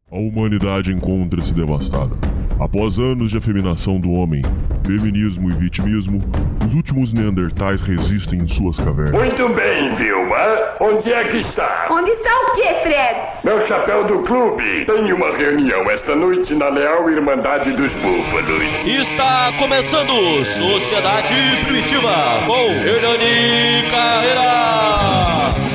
A humanidade encontra-se devastada. Após anos de afeminação do homem, feminismo e vitimismo, os últimos neandertais resistem em suas cavernas. Muito bem, Vilma. Onde é que está? Onde está o quê, Fred? Meu chapéu do clube. Tem uma reunião esta noite na Leal Irmandade dos Búfalos. Está começando Sociedade Primitiva com Hernani Carreira.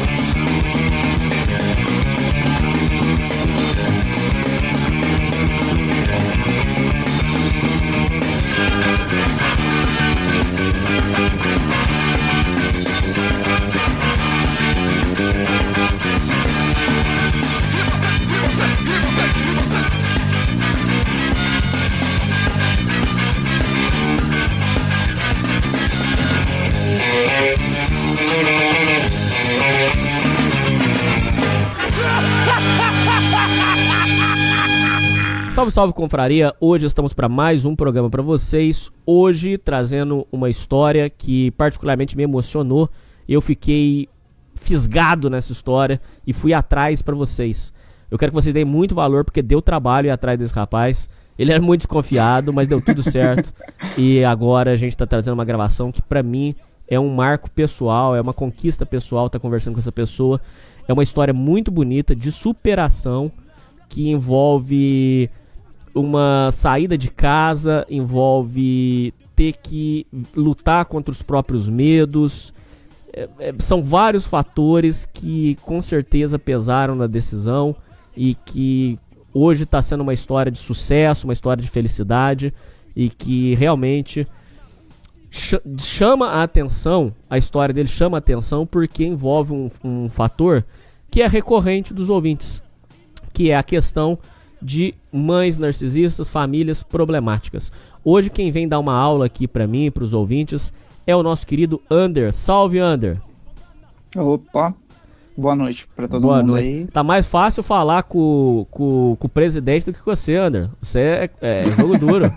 Salve, salve, confraria! Hoje estamos para mais um programa para vocês. Hoje trazendo uma história que particularmente me emocionou. Eu fiquei fisgado nessa história e fui atrás para vocês. Eu quero que vocês deem muito valor porque deu trabalho ir atrás desse rapaz. Ele era muito desconfiado, mas deu tudo certo. E agora a gente está trazendo uma gravação que para mim é um marco pessoal, é uma conquista pessoal estar conversando com essa pessoa. É uma história muito bonita de superação que envolve uma saída de casa, envolve ter que lutar contra os próprios medos. São vários fatores que com certeza pesaram na decisão e que hoje está sendo uma história de sucesso, uma história de felicidade e que realmente chama a atenção, a história dele chama a atenção porque envolve um fator que é recorrente dos ouvintes, que é a questão de mães narcisistas, famílias problemáticas. Hoje quem vem dar uma aula aqui pra mim, pros ouvintes, é o nosso querido Ander. Salve, Ander! Opa! Boa noite pra todo Boa mundo noite. aí. Tá mais fácil falar com o presidente do que com você, Ander. Você é jogo duro.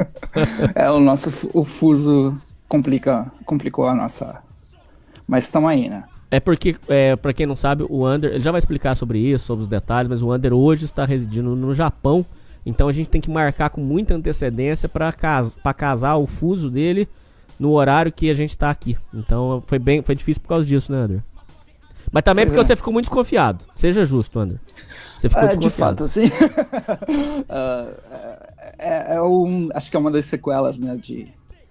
O fuso complicou a nossa... Mas estamos aí, né? É porque, pra quem não sabe, o Ander, ele já vai explicar sobre isso, sobre os detalhes, mas o Ander hoje está residindo no Japão, então a gente tem que marcar com muita antecedência pra casar o fuso dele no horário que a gente tá aqui. Então foi difícil por causa disso, né, Ander? Mas também porque você ficou muito desconfiado. Seja justo, Ander. Você ficou desconfiado. De fato, sim. Acho que é uma das sequelas, né, de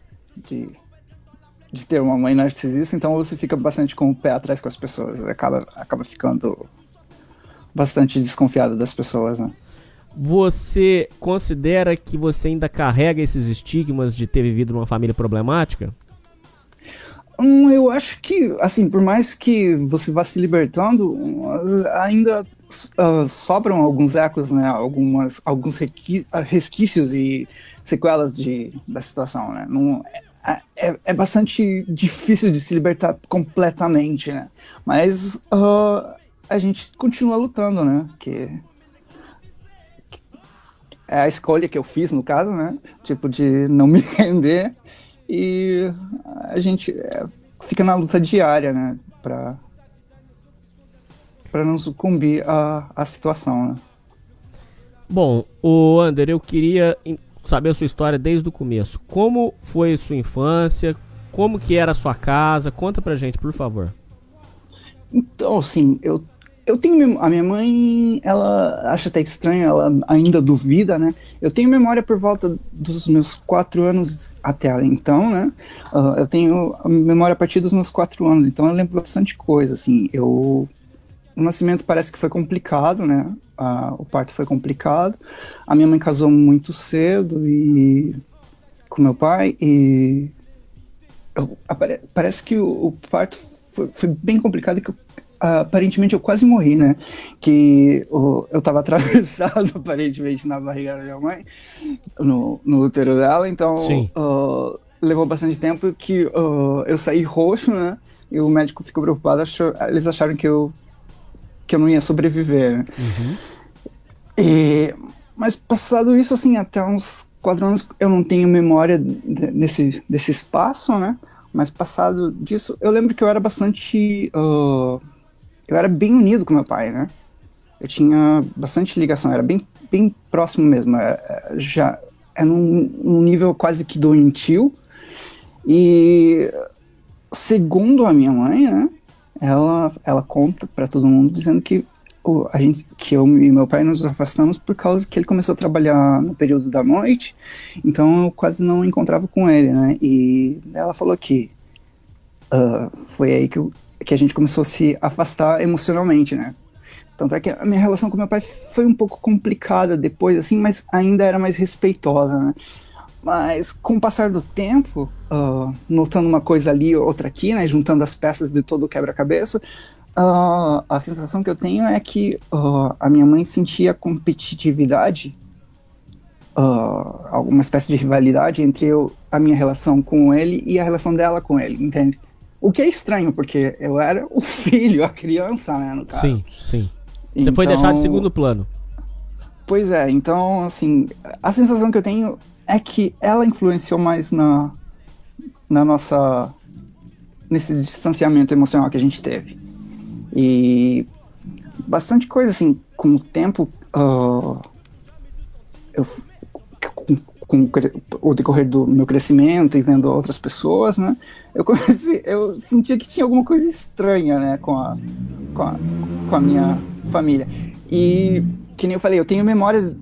ter uma mãe narcisista, então você fica bastante com o pé atrás com as pessoas, acaba ficando bastante desconfiado das pessoas, né? Você considera que você ainda carrega esses estigmas de ter vivido numa família problemática? Eu acho que, assim, por mais que você vá se libertando, ainda sobram alguns ecos, né? Alguns resquícios e sequelas da situação, né? É bastante difícil de se libertar completamente, né? Mas a gente continua lutando, né? Que é a escolha que eu fiz, no caso, né? Tipo, de não me render. E a gente fica na luta diária, né? Pra não sucumbir à situação, né? Bom, Ander, eu queria saber a sua história desde o começo. Como foi a sua infância? Como que era a sua casa? Conta pra gente, por favor. Então, assim, eu tenho... A minha mãe, ela acha até estranho, ela ainda duvida, né? Eu tenho memória por volta dos meus 4 anos até então, né? Eu tenho a memória a partir dos meus 4 anos, então eu lembro bastante coisa, assim. O nascimento parece que foi complicado, né? O parto foi complicado. A minha mãe casou muito cedo com meu pai e parece que o parto foi bem complicado e que aparentemente eu quase morri, né? Que eu tava atravessado aparentemente na barriga da minha mãe, no útero dela, então levou bastante tempo que eu saí roxo, né? E o médico ficou preocupado, eles acharam que eu não ia sobreviver, né? Uhum. Mas passado isso, assim, até uns 4 anos eu não tenho memória desse espaço, né? Mas passado disso, eu lembro que eu era bastante... eu era bem unido com meu pai, né? eu tinha bastante ligação, era bem, bem próximo mesmo, já é num nível quase que doentio. E segundo a minha mãe, né, ela conta pra todo mundo dizendo que que eu e meu pai nos afastamos por causa que ele começou a trabalhar no período da noite, então eu quase não encontrava com ele, né, e ela falou que foi aí que a gente começou a se afastar emocionalmente, né. Tanto é que a minha relação com meu pai foi um pouco complicada depois, assim, mas ainda era mais respeitosa, né. Mas com o passar do tempo, notando uma coisa ali, outra aqui, né, juntando as peças de todo o quebra-cabeça, a sensação que eu tenho é que a minha mãe sentia competitividade, alguma espécie de rivalidade entre a minha relação com ele e a relação dela com ele, entende? O que é estranho, porque eu era o filho, a criança, né, no caso. Sim, sim. Você foi deixado de segundo plano. Pois é, então, assim, a sensação que eu tenho é que ela influenciou mais nesse distanciamento emocional que a gente teve. E bastante coisa, assim, com o tempo, com o decorrer do meu crescimento e vendo outras pessoas, né, eu sentia que tinha alguma coisa estranha, né, com a minha família. E, que nem eu falei, eu tenho memória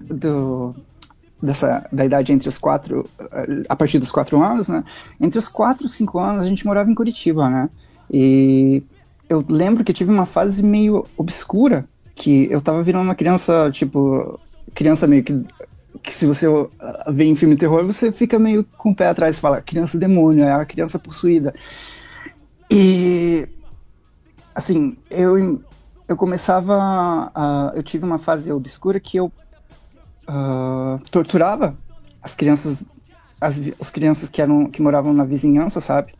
da idade entre os 4, a partir dos 4 anos, né, entre os 4 e 5 anos a gente morava em Curitiba, né, e eu lembro que eu tive uma fase meio obscura, que eu tava virando uma criança, tipo, criança meio que se você vê em filme de terror, você fica meio com o pé atrás e fala, criança demônio, é a criança possuída. E, assim, eu tive uma fase obscura que eu torturava as crianças, as crianças que moravam na vizinhança, sabe?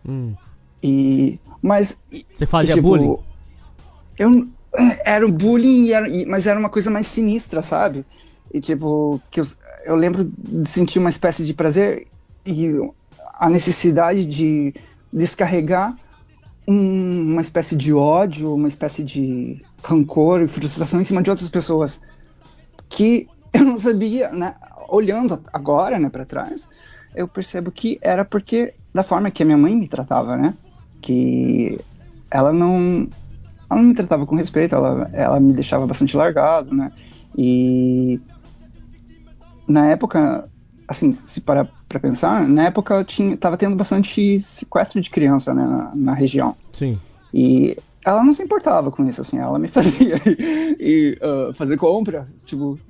Mas você fazia bullying? Era um bullying, mas era uma coisa mais sinistra, sabe? E tipo, que eu lembro de sentir uma espécie de prazer e a necessidade de descarregar uma espécie de ódio, uma espécie de rancor e frustração em cima de outras pessoas. Que eu não sabia, né? Olhando agora, né, pra trás, eu percebo que era porque da forma que a minha mãe me tratava, né? Que ela não me tratava com respeito, ela me deixava bastante largado, né? E na época, assim, se parar pra pensar, na época tava tendo bastante sequestro de criança, né, na região. Sim. E ela não se importava com isso, assim, ela me fazia fazer compra, tipo,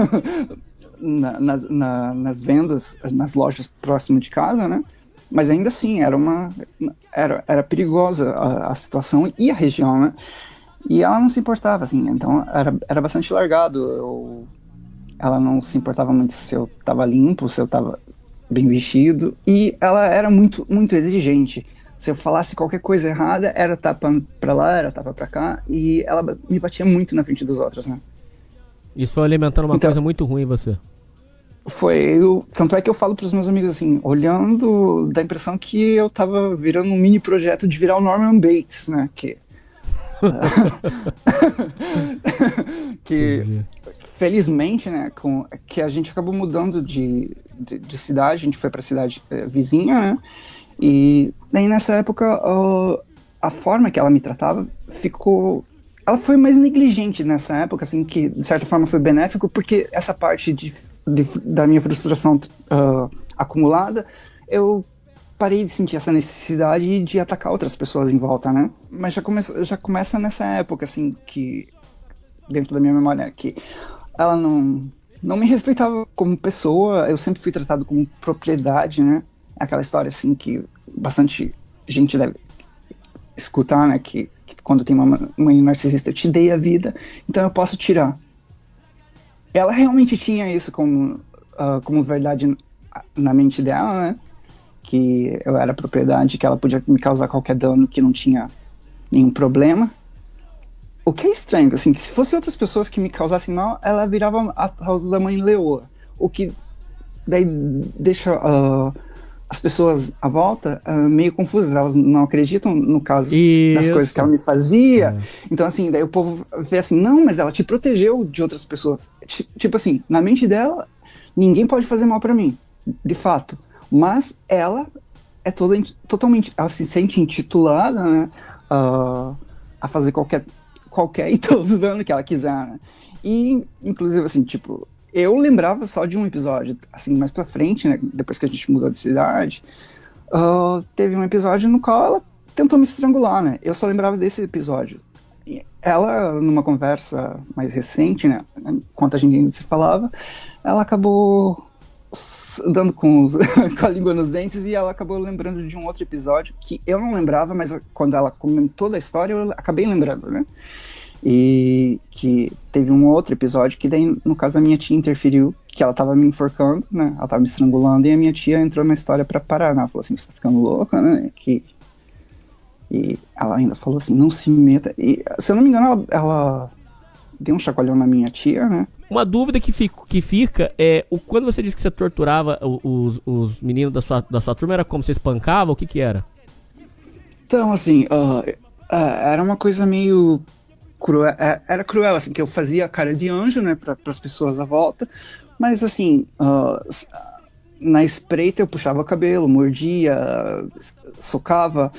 nas vendas, nas lojas próximo de casa, né? Mas ainda assim, era perigosa a situação e a região, né? E ela não se importava, assim, então era bastante largado. Ela não se importava muito se eu tava limpo, se eu tava bem vestido. E ela era muito, muito exigente. Se eu falasse qualquer coisa errada, era tapa pra lá, era tapa pra cá. E ela me batia muito na frente dos outros, né? Isso foi alimentando uma coisa muito ruim em você. Tanto é que eu falo pros meus amigos assim, olhando, dá a impressão que eu tava virando um mini projeto de virar o Norman Bates, né? Que felizmente, né, que a gente acabou mudando de cidade, a gente foi pra cidade vizinha, né? E daí nessa época a forma que ela me tratava ela foi mais negligente nessa época, assim, que de certa forma foi benéfico, porque essa parte da minha frustração acumulada, eu parei de sentir essa necessidade de atacar outras pessoas em volta, né? Mas já começa nessa época, assim, que dentro da minha memória, que ela não me respeitava como pessoa, eu sempre fui tratado como propriedade, né? Aquela história, assim, que bastante gente deve escutar, né? Que quando tem uma mãe narcisista, eu te dei a vida, então eu posso tirar. Ela realmente tinha isso como verdade na mente dela, né? Que eu era propriedade, que ela podia me causar qualquer dano, que não tinha nenhum problema. O que é estranho, assim, que se fosse outras pessoas que me causassem mal, ela virava a tal da mãe leoa. O que daí deixa as pessoas à volta meio confusas, elas não acreditam no caso das coisas que ela me fazia. Então, assim, daí o povo vê assim, não, mas ela te protegeu de outras pessoas. Tipo assim, na mente dela, ninguém pode fazer mal pra mim, de fato. Mas ela é totalmente, ela se sente intitulada, né, a fazer qualquer e todo dano que ela quiser, né? E, inclusive, assim, tipo, eu lembrava só de um episódio, assim, mais pra frente, né, depois que a gente mudou de cidade, teve um episódio no qual ela tentou me estrangular, né? Eu só lembrava desse episódio. E ela, numa conversa mais recente, né, enquanto a gente ainda se falava, ela acabou dando com a língua nos dentes e ela acabou lembrando de um outro episódio que eu não lembrava, mas quando ela comentou da história eu acabei lembrando, né? E que teve um outro episódio que daí, no caso, a minha tia interferiu, que ela tava me enforcando, né? Ela tava me estrangulando e a minha tia entrou na história pra parar, né? Ela falou assim, você tá ficando louca, né? E ela ainda falou assim, não se meta. E, se eu não me engano, ela deu um chacoalhão na minha tia, né? Uma dúvida que fica é, quando você disse que você torturava os meninos da sua turma, era como? Você espancava? O que era? Então, assim, era uma coisa meio cruel, era cruel, assim, que eu fazia a cara de anjo, né, para as pessoas à volta, mas, assim, na espreita eu puxava o cabelo, mordia, socava,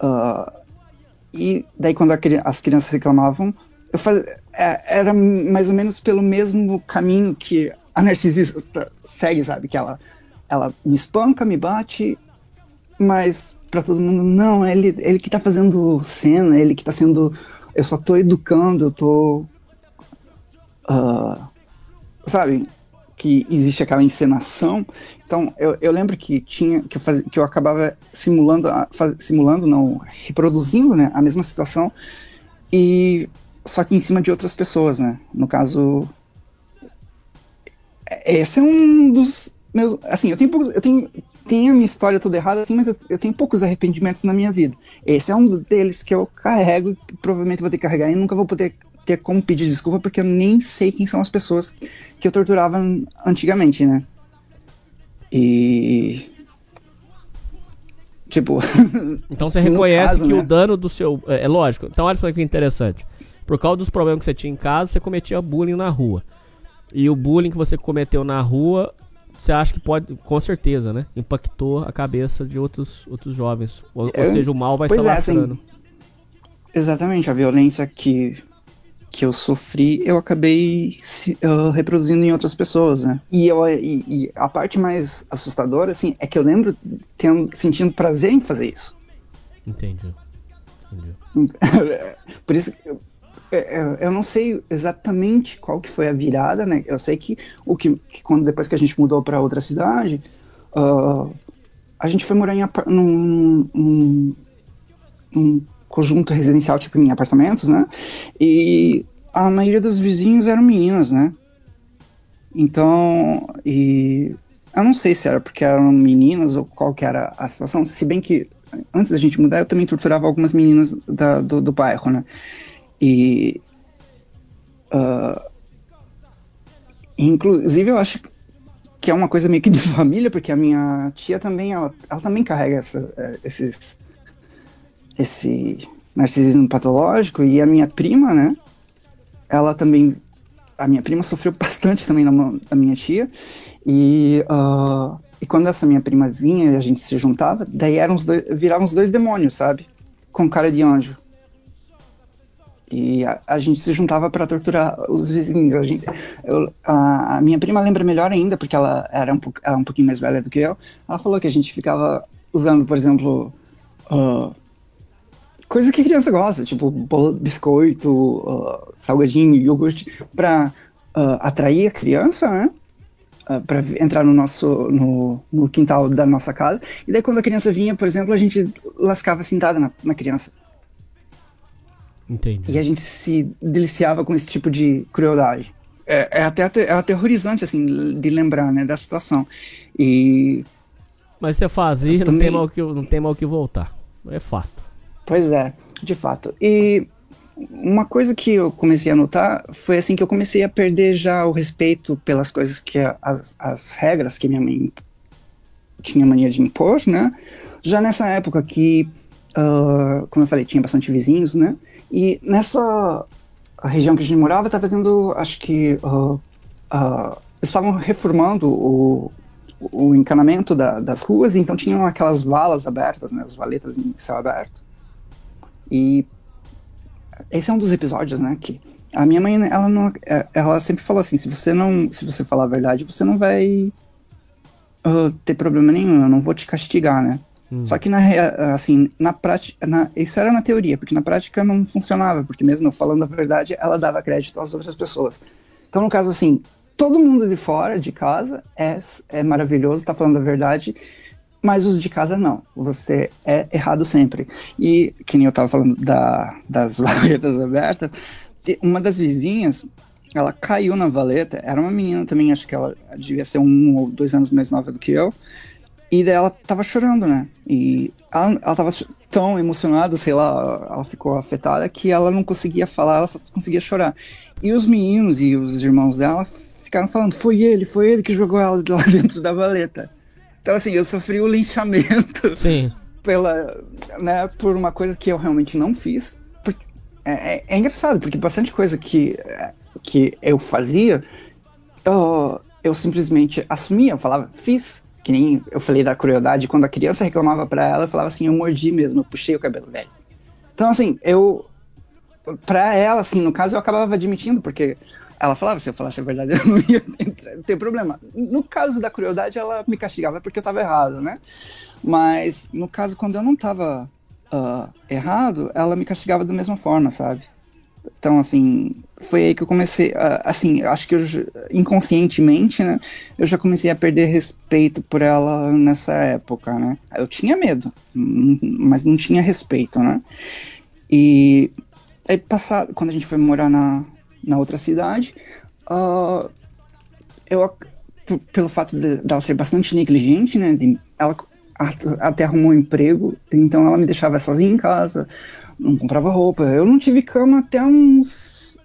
e daí quando as crianças reclamavam, eu fazia, era mais ou menos pelo mesmo caminho que a narcisista segue, sabe, que ela me espanca, me bate, mas pra todo mundo, não, ele que tá fazendo cena, ele que tá sendo, eu só tô educando, eu tô, sabe, que existe aquela encenação. Então, eu lembro que eu acabava reproduzindo, né, a mesma situação, e só que em cima de outras pessoas, né, no caso, esse é um dos meus, assim, eu tenho a minha história toda errada, assim, mas eu tenho poucos arrependimentos na minha vida. Esse é um deles que eu carrego e provavelmente vou ter que carregar e nunca vou poder ter como pedir desculpa, porque eu nem sei quem são as pessoas que eu torturava antigamente, né? E... tipo... Então você reconhece que, né, o dano do seu... É lógico. Então olha só que interessante. Por causa dos problemas que você tinha em casa, você cometia bullying na rua. E o bullying que você cometeu na rua, você acha que pode, com certeza, né, impactou a cabeça de outros jovens. Ou seja, o mal vai se alastrando. Assim, exatamente, a violência que eu sofri, eu acabei reproduzindo em outras pessoas, né? E a parte mais assustadora, assim, é que eu lembro sentindo prazer em fazer isso. Entendi. Por isso eu não sei exatamente qual que foi a virada, né? Eu sei que quando depois que a gente mudou para outra cidade, a gente foi morar num conjunto residencial, tipo em apartamentos, né? E a maioria dos vizinhos eram meninas, né? Então, eu não sei se era porque eram meninas ou qual que era a situação, se bem que antes da gente mudar eu também torturava algumas meninas do bairro, né? E inclusive eu acho que é uma coisa meio que de família, porque a minha tia também, ela também carrega esse narcisismo patológico, e a minha prima, né, a minha prima sofreu bastante também da minha tia, e quando essa minha prima vinha e a gente se juntava, daí viravam os dois demônios, sabe, com cara de anjo. E a gente se juntava para torturar os vizinhos. A minha prima lembra melhor ainda, porque ela era um pouquinho mais velha do que eu. Ela falou que a gente ficava usando, por exemplo, coisa que criança gosta, tipo biscoito, salgadinho, iogurte, para atrair a criança, né? Para entrar no quintal da nossa casa. E daí quando a criança vinha, por exemplo, a gente lascava sentada na criança. Entendi. E a gente se deliciava com esse tipo de crueldade. É aterrorizante, assim, de lembrar, né, da situação. Mas você fazia, não tem mal que voltar. É fato. Pois é, de fato. E uma coisa que eu comecei a notar foi assim que eu comecei a perder já o respeito pelas coisas que as regras que minha mãe tinha mania de impor, né? Já nessa época que, como eu falei, tinha bastante vizinhos, né? E nessa região que a gente morava, estava tendo, acho que, estavam reformando o encanamento das ruas, então tinham aquelas valas abertas, né? As valetas em céu aberto. E esse é um dos episódios, né? Que a minha mãe, ela sempre falou assim, se você falar a verdade, você não vai ter problema nenhum, eu não vou te castigar, né? Só que na prática, isso era na teoria, porque na prática não funcionava, porque mesmo eu falando a verdade, ela dava crédito às outras pessoas. Então, no caso, assim, todo mundo de fora, de casa, é maravilhoso, tá falando a verdade, mas os de casa não. Você é errado sempre. E, que nem eu tava falando das valetas abertas, uma das vizinhas, ela caiu na valeta, era uma menina também, acho que ela devia ser 1 ou 2 anos mais nova do que eu, e daí ela tava chorando, né? E ela tava tão emocionada, sei lá, ela ficou afetada que ela não conseguia falar, ela só conseguia chorar. E os meninos e os irmãos dela ficaram falando, foi ele que jogou ela lá dentro da valeta. Então, assim, eu sofri o linchamento. Sim. Por uma coisa que eu realmente não fiz. É engraçado, porque bastante coisa que eu fazia, eu simplesmente assumia, eu falava, fiz. Que nem eu falei da crueldade, quando a criança reclamava pra ela, eu falava assim, eu mordi mesmo, eu puxei o cabelo dela. Então, assim, pra ela, assim, no caso, eu acabava admitindo, porque ela falava, se eu falasse a verdade, eu não ia ter problema. No caso da crueldade, ela me castigava porque eu tava errado, né? Mas, no caso, quando eu não tava errado, ela me castigava da mesma forma, sabe? Então, assim, foi aí que eu comecei, assim, acho que inconscientemente, né, eu já comecei a perder respeito por ela nessa época, né. Eu tinha medo, mas não tinha respeito, né. E aí, quando a gente foi morar na outra cidade, pelo fato dela ser bastante negligente, né, ela até arrumou um emprego, então ela me deixava sozinha em casa, não comprava roupa. Eu não tive cama até uns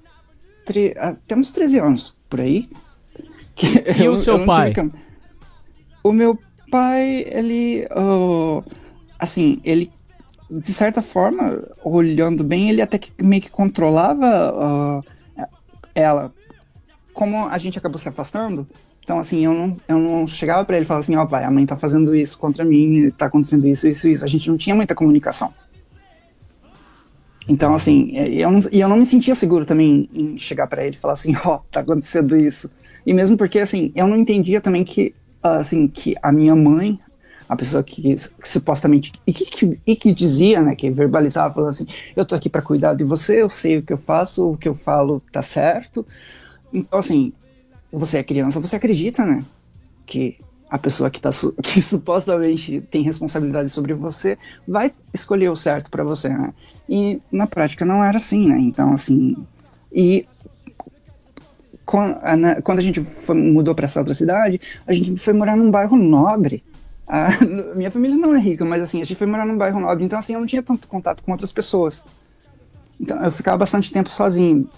13 anos, por aí. E o seu pai? O meu pai, ele, assim, ele, de certa forma, olhando bem, ele até que meio que controlava ela. Como a gente acabou se afastando, então, assim, eu não chegava pra ele e falava assim, pai, a mãe tá fazendo isso contra mim, tá acontecendo isso. A gente não tinha muita comunicação. Então, assim, eu não me sentia seguro também em chegar pra ele e falar assim, tá acontecendo isso. E mesmo porque, assim, eu não entendia também que a minha mãe, a pessoa que supostamente, e que dizia, né, que verbalizava, falando assim, eu tô aqui pra cuidar de você, eu sei o que eu faço, o que eu falo tá certo. Então, assim, você é criança, você acredita, né, que a pessoa que supostamente tem responsabilidade sobre você vai escolher o certo pra você, né? E na prática não era assim, né? Então, assim... E quando a gente mudou pra essa outra cidade, a gente foi morar num bairro nobre. Minha família não é rica, mas assim, a gente foi morar num bairro nobre. Então, assim, eu não tinha tanto contato com outras pessoas. Então, eu ficava bastante tempo sozinho.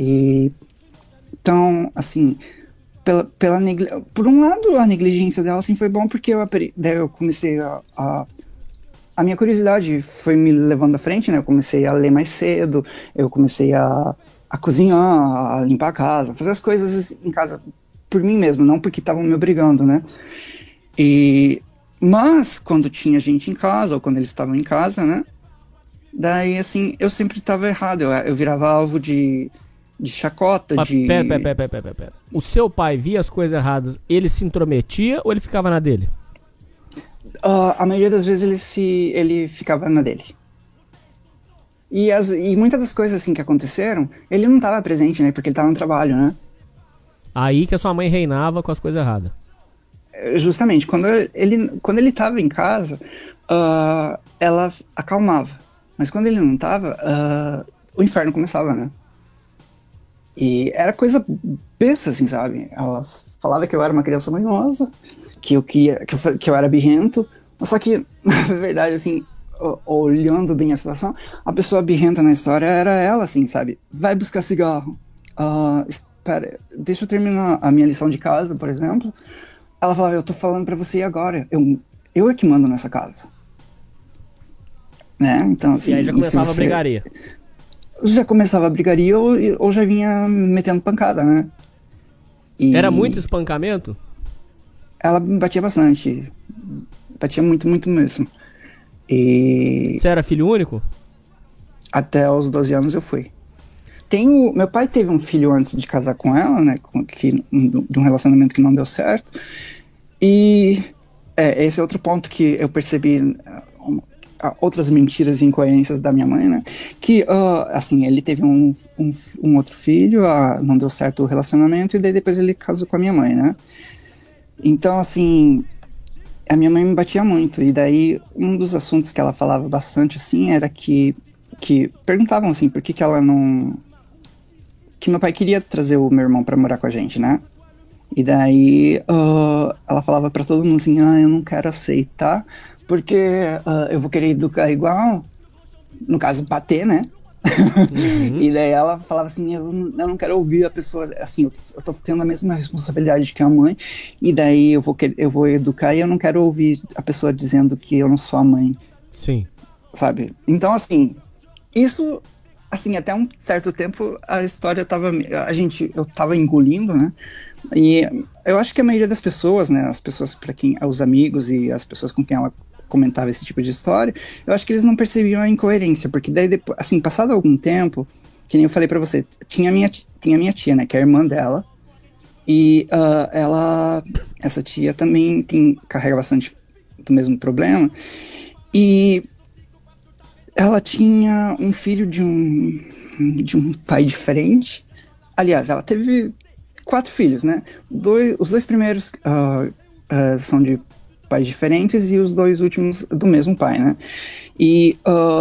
Então, assim... Por um lado, a negligência dela assim, foi bom porque daí eu comecei a minha curiosidade foi me levando à frente, né? Eu comecei a ler mais cedo, eu comecei a cozinhar, a limpar a casa, fazer as coisas em casa por mim mesmo, não porque estavam me obrigando, né? Mas quando tinha gente em casa, ou quando eles estavam em casa, né? Daí, assim, eu sempre estava errado, eu virava alvo de chacota, Pera. O seu pai via as coisas erradas, ele se intrometia ou ele ficava na dele? A maioria das vezes ele ficava na dele. E muitas das coisas assim que aconteceram, ele não estava presente, né? Porque ele estava no trabalho, né? Aí que a sua mãe reinava com as coisas erradas. Justamente, quando ele estava em casa, ela acalmava. Mas quando ele não estava, o inferno começava, né? E era coisa besta, assim, sabe? Ela falava que eu era uma criança manhosa, que eu era birrento, só que, na verdade, assim, olhando bem a situação, a pessoa birrenta na história era ela, assim, sabe? Vai buscar cigarro. Espera, deixa eu terminar a minha lição de casa, por exemplo. ela falava, eu tô falando pra você agora, eu é que mando nessa casa. Né? Então, assim, E aí já começava a brigaria. Já começava a brigaria ou já vinha metendo pancada, né? Era muito espancamento? Ela me batia bastante. Batia muito, muito mesmo. E Você era filho único? até os 12 anos eu fui. Meu pai teve um filho antes de casar com ela, né? De um relacionamento que não deu certo. E esse é outro ponto que eu percebi, outras mentiras e incoerências da minha mãe, né? Que, assim, ele teve um outro filho, não deu certo o relacionamento, e daí depois ele casou com a minha mãe, né? Então, assim, a minha mãe me batia muito, e daí um dos assuntos que ela falava bastante, assim, era que perguntavam, assim, por que ela não... Que meu pai queria trazer o meu irmão pra morar com a gente, né? E daí ela falava pra todo mundo assim, eu não quero aceitar, porque eu vou querer educar igual, no caso, bater, né? Uhum. E daí ela falava assim, eu não quero ouvir a pessoa, assim, eu tô tendo a mesma responsabilidade que a mãe, e daí eu vou educar e eu não quero ouvir a pessoa dizendo que eu não sou a mãe. Sim. Sabe? Então, assim, isso, assim, até um certo tempo a história eu tava engolindo, né? E eu acho que a maioria das pessoas, né, as pessoas os amigos e as pessoas com quem ela comentava esse tipo de história, eu acho que eles não percebiam a incoerência, porque daí depois, assim, passado algum tempo, que nem eu falei pra você, tinha a minha tia, né, que é a irmã dela, e essa tia também carrega bastante do mesmo problema, e ela tinha um filho de um pai diferente. Aliás, ela teve 4 filhos, né? Os 2 primeiros são de pais diferentes e os 2 últimos do mesmo pai, né? E,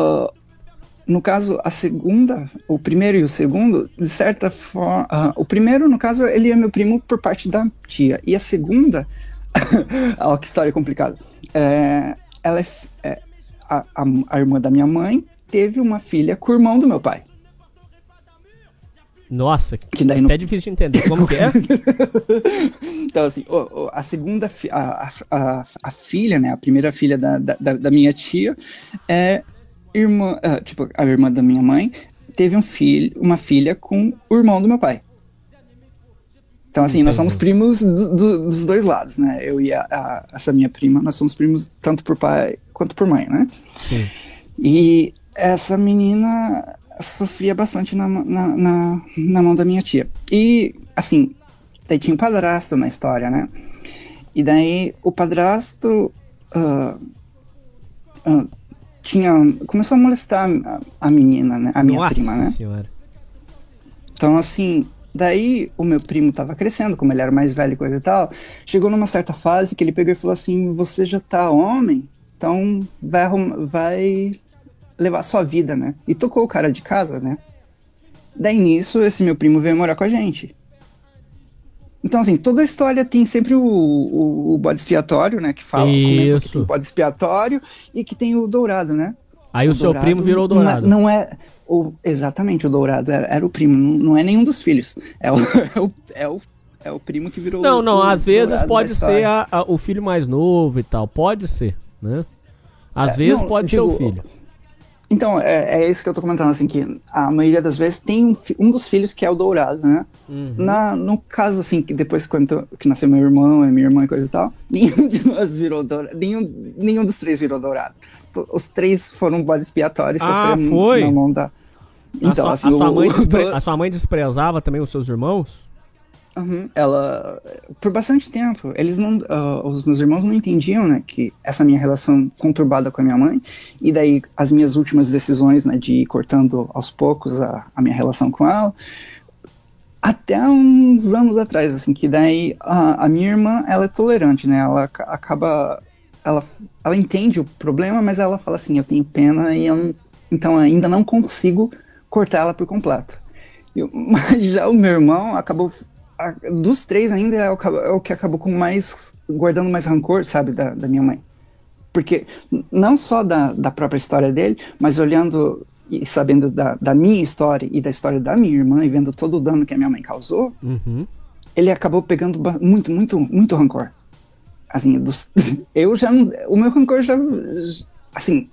no caso, o primeiro e o segundo, de certa forma... o primeiro, no caso, ele é meu primo por parte da tia. E a segunda... Olha que história complicada. Ela a irmã da minha mãe teve uma filha com o irmão do meu pai. Nossa, que daí até difícil de entender. Como que é? Então, assim, a segunda a filha, né, a primeira filha da minha tia é irmã, tipo, a irmã da minha mãe teve uma filha com o irmão do meu pai. Então, assim, nós somos primos dos 2 lados, né? Eu e essa minha prima, nós somos primos tanto por pai quanto por mãe, né? Sim. E essa menina sofria bastante na mão da minha tia. E, assim, daí tinha um padrasto na história, né? E daí o padrasto começou a molestar a menina, né? A minha prima, né? Senhora. Então, assim... Daí o meu primo tava crescendo, como ele era mais velho e coisa e tal, chegou numa certa fase que ele pegou e falou assim, você já tá homem, então vai levar sua vida, né? E tocou o cara de casa, né? Daí nisso, esse meu primo veio morar com a gente. Então, assim, toda a história tem sempre o bode expiatório, né? Que fala, comenta que tem o bode expiatório e que tem o dourado, né? Aí o seu dourado, primo virou o dourado. Não é... exatamente, o dourado era o primo, não é nenhum dos filhos. É o primo que virou Não, às vezes pode ser o filho mais novo e tal. Pode ser, né? Às vezes pode ser o filho. Então, é isso que eu tô comentando, assim, que a maioria das vezes tem um dos filhos que é o dourado, né? Uhum. No caso, assim, que depois que nasceu meu irmão, minha irmã e coisa e tal, nenhum de nós virou dourado, nenhum dos 3 virou dourado. Os 3 foram bode expiatório e sofreram na mão da... Então, a sua mãe desprezava também os seus irmãos? Uhum. Ela, por bastante tempo, os meus irmãos não entendiam, né, que essa minha relação conturbada com a minha mãe, e daí as minhas últimas decisões, né, de ir cortando aos poucos a minha relação com ela, até uns anos atrás, assim, que daí a minha irmã, ela é tolerante, né, ela entende o problema, mas ela fala assim, eu tenho pena e então ainda não consigo cortar ela por completo. Mas já o meu irmão acabou... Dos 3 ainda é o que acabou guardando mais rancor, sabe, da minha mãe. Porque não só da própria história dele, mas olhando e sabendo da minha história e da história da minha irmã e vendo todo o dano que a minha mãe causou, ele acabou pegando muito, muito, muito rancor. assim, eu já não, o meu rancor já, assim,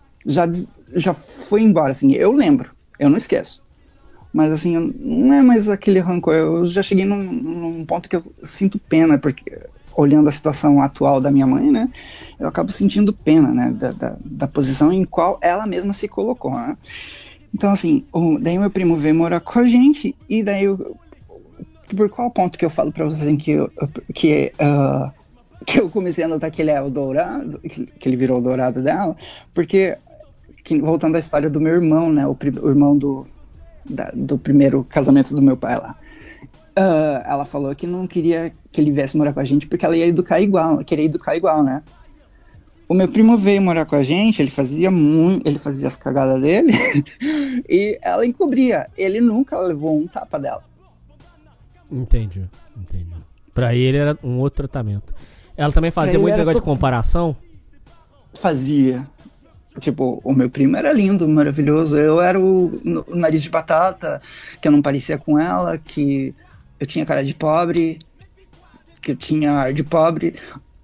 já foi embora, assim, eu lembro, eu não esqueço. Mas, assim, não é mais aquele rancor, eu já cheguei num ponto que eu sinto pena, porque, olhando a situação atual da minha mãe, né, eu acabo sentindo pena, né, da posição em qual ela mesma se colocou, né. Então, assim, daí meu primo veio morar com a gente, e daí, por qual ponto que eu falo pra vocês que eu comecei a notar que ele é o dourado, que ele virou o dourado dela, porque, voltando à história do meu irmão, né, o irmão do primeiro casamento do meu pai lá. Ela falou que não queria que ele viesse morar com a gente porque ela ia querer educar igual, né? O meu primo veio morar com a gente, ele fazia as cagadas dele e ela encobria. Ele nunca levou um tapa dela. Entendi. Pra ele era um outro tratamento. Ela também fazia muito negócio de comparação? Fazia. Tipo, o meu primo era lindo, maravilhoso. Eu era o nariz de batata, que eu não parecia com ela, que eu tinha cara de pobre, que eu tinha ar de pobre.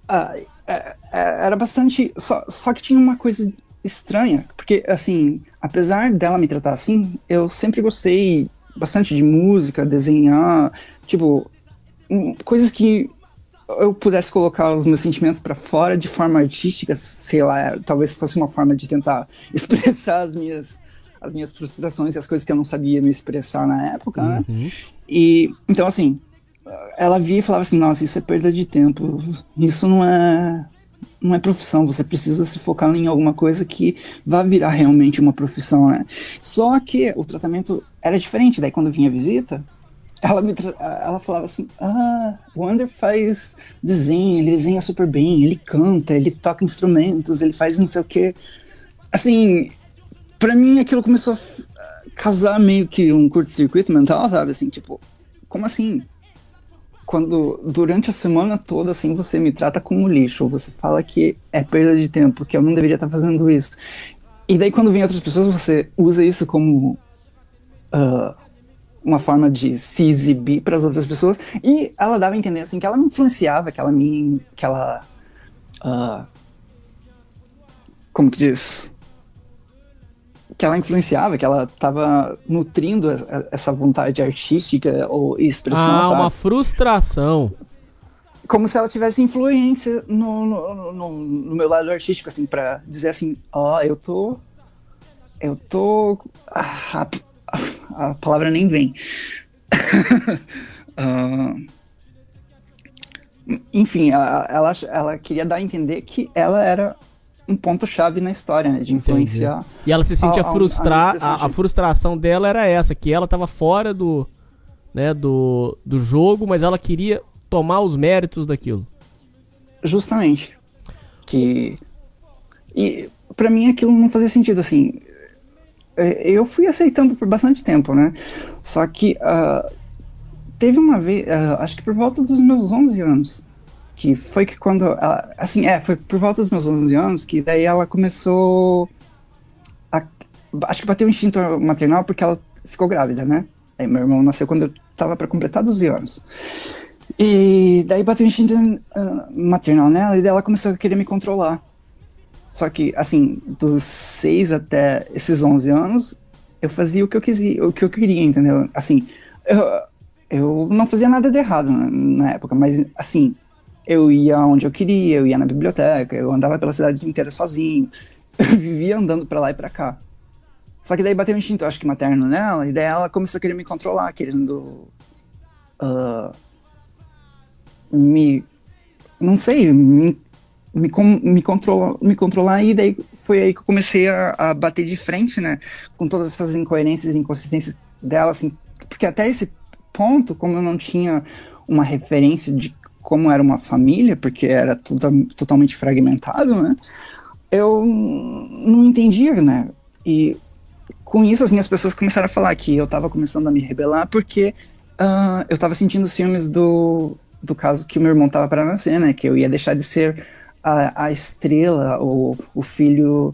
Era bastante... Só que tinha uma coisa estranha, porque, assim, apesar dela me tratar assim, eu sempre gostei bastante de música, desenhar, tipo, coisas que eu pudesse colocar os meus sentimentos pra fora de forma artística, sei lá, talvez fosse uma forma de tentar expressar as minhas frustrações e as coisas que eu não sabia me expressar na época, né? E, então, assim, ela via e falava assim, nossa, isso é perda de tempo, isso não é profissão, você precisa se focar em alguma coisa que vá virar realmente uma profissão, né? Só que o tratamento era diferente, daí quando vinha visita, ela falava assim, o Wander faz desenho, ele desenha super bem, ele canta, ele toca instrumentos, ele faz não sei o que. Assim, pra mim aquilo começou a causar meio que um curto-circuito mental, sabe? Assim, tipo, como assim? Quando durante a semana toda, assim, você me trata como lixo, você fala que é perda de tempo, que eu não deveria estar fazendo isso. E daí quando vem outras pessoas, você usa isso como... uma forma de se exibir para as outras pessoas, e ela dava a entender assim que ela me influenciava, como que diz? Que ela influenciava, que ela estava nutrindo essa vontade artística ou expressão, sabe? Uma frustração. Como se ela tivesse influência no meu lado artístico, assim, para dizer assim, eu tô a palavra nem vem. Enfim, ela queria dar a entender que ela era um ponto-chave na história, né, de influenciar. Entendi. E ela se sentia frustrada, a frustração dela era essa, que ela estava fora do jogo, mas ela queria tomar os méritos daquilo. Justamente. E pra mim aquilo não fazia sentido, assim. Eu fui aceitando por bastante tempo, né? Só que teve uma vez, acho que por volta dos meus 11 anos, que foi que quando ela, assim, foi por volta dos meus 11 anos que daí ela começou acho que bateu o instinto maternal porque ela ficou grávida, né? Aí meu irmão nasceu quando eu tava pra completar 12 anos. E daí bateu o instinto maternal nela e daí ela começou a querer me controlar. Só que, assim, dos 6 até esses 11 anos, eu fazia o que eu queria, entendeu? Assim, eu não fazia nada de errado na época, mas, assim, eu ia onde eu queria, eu ia na biblioteca, eu andava pela cidade inteira sozinho, eu vivia andando pra lá e pra cá. Só que daí bateu um instinto, acho que materno nela, e daí ela começou a querer me controlar, querendo me controlar, e daí foi aí que eu comecei a bater de frente, né, com todas essas incoerências e inconsistências dela, assim, porque até esse ponto, como eu não tinha uma referência de como era uma família, porque era totalmente fragmentado, né, eu não entendia, né, e com isso, assim, as pessoas começaram a falar que eu tava começando a me rebelar porque eu tava sentindo ciúmes do caso que o meu irmão tava para nascer, né, que eu ia deixar de ser a estrela, ou o filho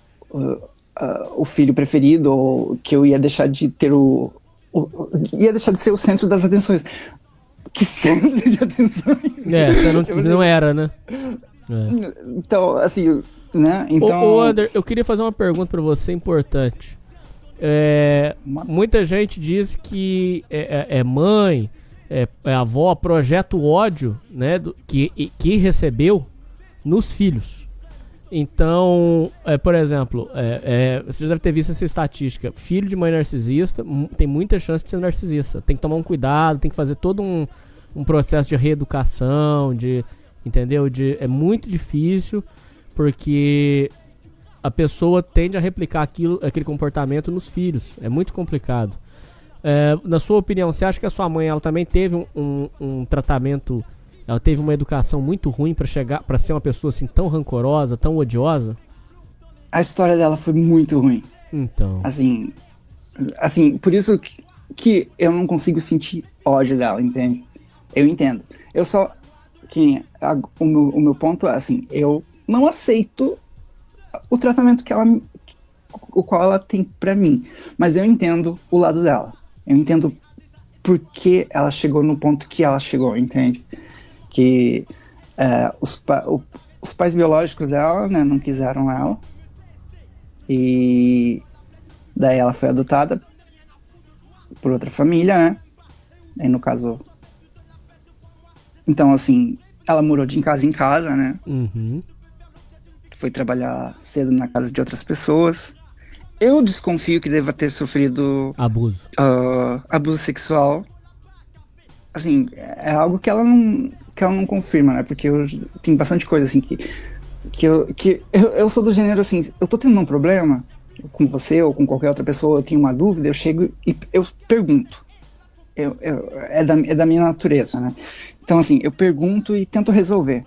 preferido, ou que eu ia deixar de ter ia deixar de ser o centro das atenções. Que centro de atenções? Você não era, né? Então, assim, né? Então... Ô, Ander, eu queria fazer uma pergunta pra você importante. Muita gente diz que mãe, avó, projeta o ódio, né, que recebeu nos filhos. Então, por exemplo, você já deve ter visto essa estatística. Filho de mãe narcisista tem muita chance de ser narcisista. Tem que tomar um cuidado, tem que fazer todo um processo de reeducação, entendeu? É muito difícil, porque a pessoa tende a replicar aquele comportamento nos filhos. É muito complicado. Na sua opinião, você acha que a sua mãe ela também teve um tratamento... Ela teve uma educação muito ruim para ser uma pessoa assim tão rancorosa, tão odiosa? A história dela foi muito ruim. Então. Assim, por isso que eu não consigo sentir ódio dela, entende? Eu entendo. Eu só... o meu ponto é assim, eu não aceito o tratamento o qual ela tem pra mim. Mas eu entendo o lado dela. Eu entendo por que ela chegou no ponto que ela chegou, entende? Que os pais biológicos dela, né, não quiseram ela. E daí ela foi adotada por outra família, né? Aí no caso... Então, assim, ela morou de casa em casa, né? Uhum. Foi trabalhar cedo na casa de outras pessoas. Eu desconfio que deva ter sofrido... abuso sexual. Assim, é algo que ela não confirma, né? Porque tem bastante coisa, assim, que eu sou do gênero, assim, eu tô tendo um problema com você ou com qualquer outra pessoa, eu tenho uma dúvida, eu chego e eu pergunto. É da minha natureza, né? Então, assim, eu pergunto e tento resolver.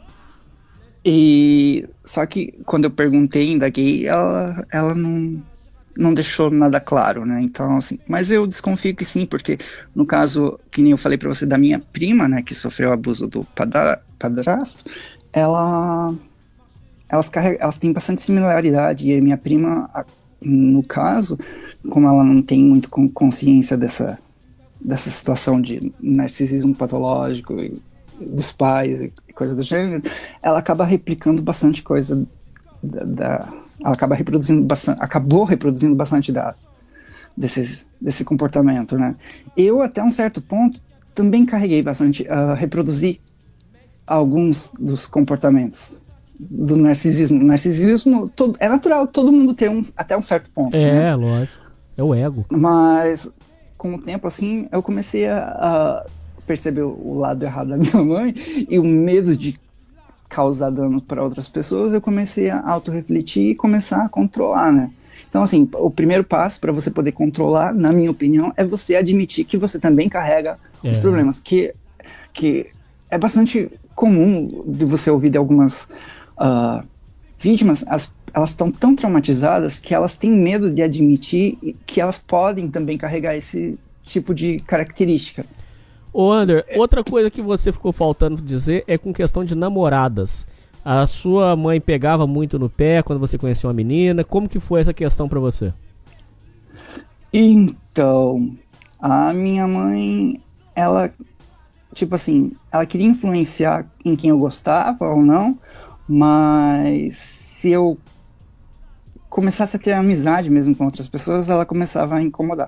E só que quando eu perguntei, indaguei, ela não deixou nada claro, né? Então, assim, mas eu desconfio que sim, porque no caso, que nem eu falei pra você da minha prima, né, que sofreu abuso do padrasto, elas têm bastante similaridade, e a minha prima, no caso, como ela não tem muito consciência dessa situação de narcisismo patológico dos pais e coisa do gênero, ela acaba replicando bastante coisa ela acabou reproduzindo bastante desse comportamento, né? Eu, até um certo ponto, também carreguei bastante, reproduzi alguns dos comportamentos do narcisismo. O narcisismo é natural, todo mundo tem até um certo ponto. Né? Lógico. É o ego. Mas, com o tempo, assim, eu comecei a perceber o lado errado da minha mãe e o medo de causar dano para outras pessoas, eu comecei a autorrefletir e começar a controlar, né? Então, assim, o primeiro passo para você poder controlar, na minha opinião, é você admitir que você também carrega os problemas, que é bastante comum de você ouvir de algumas vítimas, elas estão tão traumatizadas que elas têm medo de admitir que elas podem também carregar esse tipo de característica. Ô, Ander, outra coisa que você ficou faltando dizer é com questão de namoradas. A sua mãe pegava muito no pé quando você conheceu uma menina. Como que foi essa questão pra você? Então, a minha mãe, ela, tipo assim, ela queria influenciar em quem eu gostava ou não, mas se eu começasse a ter amizade mesmo com outras pessoas, ela começava a incomodar.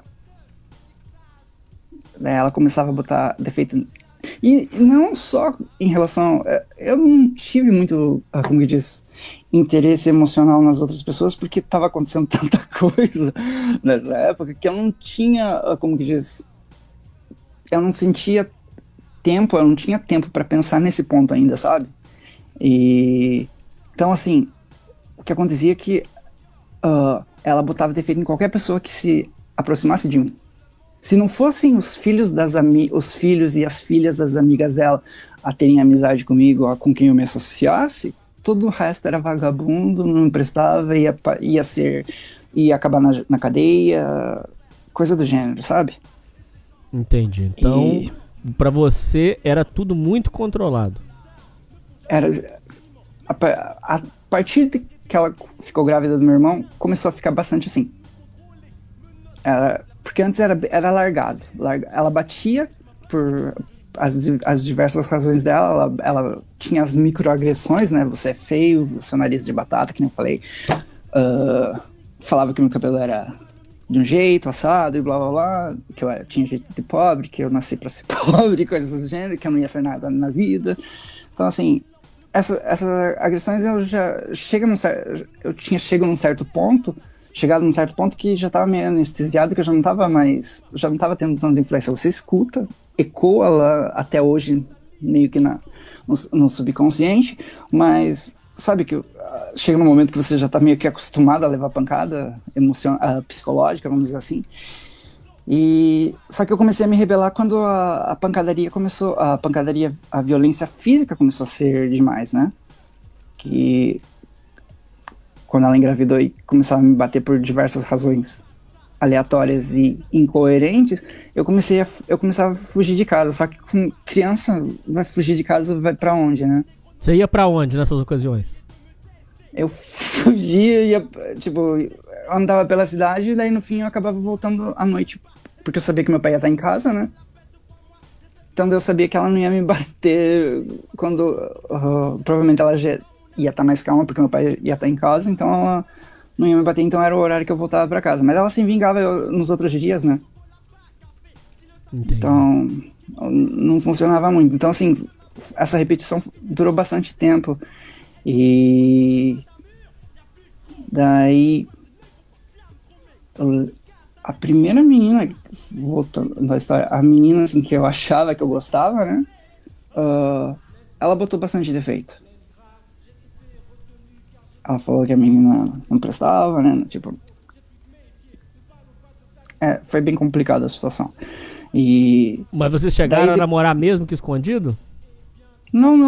Ela começava a botar defeito. E não só em relação... Eu não tive muito, como que diz, interesse emocional nas outras pessoas, porque estava acontecendo tanta coisa nessa época que eu não tinha, como que diz... Eu não sentia tempo, eu não tinha tempo para pensar nesse ponto ainda, sabe? E... Então, assim, o que acontecia é que ela botava defeito em qualquer pessoa que se aproximasse de mim. Se não fossem os filhos e as filhas das amigas dela a terem amizade comigo, com quem eu me associasse, todo o resto era vagabundo, não prestava, ia acabar na cadeia, coisa do gênero, sabe? Entendi. Então, pra você era tudo muito controlado. A partir de que ela ficou grávida do meu irmão, começou a ficar bastante assim. Porque antes era largado. Ela batia as diversas razões dela. Ela tinha as microagressões, né? Você é feio, seu nariz de batata, que nem eu falei. Falava que meu cabelo era de um jeito, assado e blá blá blá, que eu tinha jeito de pobre, que eu nasci pra ser pobre, coisas do gênero, que eu não ia ser nada na vida. Então, assim, essas agressões chegado num certo ponto que já tava meio anestesiado, que eu já não tava tendo tanta influência. Você escuta, ecoa lá até hoje, meio que no subconsciente, mas sabe que chega num momento que você já tá meio que acostumado a levar pancada psicológica, vamos dizer assim. Só que eu comecei a me rebelar quando a violência física começou a ser demais, né? Que quando ela engravidou e começava a me bater por diversas razões aleatórias e incoerentes, eu começava a fugir de casa. Só que com criança, vai fugir de casa, vai pra onde, né? Você ia pra onde nessas ocasiões? Eu fugia, andava pela cidade e daí no fim eu acabava voltando à noite, porque eu sabia que meu pai ia estar em casa, né? Então eu sabia que ela não ia me bater quando provavelmente ela já ia estar mais calma, porque meu pai ia estar em casa, então ela não ia me bater, então era o horário que eu voltava pra casa. Mas ela se vingava nos outros dias, né? Entendi. Então não funcionava muito. Então assim, essa repetição durou bastante tempo. E daí a primeira menina, voltando da história, a menina assim, que eu achava que eu gostava, né? Ela botou bastante defeito. Ela falou que a menina não prestava, né? Foi bem complicada a situação. Mas vocês chegaram a namorar mesmo que escondido? Não,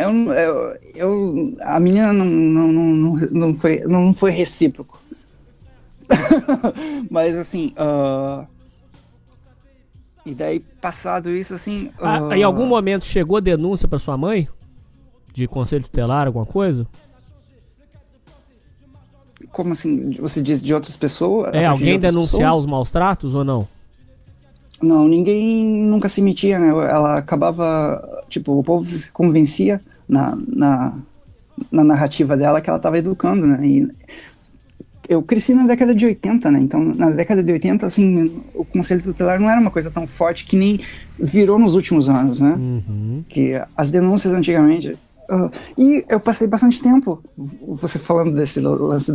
a menina não foi recíproco. Mas assim, e daí passado isso assim... Em algum momento chegou denúncia pra sua mãe? De conselho tutelar, alguma coisa? Como assim? Você diz de outras pessoas? Alguém denunciar os maus tratos ou não? Não, ninguém nunca se metia, né? Ela acabava... o povo se convencia na narrativa dela que ela estava educando, né? E eu cresci na década de 80, né? Então, na década de 80, assim, o conselho tutelar não era uma coisa tão forte que nem virou nos últimos anos, né? Uhum. Que as denúncias antigamente... e eu passei bastante tempo, você falando desse lance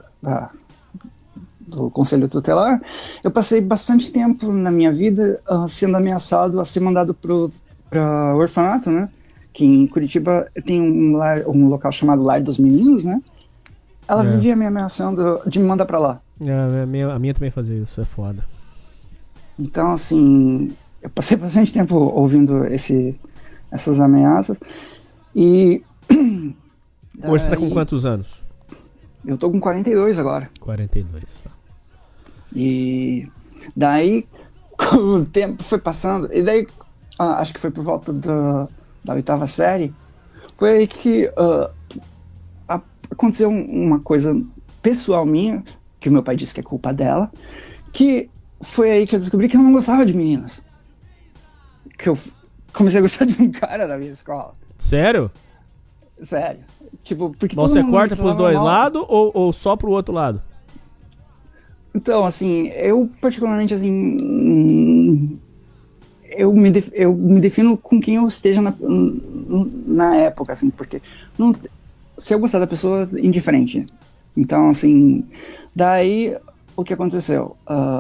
do conselho tutelar, eu passei bastante tempo na minha vida sendo ameaçado a ser mandado para orfanato, né? Que em Curitiba tem um local chamado Lar dos Meninos, né? Ela vivia me ameaçando de me mandar para lá. A minha também fazia isso, é foda. Então, assim, eu passei bastante tempo ouvindo essas ameaças. E hoje você tá com quantos anos? Eu tô com 42 agora. 42, tá. E daí, o tempo foi passando, e daí, acho que foi por volta da 8ª série, foi aí que aconteceu uma coisa pessoal minha, que meu pai disse que é culpa dela, que foi aí que eu descobri que eu não gostava de meninas. Que eu comecei a gostar de um cara da minha escola. Sério? Sério. Porque você corta pros dois lados ou só pro outro lado? Então, assim, eu particularmente, assim, eu me defino com quem eu esteja na época, assim, porque se eu gostar da pessoa, indiferente. Então, assim, daí, o que aconteceu?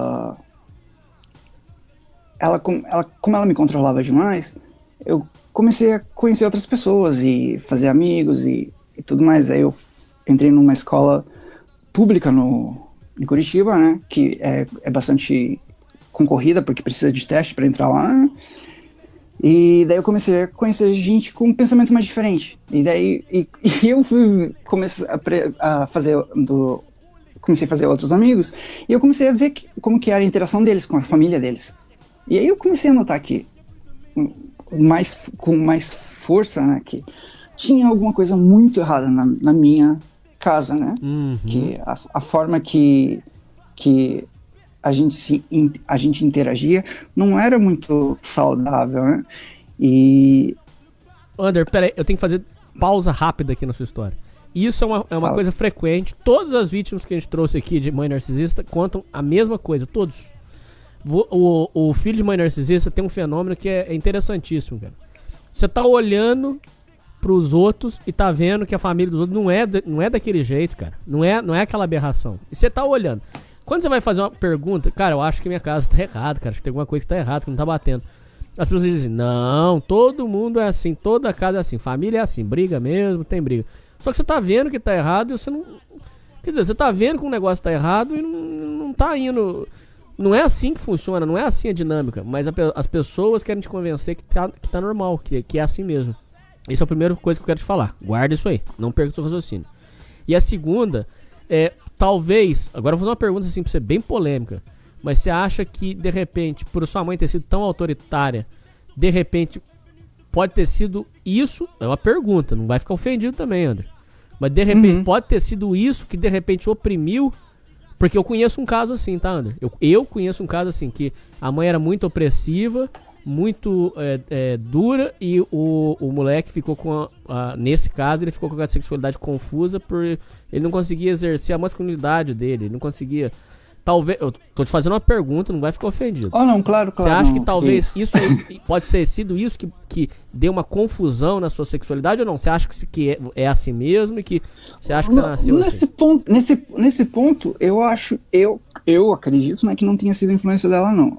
Como ela me controlava demais, eu comecei a conhecer outras pessoas e fazer amigos e tudo mais. Aí eu entrei numa escola pública em Curitiba, né, que é bastante concorrida, porque precisa de teste para entrar lá, né? E daí eu comecei a conhecer gente com um pensamento mais diferente. E daí eu comecei a fazer outros amigos, e eu comecei a ver como que era a interação deles com a família deles. E aí eu comecei a notar que com mais força, né, que tinha alguma coisa muito errada na minha casa, né? Uhum. Que a forma que a gente interagia não era muito saudável, né? E... Ander, peraí, eu tenho que fazer pausa rápida aqui na sua história. Isso é uma coisa frequente. Todas as vítimas que a gente trouxe aqui de mãe narcisista contam a mesma coisa, todos. O filho de mãe narcisista tem um fenômeno que é interessantíssimo, cara. Você tá olhando pros outros e tá vendo que a família dos outros não é daquele jeito, cara. Não é aquela aberração. E você tá olhando. Quando você vai fazer uma pergunta, cara, eu acho que minha casa tá errada, cara. Acho que tem alguma coisa que tá errada, que não tá batendo. As pessoas dizem, não, todo mundo é assim, toda casa é assim, família é assim, briga mesmo, tem briga. Só que você tá vendo que tá errado e você não... Quer dizer, você tá vendo que um negócio tá errado e não tá indo... Não é assim que funciona, não é assim a dinâmica. Mas as pessoas querem te convencer que tá normal, que é assim mesmo. Essa é a primeira coisa que eu quero te falar. Guarda isso aí, não perca o seu raciocínio. E a segunda é, talvez... Agora eu vou fazer uma pergunta assim pra ser bem polêmica. Mas você acha que, de repente, por sua mãe ter sido tão autoritária, de repente... Pode ter sido isso, é uma pergunta, não vai ficar ofendido também, André. Mas de repente pode ter sido isso que de repente oprimiu, porque eu conheço um caso assim, tá, André? Eu conheço um caso assim, que a mãe era muito opressiva, muito dura, e o moleque ficou com, nesse caso, ele ficou com a sexualidade confusa, por ele não conseguia exercer a masculinidade dele, ele não conseguia... Talvez, eu tô te fazendo uma pergunta, não vai ficar ofendido. Oh, não, claro. Você acha não, que talvez isso aí pode ter sido isso que deu uma confusão na sua sexualidade ou não? Você acha que é assim mesmo e que você acha que você nasceu nesse assim? Nesse ponto, eu eu acredito, né, que não tenha sido influência dela, não.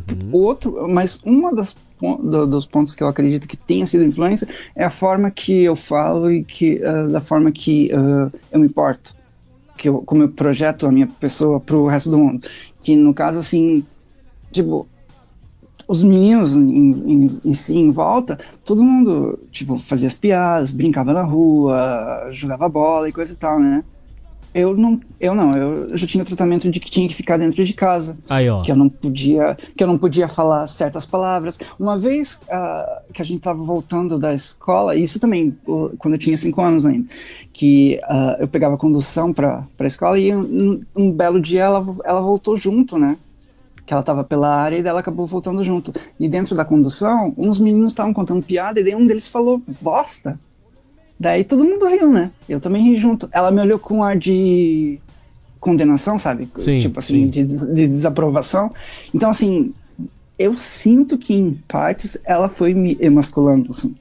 Mas dos pontos que eu acredito que tenha sido influência é a forma que eu falo e da forma que eu me porto. Como eu projeto a minha pessoa pro resto do mundo. Que no caso, assim, tipo, os meninos em volta, todo mundo, tipo, fazia as piadas, brincava na rua, jogava bola e coisa e tal, né? Eu já tinha o tratamento de que tinha que ficar dentro de casa. Aí, ó. Que eu não podia falar certas palavras. Uma vez que a gente tava voltando da escola, isso também, quando eu tinha 5 anos ainda, que eu pegava condução pra escola e um belo dia ela voltou junto, né? Que ela tava pela área e ela acabou voltando junto. E dentro da condução, uns meninos estavam contando piada e daí um deles falou, bosta. Daí todo mundo riu, né? Eu também ri junto. Ela me olhou com um ar de condenação, sabe? Sim, tipo assim, de desaprovação. Então, assim, eu sinto que em partes ela foi me emasculando, assim.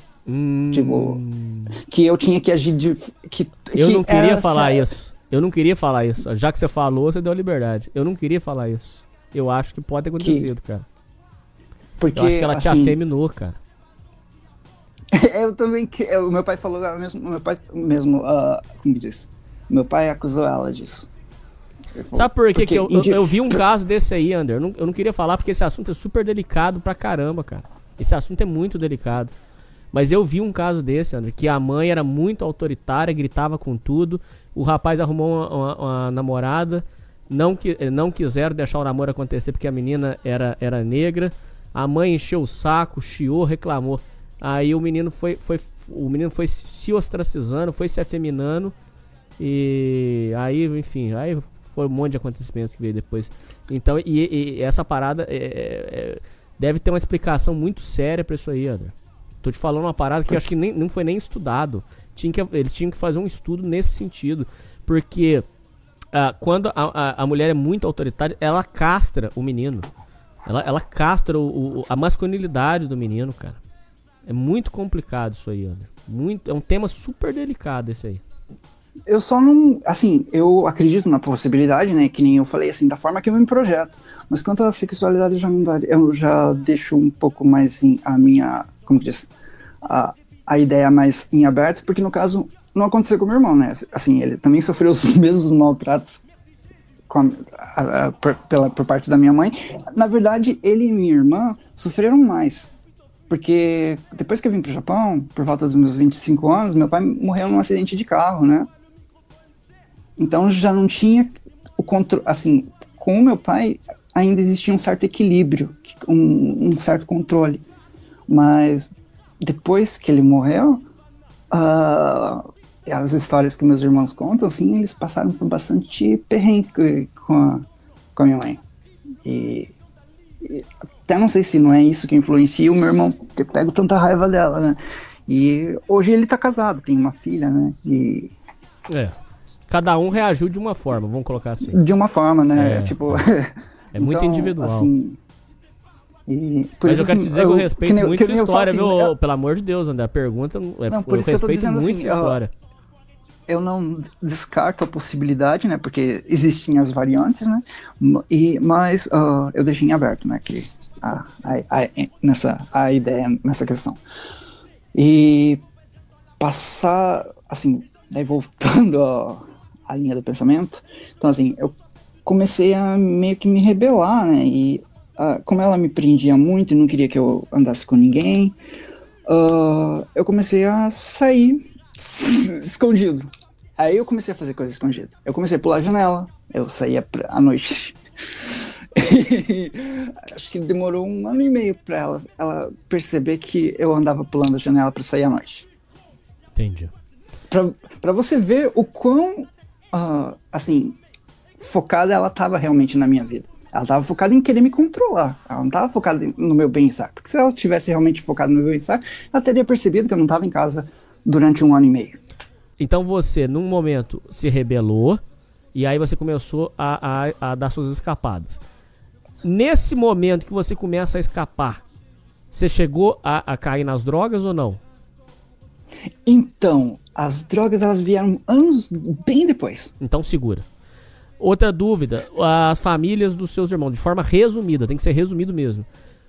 Tipo, que eu tinha que agir de... Eu não queria falar isso. Eu não queria falar isso. Já que você falou, você deu a liberdade. Eu não queria falar isso. Eu acho que pode ter acontecido, cara. Porque, eu acho que ela te assim, afeminou, cara. Eu também... O meu pai falou mesmo... Meu pai mesmo... como diz? Meu pai acusou ela disso. Sabe por que eu vi um caso desse aí, Ander? Eu não queria falar porque esse assunto é super delicado pra caramba, cara. Esse assunto é muito delicado. Mas eu vi um caso desse, Ander, que a mãe era muito autoritária, gritava com tudo. O rapaz arrumou uma namorada. Não quiseram deixar o namoro acontecer porque a menina era negra. A mãe encheu o saco, chiou, reclamou. Aí o menino foi se ostracizando, foi se afeminando. E aí, enfim, aí foi um monte de acontecimentos que veio depois. Então, e essa parada deve ter uma explicação muito séria pra isso aí, André. Tô te falando uma parada que eu acho que não foi nem estudado. Eles tinham que fazer um estudo nesse sentido. Porque quando a mulher é muito autoritária, ela castra o menino. Ela castra a masculinidade do menino, cara. É muito complicado isso aí, André. É um tema super delicado esse aí. Eu só não... Assim, eu acredito na possibilidade, né? Que nem eu falei, assim, da forma que eu me projeto. Mas quanto à sexualidade, eu já deixo um pouco mais a minha... Como diz? A ideia mais em aberto, porque no caso não aconteceu com o meu irmão, né? Assim, ele também sofreu os mesmos maltratos por parte da minha mãe. Na verdade, ele e minha irmã sofreram mais. Porque depois que eu vim pro Japão, por volta dos meus 25 anos, meu pai morreu num acidente de carro, né? Então já não tinha o controle, assim, com o meu pai ainda existia um certo equilíbrio, um certo controle. Mas depois que ele morreu, as histórias que meus irmãos contam, assim, eles passaram por bastante perrengue com a minha mãe. E até não sei se não é isso que influencia o meu irmão ter pego tanta raiva dela, né? E hoje ele tá casado, tem uma filha, né? E... Cada um reagiu de uma forma, vamos colocar assim. De uma forma, né? Tipo... É muito então, individual. Assim, mas eu quero te dizer que eu respeito muito sua história, viu? Pelo amor de Deus, André. A pergunta não, por isso eu que eu tô dizendo muito assim, sua história. Eu não descarto a possibilidade, né? Porque existem as variantes, né? Mas eu deixei em aberto, né? Que a ideia nessa questão. E passar, assim, daí voltando à linha do pensamento, então assim, eu comecei a meio que me rebelar, né? E como ela me prendia muito e não queria que eu andasse com ninguém, eu comecei a sair escondido. Aí eu comecei a fazer coisa escondida. Eu comecei a pular a janela, eu saía à noite. Acho que demorou 1 ano e meio pra ela perceber que eu andava pulando a janela pra sair à noite. Entendi. Pra você ver o quão, assim, focada ela tava realmente na minha vida. Ela tava focada em querer me controlar. Ela não tava focada no meu bem-estar. Porque se ela tivesse realmente focado no meu bem-estar, ela teria percebido que eu não tava em casa durante 1 ano e meio. Então você, num momento, se rebelou e aí você começou a dar suas escapadas. Nesse momento que você começa a escapar, você chegou a cair nas drogas ou não? Então, as drogas elas vieram anos bem depois. Então segura. Outra dúvida, as famílias dos seus irmãos, de forma resumida, tem que ser resumido mesmo.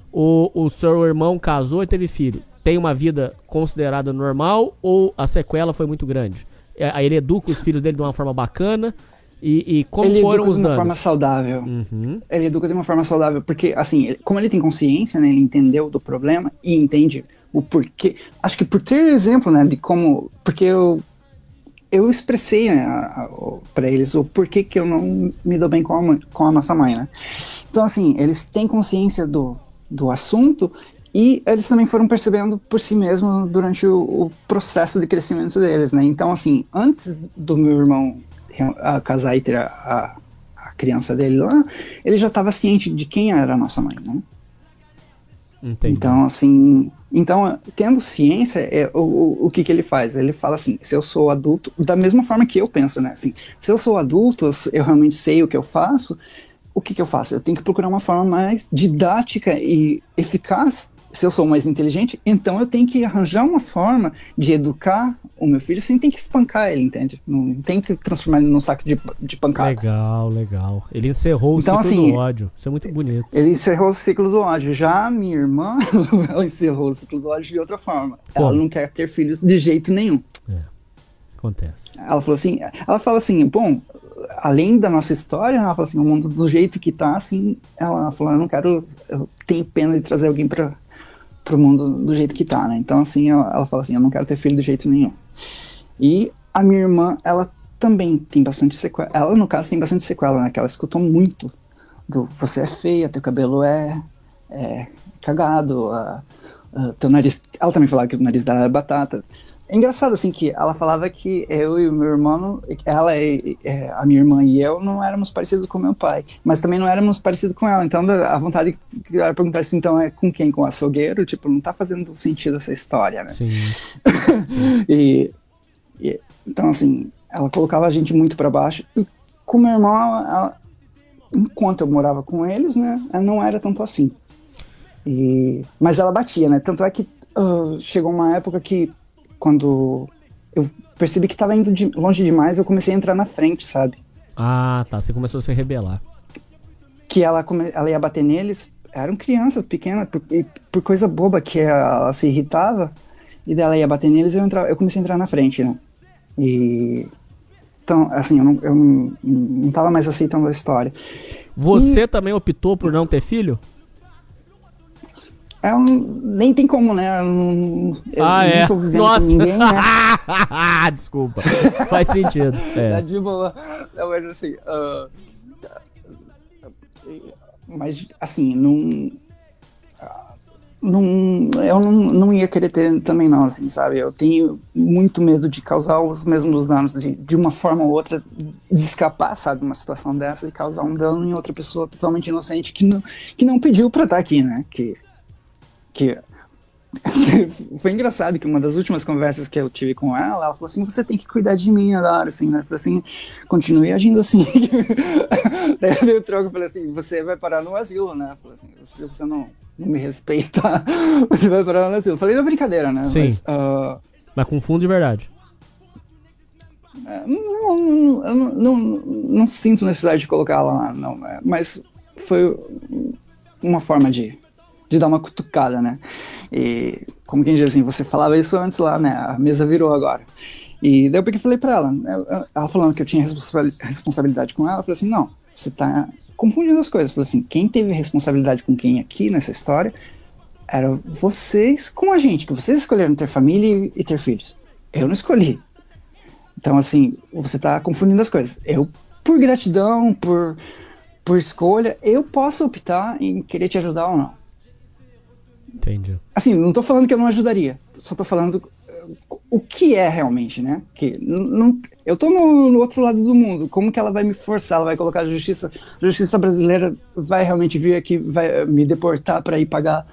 O seu irmão casou e teve filho. Tem uma vida considerada normal ou a sequela foi muito grande? Aí ele educa os filhos dele de uma forma bacana e como ele foram os danos? Ele educa de uma forma saudável. Uhum. Ele educa de uma forma saudável, porque assim, como ele tem consciência, né, ele entendeu do problema e entende o porquê. Acho que por ter exemplo, né, de como... Porque eu expressei, né, para eles o porquê que eu não me dou bem com a nossa mãe, né? Então assim, eles têm consciência do assunto. E eles também foram percebendo por si mesmos durante o processo de crescimento deles, né? Então, assim, antes do meu irmão casar e ter a criança dele lá, ele já estava ciente de quem era a nossa mãe, né? Entendi. Então, assim... Então, tendo ciência, o que ele faz? Ele fala assim, se eu sou adulto... Da mesma forma que eu penso, né? Assim, se eu sou adulto, eu realmente sei o que eu faço, o que eu faço? Eu tenho que procurar uma forma mais didática e eficaz. Se eu sou mais inteligente, então eu tenho que arranjar uma forma de educar o meu filho sem ter que espancar ele, entende? Não tem que transformar ele num saco de pancada. Legal. Ele encerrou o ciclo do ódio. Isso é muito bonito. Ele encerrou o ciclo do ódio. Já a minha irmã, ela encerrou o ciclo do ódio de outra forma. Como? Ela não quer ter filhos de jeito nenhum. Acontece. Ela fala assim, bom, além da nossa história, ela fala assim, o mundo do jeito que tá, assim, ela falou, eu tenho pena de trazer alguém pro mundo do jeito que tá, né? Então, assim, ela fala assim, eu não quero ter filho de jeito nenhum. E a minha irmã, ela também tem bastante sequela. Ela, no caso, tem bastante sequela, né? Que ela escutou muito do você é feia, teu cabelo é cagado, teu nariz... Ela também falava que o nariz dela era batata. É engraçado, assim, que ela falava que eu e o meu irmão, a minha irmã e eu não éramos parecidos com meu pai, mas também não éramos parecidos com ela. Então, a vontade de ela perguntar assim, então, é com quem? Com o açougueiro? Tipo, não tá fazendo sentido essa história, né? Sim. Então, assim, ela colocava a gente muito pra baixo. E com meu irmão, enquanto eu morava com eles, né, ela não era tanto assim. Mas ela batia, né? Tanto é que chegou uma época que quando eu percebi que tava indo longe demais, eu comecei a entrar na frente, sabe? Ah, tá. Você começou a se rebelar. Que ela ia bater neles, eram crianças pequenas, por coisa boba que ela se irritava, e daí ela ia bater neles e eu comecei a entrar na frente, né? Então, assim, eu não tava mais aceitando a história. Você também optou por não ter filho? Nem tem como, né? Eu não tô vivendo Nossa. com ninguém, né? Desculpa. Faz sentido. Tá de boa. Não, mas assim... mas, assim, não... eu não ia querer ter também não, assim, sabe? Eu tenho muito medo de causar os mesmos danos, de uma forma ou outra, de escapar, sabe, de uma situação dessa, e causar um dano em outra pessoa totalmente inocente que não pediu pra estar aqui, né? Que foi engraçado que uma das últimas conversas que eu tive com ela falou assim, você tem que cuidar de mim, Adaro, assim, né? Eu falei assim, continue agindo assim. Daí eu dei o troco, eu falei assim, você vai parar no asilo, né? Eu falei assim, se você não me respeitar, você vai parar no asilo. Eu falei na brincadeira, né? Sim. Mas com fundo de verdade. Não sinto necessidade de colocar ela lá, não. Mas foi uma forma de dar uma cutucada, né? E, como quem diz assim, você falava isso antes lá, né? A mesa virou agora. E daí eu peguei e falei pra ela falando que eu tinha responsabilidade com ela, eu falei assim, não, você tá confundindo as coisas. Eu falei assim, quem teve responsabilidade com quem aqui nessa história eram vocês com a gente, que vocês escolheram ter família e ter filhos. Eu não escolhi. Então, assim, você tá confundindo as coisas. Eu, por gratidão, por escolha, eu posso optar em querer te ajudar ou não. Entendi. Assim, não tô falando que eu não ajudaria, só tô falando o que é realmente, né? Que eu tô no outro lado do mundo, como que ela vai me forçar, ela vai colocar a justiça brasileira vai realmente vir aqui, vai me deportar pra ir pagar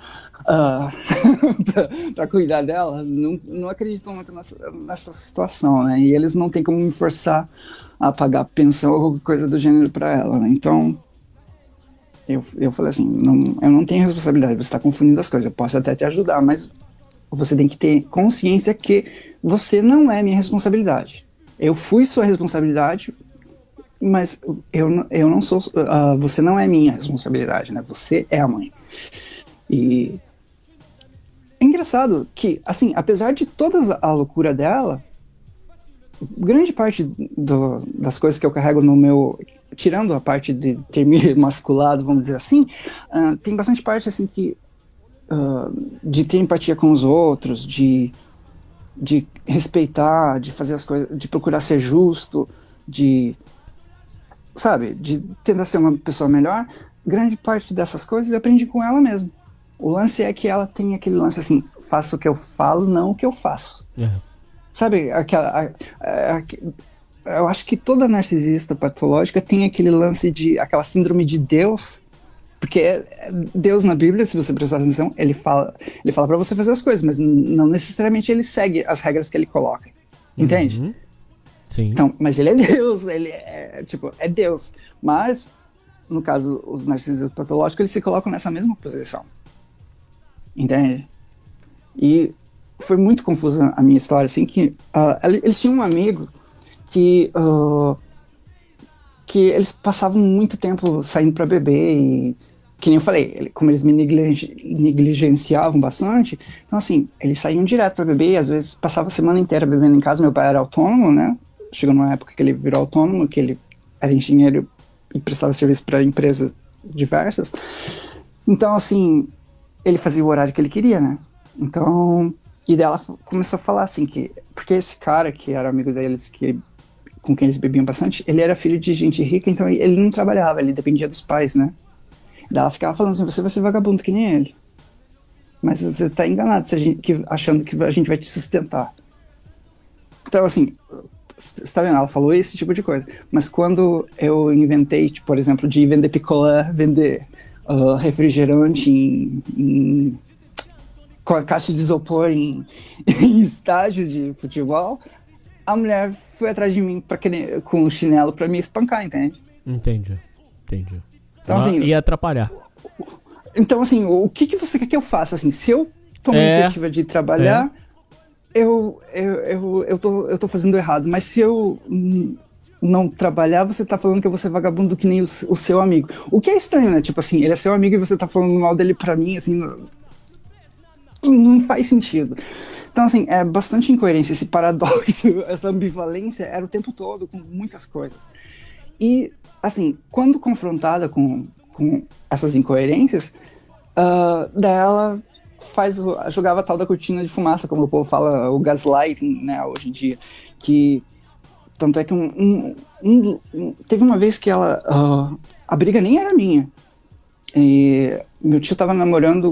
pra cuidar dela? Não acredito muito nessa situação, né? E eles não têm como me forçar a pagar pensão ou coisa do gênero pra ela, né? Então eu falei assim, eu não tenho responsabilidade, você está confundindo as coisas, eu posso até te ajudar, mas você tem que ter consciência que você não é minha responsabilidade. Eu fui sua responsabilidade, mas eu não sou, você não é minha responsabilidade, né? Você é a mãe. E é engraçado que, assim, apesar de toda a loucura dela, grande parte das coisas que eu carrego no meu... Tirando a parte de ter me masculado, vamos dizer assim, tem bastante parte, assim, de ter empatia com os outros, de respeitar, de fazer as coisas, de procurar ser justo, de tentar ser uma pessoa melhor. Grande parte dessas coisas eu aprendi com ela mesmo. O lance é que ela tem aquele lance assim, faço o que eu falo, não o que eu faço. Sabe, eu acho que toda narcisista patológica tem aquele lance aquela síndrome de Deus, porque Deus na Bíblia, se você prestar atenção, ele fala pra você fazer as coisas, mas não necessariamente ele segue as regras que ele coloca, entende? Uhum. Sim. Então, mas ele é Deus, ele é Deus, mas no caso, os narcisistas patológicos, eles se colocam nessa mesma posição, entende? E foi muito confusa a minha história, assim, que eles tinham um amigo que eles passavam muito tempo saindo pra beber e, que nem eu falei, como eles me negligenciavam bastante, então assim, eles saíam direto pra beber e às vezes passava a semana inteira bebendo em casa. Meu pai era autônomo, né? Chegou numa época que ele virou autônomo, que ele era engenheiro e prestava serviço para empresas diversas. Então assim, ele fazia o horário que ele queria, né? Então, e dela começou a falar assim, porque esse cara que era amigo deles, com quem eles bebiam bastante, ele era filho de gente rica, então ele não trabalhava, ele dependia dos pais, né? Daí ela ficava falando assim, você vai ser vagabundo que nem ele. Mas você tá enganado achando que a gente vai te sustentar. Então, assim, você tá vendo? Ela falou esse tipo de coisa. Mas quando eu inventei, tipo, por exemplo, de vender picolé, vender refrigerante com a caixa de isopor em estágio de futebol, a mulher foi atrás de mim com um chinelo pra me espancar, entende? Entendi. Então, assim, ia atrapalhar. Então, assim, o que você quer que eu faça? Assim, se eu tomo a iniciativa de trabalhar, eu tô fazendo errado. Mas se eu não trabalhar, você tá falando que eu vou ser vagabundo que nem o seu amigo. O que é estranho, né? Tipo assim, ele é seu amigo e você tá falando mal dele pra mim, assim, não faz sentido. Então, assim, é bastante incoerência, esse paradoxo, essa ambivalência era o tempo todo, com muitas coisas. E, assim, quando confrontada com essas incoerências, daí ela jogava a tal da cortina de fumaça, como o povo fala, o gaslighting, né, hoje em dia, que tanto é que teve uma vez que a briga nem era minha, e meu tio tava namorando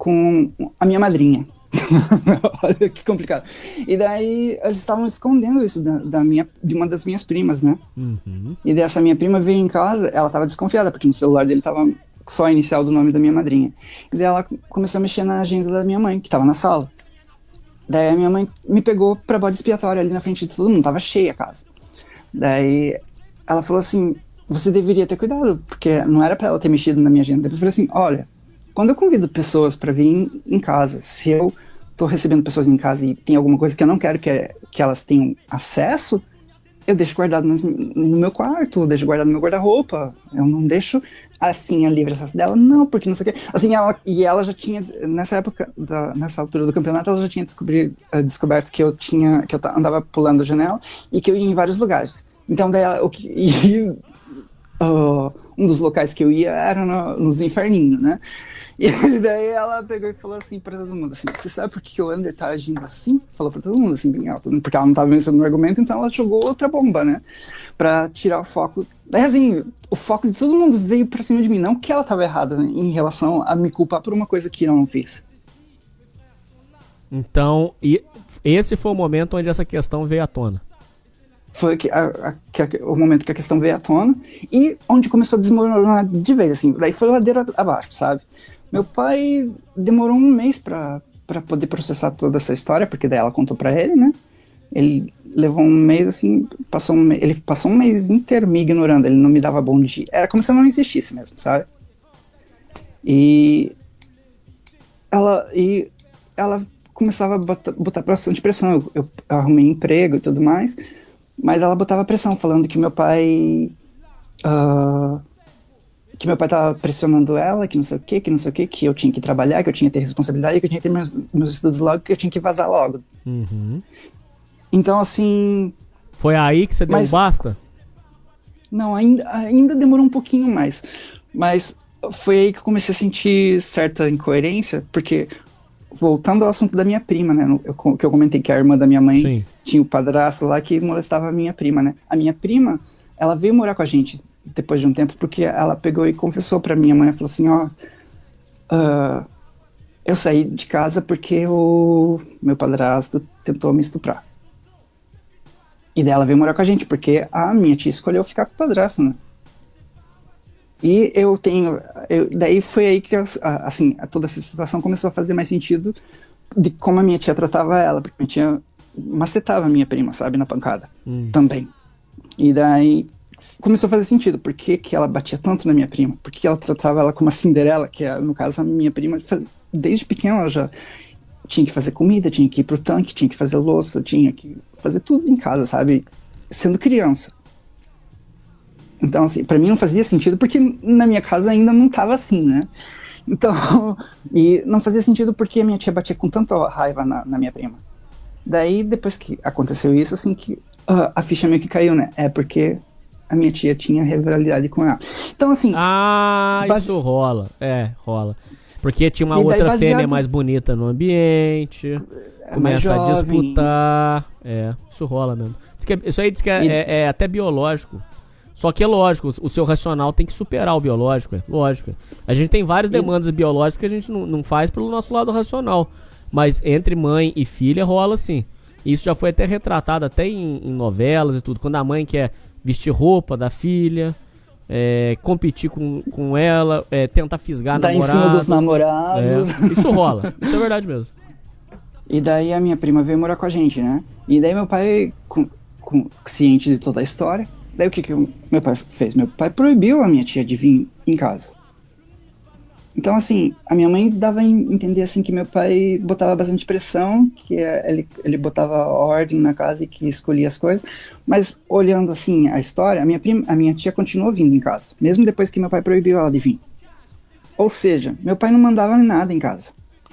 com a minha madrinha. Olha que complicado. E daí eles estavam escondendo isso de uma das minhas primas, né? Uhum. E dessa minha prima veio em casa, ela tava desconfiada, porque no celular dele tava só a inicial do nome da minha madrinha. E daí ela começou a mexer na agenda da minha mãe, que tava na sala. Daí a minha mãe me pegou pra bode expiatório ali na frente de todo mundo, tava cheia a casa. Daí ela falou assim, você deveria ter cuidado, porque não era pra ela ter mexido na minha agenda. Eu falei assim, olha, quando eu convido pessoas pra vir em casa, se eu tô recebendo pessoas em casa e tem alguma coisa que eu não quero que elas tenham acesso, eu deixo guardado no meu quarto, eu deixo guardado no meu guarda-roupa, eu não deixo assim a livre acesso dela, não, porque não sei o quê. Assim, ela já tinha, nessa época, nessa altura do campeonato, ela já tinha descoberto que eu andava pulando a janela e que eu ia em vários lugares. Então, daí um dos locais que eu ia era nos inferninhos, né? E daí ela pegou e falou assim pra todo mundo, assim, você sabe por que o Under tá agindo assim? Falou pra todo mundo, assim, bem alto, porque ela não tava vencendo no argumento, então ela jogou outra bomba, né? Pra tirar o foco. Daí, assim, o foco de todo mundo veio pra cima de mim, não que ela tava errada, né, em relação a me culpar por uma coisa que eu não fiz. Então, esse foi o momento onde essa questão veio à tona. Foi o momento que a questão veio à tona e onde começou a desmoronar de vez, assim, daí foi ladeira abaixo, sabe? Meu pai demorou um mês pra poder processar toda essa história, porque daí ela contou pra ele, né? Ele levou um mês, assim, ele passou um mês inteiro me ignorando, ele não me dava bom dia. Era como se eu não existisse mesmo, sabe? E ela começava a botar bastante pressão. Eu arrumei emprego e tudo mais, mas ela botava pressão, falando que meu pai tava pressionando ela, que não sei o que, que eu tinha que trabalhar, que eu tinha que ter responsabilidade, que eu tinha que ter meus estudos logo, que eu tinha que vazar logo. Uhum. Então, assim... Foi aí que você deu um basta? Não, ainda demorou um pouquinho mais. Mas foi aí que eu comecei a sentir certa incoerência, porque, voltando ao assunto da minha prima, né? Que eu comentei que a irmã da minha mãe Sim. tinha o padrasto lá que molestava a minha prima, né? A minha prima, ela veio morar com a gente depois de um tempo, porque ela pegou e confessou pra minha mãe, falou assim, eu saí de casa porque o meu padrasto tentou me estuprar. E daí ela veio morar com a gente, porque a minha tia escolheu ficar com o padrasto, né? E daí foi aí que, assim, toda essa situação começou a fazer mais sentido de como a minha tia tratava ela, porque minha tia macetava a minha prima, sabe, na pancada, também. E daí começou a fazer sentido, por que ela batia tanto na minha prima, por que ela tratava ela como a Cinderela, que é, no caso, a minha prima, desde pequena ela já tinha que fazer comida, tinha que ir pro tanque, tinha que fazer louça, tinha que fazer tudo em casa, sabe, sendo criança. Então, assim, pra mim não fazia sentido, porque na minha casa ainda não tava assim, né? Então, e não fazia sentido porque a minha tia batia com tanta raiva na minha prima. Daí, depois que aconteceu isso, assim, que a ficha meio que caiu, né? É porque a minha tia tinha rivalidade com ela. Então, assim... isso rola. Rola. Porque tinha uma outra fêmea mais bonita no ambiente, começa a disputar. Isso rola mesmo. Isso aí diz que é até biológico. Só que é lógico, o seu racional tem que superar o biológico, lógico. A gente tem várias demandas biológicas que a gente não faz pelo nosso lado racional. Mas entre mãe e filha rola sim. Isso já foi até retratado até em novelas e tudo. Quando a mãe quer vestir roupa da filha, competir com ela, tentar fisgar namorado. Dar em cima dos namorados. Isso rola, isso é verdade mesmo. E daí a minha prima veio morar com a gente, né? E daí meu pai, ciente de toda a história, daí o que o meu pai fez? Meu pai proibiu a minha tia de vir em casa. Então, assim, a minha mãe dava a entender, assim, que meu pai botava bastante pressão, que ele botava ordem na casa e que escolhia as coisas. Mas, olhando, assim, a história, a minha tia continuou vindo em casa, mesmo depois que meu pai proibiu ela de vir. Ou seja, meu pai não mandava nada em casa.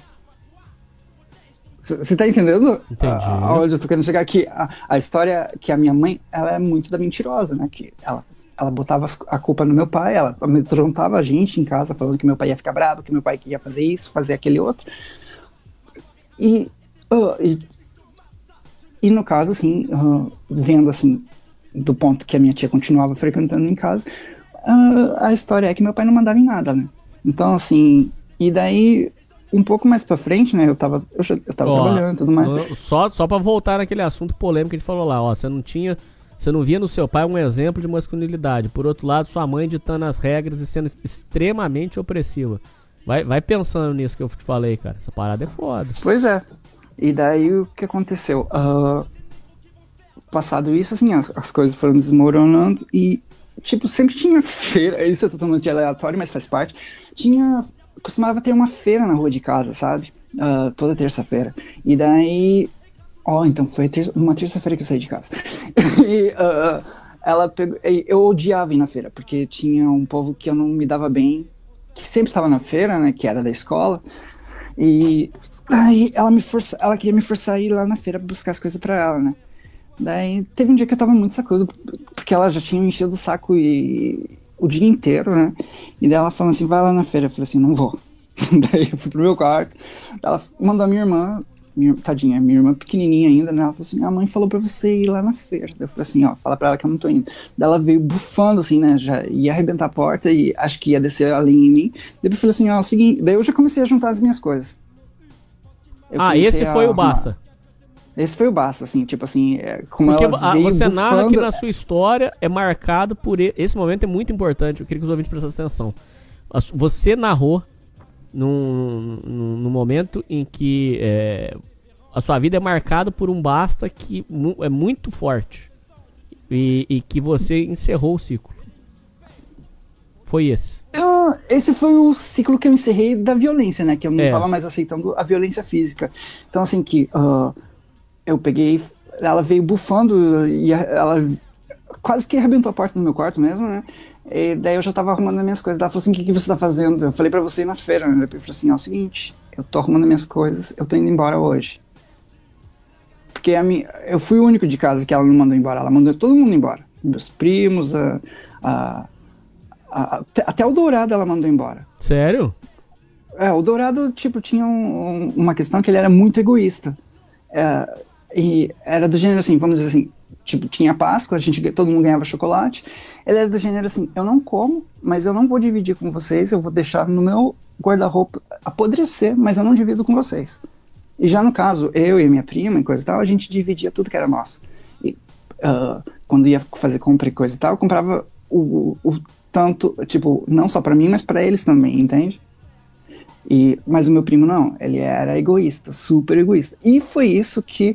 Você tá entendendo? Entendi. Onde eu tô querendo chegar aqui? A história que a minha mãe, ela é muito da mentirosa, né? Que ela botava a culpa no meu pai, ela amedrontava a gente em casa, falando que meu pai ia ficar bravo, que meu pai ia fazer isso, fazer aquele outro. E no caso, assim, vendo, assim, do ponto que a minha tia continuava frequentando em casa, a história é que meu pai não mandava em nada, né? Então, assim, e daí um pouco mais pra frente, né? Eu tava trabalhando e tudo mais. Só pra voltar naquele assunto polêmico que a gente falou lá, ó. Você não via no seu pai um exemplo de masculinidade. Por outro lado, sua mãe ditando as regras e sendo extremamente opressiva. Vai pensando nisso que eu te falei, cara. Essa parada é foda. Pois é. E daí o que aconteceu? Passado isso, assim, as coisas foram desmoronando e, tipo, sempre tinha feira. Isso é totalmente aleatório, mas faz parte. Costumava ter uma feira na rua de casa, sabe? Toda terça-feira. E daí... então foi uma terça-feira que eu saí de casa. E ela pegou... Eu odiava ir na feira, porque tinha um povo que eu não me dava bem, que sempre estava na feira, né? Que era da escola. E daí ela queria me forçar a ir lá na feira buscar as coisas pra ela, né? Daí teve um dia que eu tava muito sacudo, porque ela já tinha me enchido o saco o dia inteiro, né? E daí ela falou assim, vai lá na feira. Eu falei assim, não vou. Daí eu fui pro meu quarto, ela mandou a minha irmã, tadinha, minha irmã pequenininha ainda, né? Ela falou assim, a mãe falou pra você ir lá na feira. Daí eu falei assim, ó, fala pra ela que eu não tô indo. Daí ela veio bufando assim, né? Já ia arrebentar a porta e acho que ia descer a linha em mim. Daí eu falei assim, ó, é o seguinte, daí eu já comecei a juntar as minhas coisas. Esse foi o basta. Esse foi o basta, assim, tipo assim, como porque ela veio você narra bufando, que na sua história é marcado por... Esse momento é muito importante, eu queria que os ouvintes prestassem atenção. Você narrou num momento em que a sua vida é marcada por um basta que é muito forte e que você encerrou o ciclo. Foi esse. Esse foi o ciclo que eu encerrei da violência, né? Que eu não tava mais aceitando a violência física. Então, assim, que eu peguei... Ela veio bufando e ela quase que arrebentou a porta do meu quarto mesmo, né? E daí eu já tava arrumando as minhas coisas. Ela falou assim, o que você tá fazendo? Eu falei pra você ir na feira, né? Eu falei assim, é o seguinte, eu tô arrumando as minhas coisas, eu tô indo embora hoje. Porque eu fui o único de casa que ela não mandou embora. Ela mandou todo mundo embora. Meus primos, até o Dourado ela mandou embora. Sério? O Dourado, tipo, tinha uma questão que ele era muito egoísta. E era do gênero assim, vamos dizer assim, tipo, tinha Páscoa, todo mundo ganhava chocolate. Ele era do gênero assim, eu não como, mas eu não vou dividir com vocês, eu vou deixar no meu guarda-roupa apodrecer, mas eu não divido com vocês. E já no caso, eu e minha prima e coisa e tal, a gente dividia tudo que era nosso. E quando ia fazer compra e coisa e tal, eu comprava o tanto, tipo, não só pra mim, mas pra eles também, entende? Mas o meu primo não, ele era egoísta, super egoísta. E foi isso que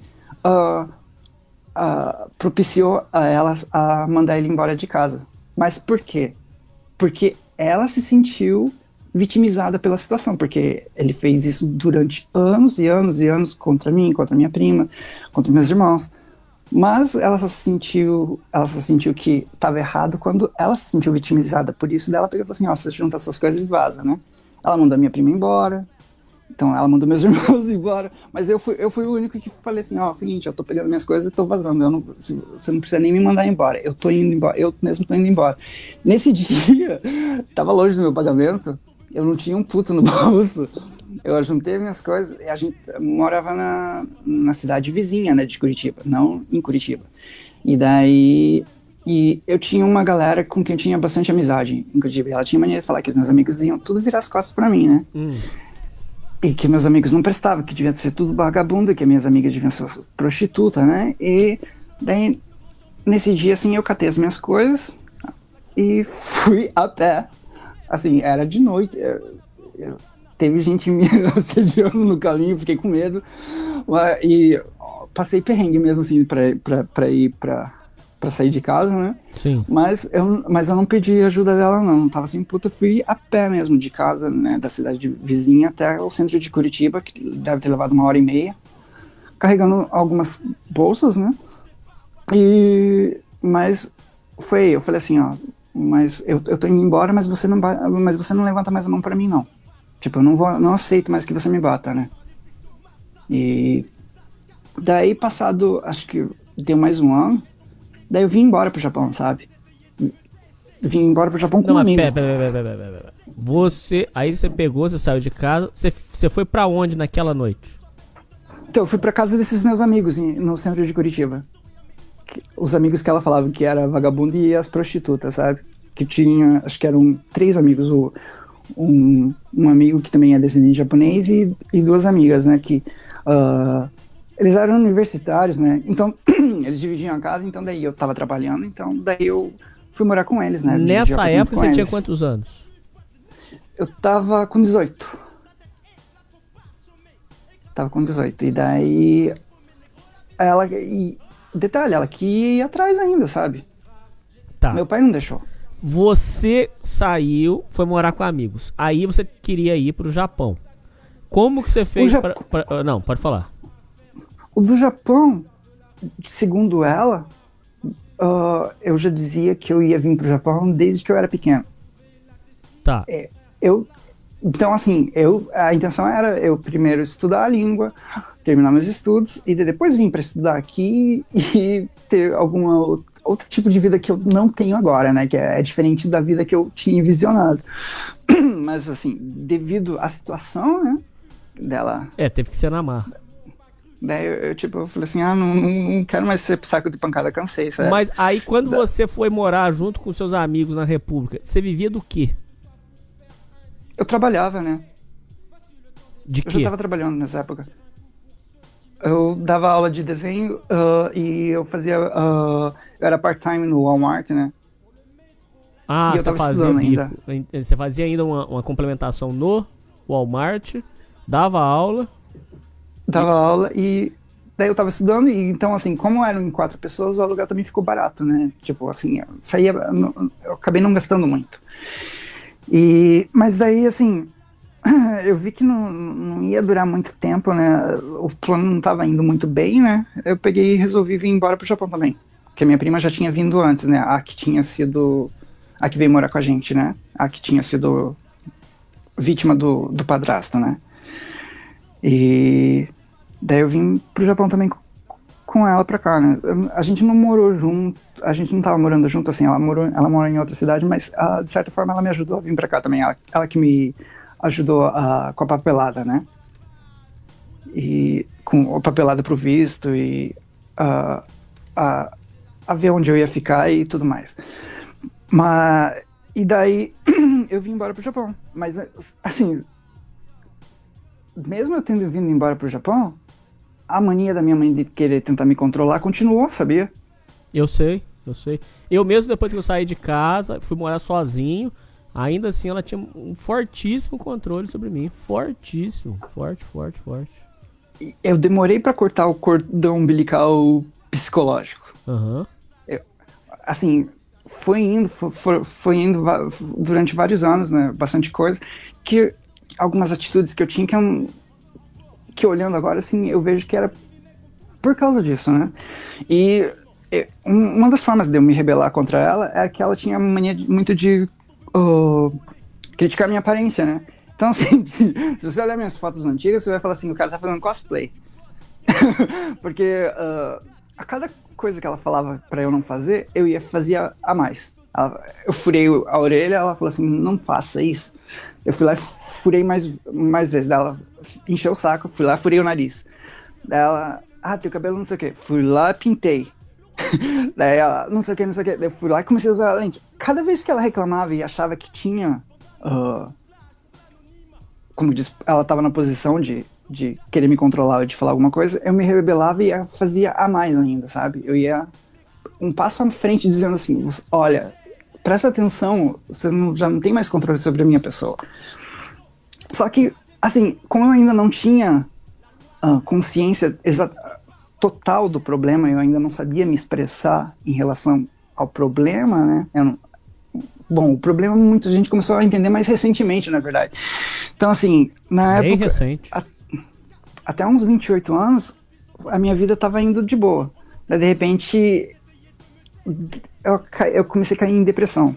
propiciou a elas a mandar ele embora de casa. Mas por quê? Porque ela se sentiu vitimizada pela situação, porque ele fez isso durante anos e anos e anos contra mim, contra minha prima, contra meus irmãos. Mas ela só sentiu que estava errado quando ela se sentiu vitimizada. Por isso dela pegou e falou assim, você junta suas coisas e vaza, né? Ela mandou minha prima embora, então ela mandou meus irmãos embora, mas eu fui o único que falei assim, é o seguinte, eu tô pegando minhas coisas e tô vazando, você não precisa nem me mandar embora, eu tô indo embora, eu mesmo tô indo embora. Nesse dia, tava longe do meu pagamento, eu não tinha um puto no bolso, eu juntei minhas coisas, e a gente morava na cidade vizinha, né, de Curitiba, não em Curitiba. E eu tinha uma galera com quem eu tinha bastante amizade, inclusive. Ela tinha mania de falar que os meus amigos iam tudo virar as costas pra mim, né? E que meus amigos não prestavam, que devia ser tudo vagabundo, que minhas amigas deviam ser prostituta, né? E daí, nesse dia, assim, eu catei as minhas coisas e fui a pé. Assim, era de noite. Teve gente me assediando no caminho, fiquei com medo. E passei perrengue mesmo, assim, pra ir pra sair de casa, né? Sim. Mas eu não pedi ajuda dela, não. Tava assim, fui a pé mesmo de casa, né? Da cidade vizinha até o centro de Curitiba, que deve ter levado 1h30, carregando algumas bolsas, né? Mas eu falei assim, mas eu tô indo embora, mas você não levanta mais a mão pra mim, não. Tipo, eu não aceito mais que você me bata, né? E daí, passado, acho que deu mais um ano, daí eu vim embora pro Japão, sabe? Vim embora pro Japão com um amigo. Pera. Aí você pegou, você saiu de casa, você foi pra onde naquela noite? Então, eu fui pra casa desses meus amigos no centro de Curitiba. Os amigos que ela falava que era vagabundo e as prostitutas, sabe? Que tinha, acho que eram 3 amigos. um amigo que também é descendente de japonês e duas amigas, né, que eles eram universitários, né, então eles dividiam a casa, então daí eu tava trabalhando, então daí eu fui morar com eles, né. Nessa época você tinha quantos anos? Eu tava com 18. Tava com 18, e daí detalhe, ela que ia atrás ainda, sabe? Tá. Meu pai não deixou. Você saiu, foi morar com amigos. Aí você queria ir pro Japão. Como que você fez Não, pode falar. O do Japão, segundo ela, eu já dizia que eu ia vir pro Japão desde que eu era pequeno. Tá. Então, assim, a intenção era eu primeiro estudar a língua, terminar meus estudos, e depois vir para estudar aqui e ter alguma outro tipo de vida que eu não tenho agora, né? Que é diferente da vida que eu tinha visionado. Mas, assim, devido à situação, né, dela... teve que ser na marra. Daí eu falei assim, não quero mais ser saco de pancada, cansei, sabe? Mas aí, quando você foi morar junto com seus amigos na República, você vivia do quê? Eu trabalhava, né? De quê? Eu já tava trabalhando nessa época. Eu dava aula de desenho e eu fazia... eu era part-time no Walmart, né? Ah, e eu tava estudando ainda. Você fazia ainda uma complementação no Walmart, dava aula... Dava aula e daí eu tava estudando e então, assim, como eram em 4 pessoas, o aluguel também ficou barato, né? Tipo, assim, eu acabei não gastando muito. Mas daí, assim, eu vi que não ia durar muito tempo, né? O plano não tava indo muito bem, né? Eu peguei e resolvi vir embora pro Japão também. Porque a minha prima já tinha vindo antes, né? A que veio morar com a gente, né? A que tinha sido vítima do padrasto, né? E daí eu vim pro Japão também com ela pra cá, né? A gente não morou junto, a gente não tava morando junto, assim, ela mora em outra cidade, mas de certa forma ela me ajudou a vir pra cá também, ela que me ajudou com a papelada, né? E com a papelada pro visto e a ver onde eu ia ficar e tudo mais. E daí eu vim embora pro Japão, mas assim... Mesmo eu tendo vindo embora pro Japão, a mania da minha mãe de querer tentar me controlar continuou, sabia? Eu sei. Eu mesmo, depois que eu saí de casa, fui morar sozinho, ainda assim ela tinha um fortíssimo controle sobre mim. Fortíssimo. Forte. Eu demorei pra cortar o cordão umbilical psicológico. Aham. Assim, foi indo durante vários anos, né? Bastante coisa, que... algumas atitudes que eu tinha que olhando agora, assim, eu vejo que era por causa disso, né? E uma das formas de eu me rebelar contra ela é que ela tinha mania muito de criticar minha aparência, né? Então, assim, se você olhar minhas fotos antigas, você vai falar assim, o cara tá fazendo cosplay. Porque a cada coisa que ela falava pra eu não fazer, eu ia fazer a mais. Eu furei a orelha, ela falou assim, não faça isso. Eu fui lá e furei mais vezes. Ela encheu o saco, fui lá, furei o nariz. Daí ela, teu cabelo não sei o que. Fui lá, pintei. Daí ela, não sei o que. Daí eu fui lá e comecei a usar a lente. Cada vez que ela reclamava e achava que tinha... como diz, ela tava na posição de querer me controlar ou de falar alguma coisa, eu me rebelava e fazia a mais ainda, sabe? Eu ia um passo à frente dizendo assim, olha, presta atenção, você já não tem mais controle sobre a minha pessoa. Só que, assim, como eu ainda não tinha consciência total do problema, eu ainda não sabia me expressar em relação ao problema, né? Bom, o problema muita gente começou a entender mais recentemente, na verdade. Então, assim, na época... Bem recente. Até uns 28 anos, a minha vida estava indo de boa. Daí, de repente, eu comecei a cair em depressão.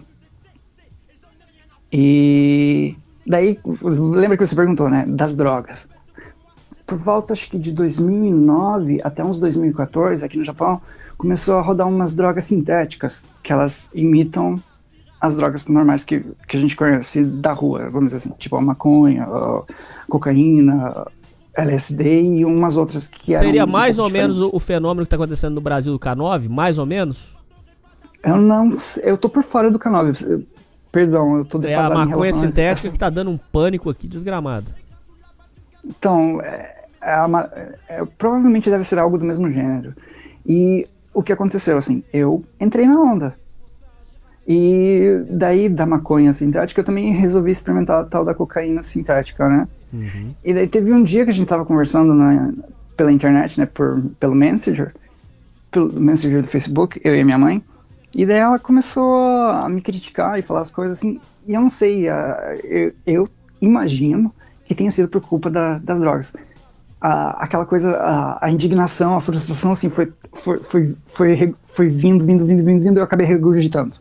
E daí, lembra que você perguntou, né, das drogas. Por volta, acho que de 2009 até uns 2014, aqui no Japão, começou a rodar umas drogas sintéticas, que elas imitam as drogas normais que a gente conhece da rua, vamos dizer assim, tipo a maconha, a cocaína, LSD e umas outras que eram... Seria mais ou menos o fenômeno que está acontecendo no Brasil do K9? Mais ou menos? Eu tô por fora do K9. Perdão, eu tô É defasado a em maconha relação a sintética essa- que tá dando um pânico aqui desgramado. Então, provavelmente deve ser algo do mesmo gênero. E o que aconteceu, assim, eu entrei na onda. E daí da maconha sintética eu também resolvi experimentar a tal da cocaína sintética, né? E daí teve um dia que a gente tava conversando pela internet, né, pelo Messenger do Facebook, eu e a minha mãe, e daí ela começou a me criticar e falar as coisas assim, e eu não sei, eu imagino que tenha sido por culpa das drogas. Aquela coisa, a indignação, a frustração, assim, foi vindo, e eu acabei regurgitando.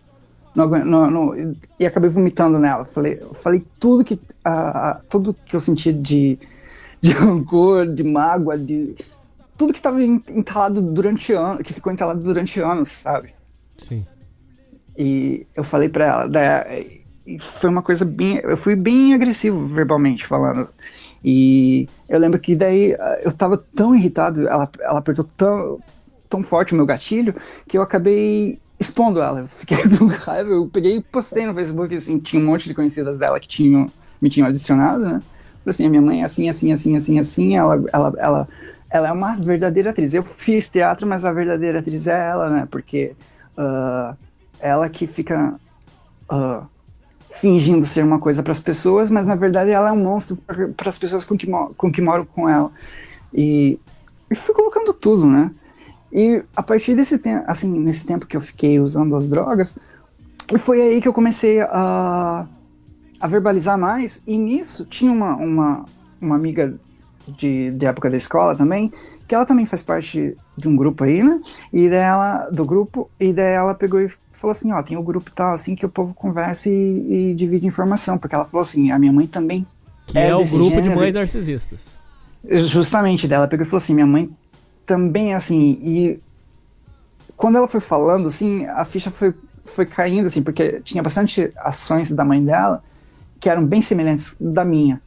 E acabei vomitando nela. Falei tudo que eu sentia de rancor, de mágoa, de tudo que estava entalado durante anos, que ficou entalado durante anos, sabe? Sim. E eu falei pra ela, e foi uma coisa eu fui bem agressivo verbalmente falando. E eu lembro que daí eu tava tão irritado, ela apertou tão forte o meu gatilho, que eu acabei expondo ela. Eu fiquei com raiva, eu peguei e postei no Facebook, assim, tinha um monte de conhecidas dela que me tinham adicionado, né? Falei assim, a minha mãe é assim, ela é uma verdadeira atriz. Eu fiz teatro, mas a verdadeira atriz é ela, né? Porque ela que fica fingindo ser uma coisa para as pessoas, mas na verdade ela é um monstro para as pessoas com que moram com ela. E fui colocando tudo, né? E a partir desse tempo, assim, nesse tempo que eu fiquei usando as drogas, foi aí que eu comecei a verbalizar mais, e nisso tinha uma amiga de época da escola também, que ela também faz parte de um grupo aí, né? E daí ela pegou e falou assim, ó, tem o grupo tal, assim, que o povo conversa e divide informação, porque ela falou assim, a minha mãe também Que é o grupo de gênero. mães narcisistas. Justamente, dela pegou e falou assim, minha mãe também, assim, e quando ela foi falando, assim, a ficha foi caindo, assim, porque tinha bastante ações da mãe dela que eram bem semelhantes da minha.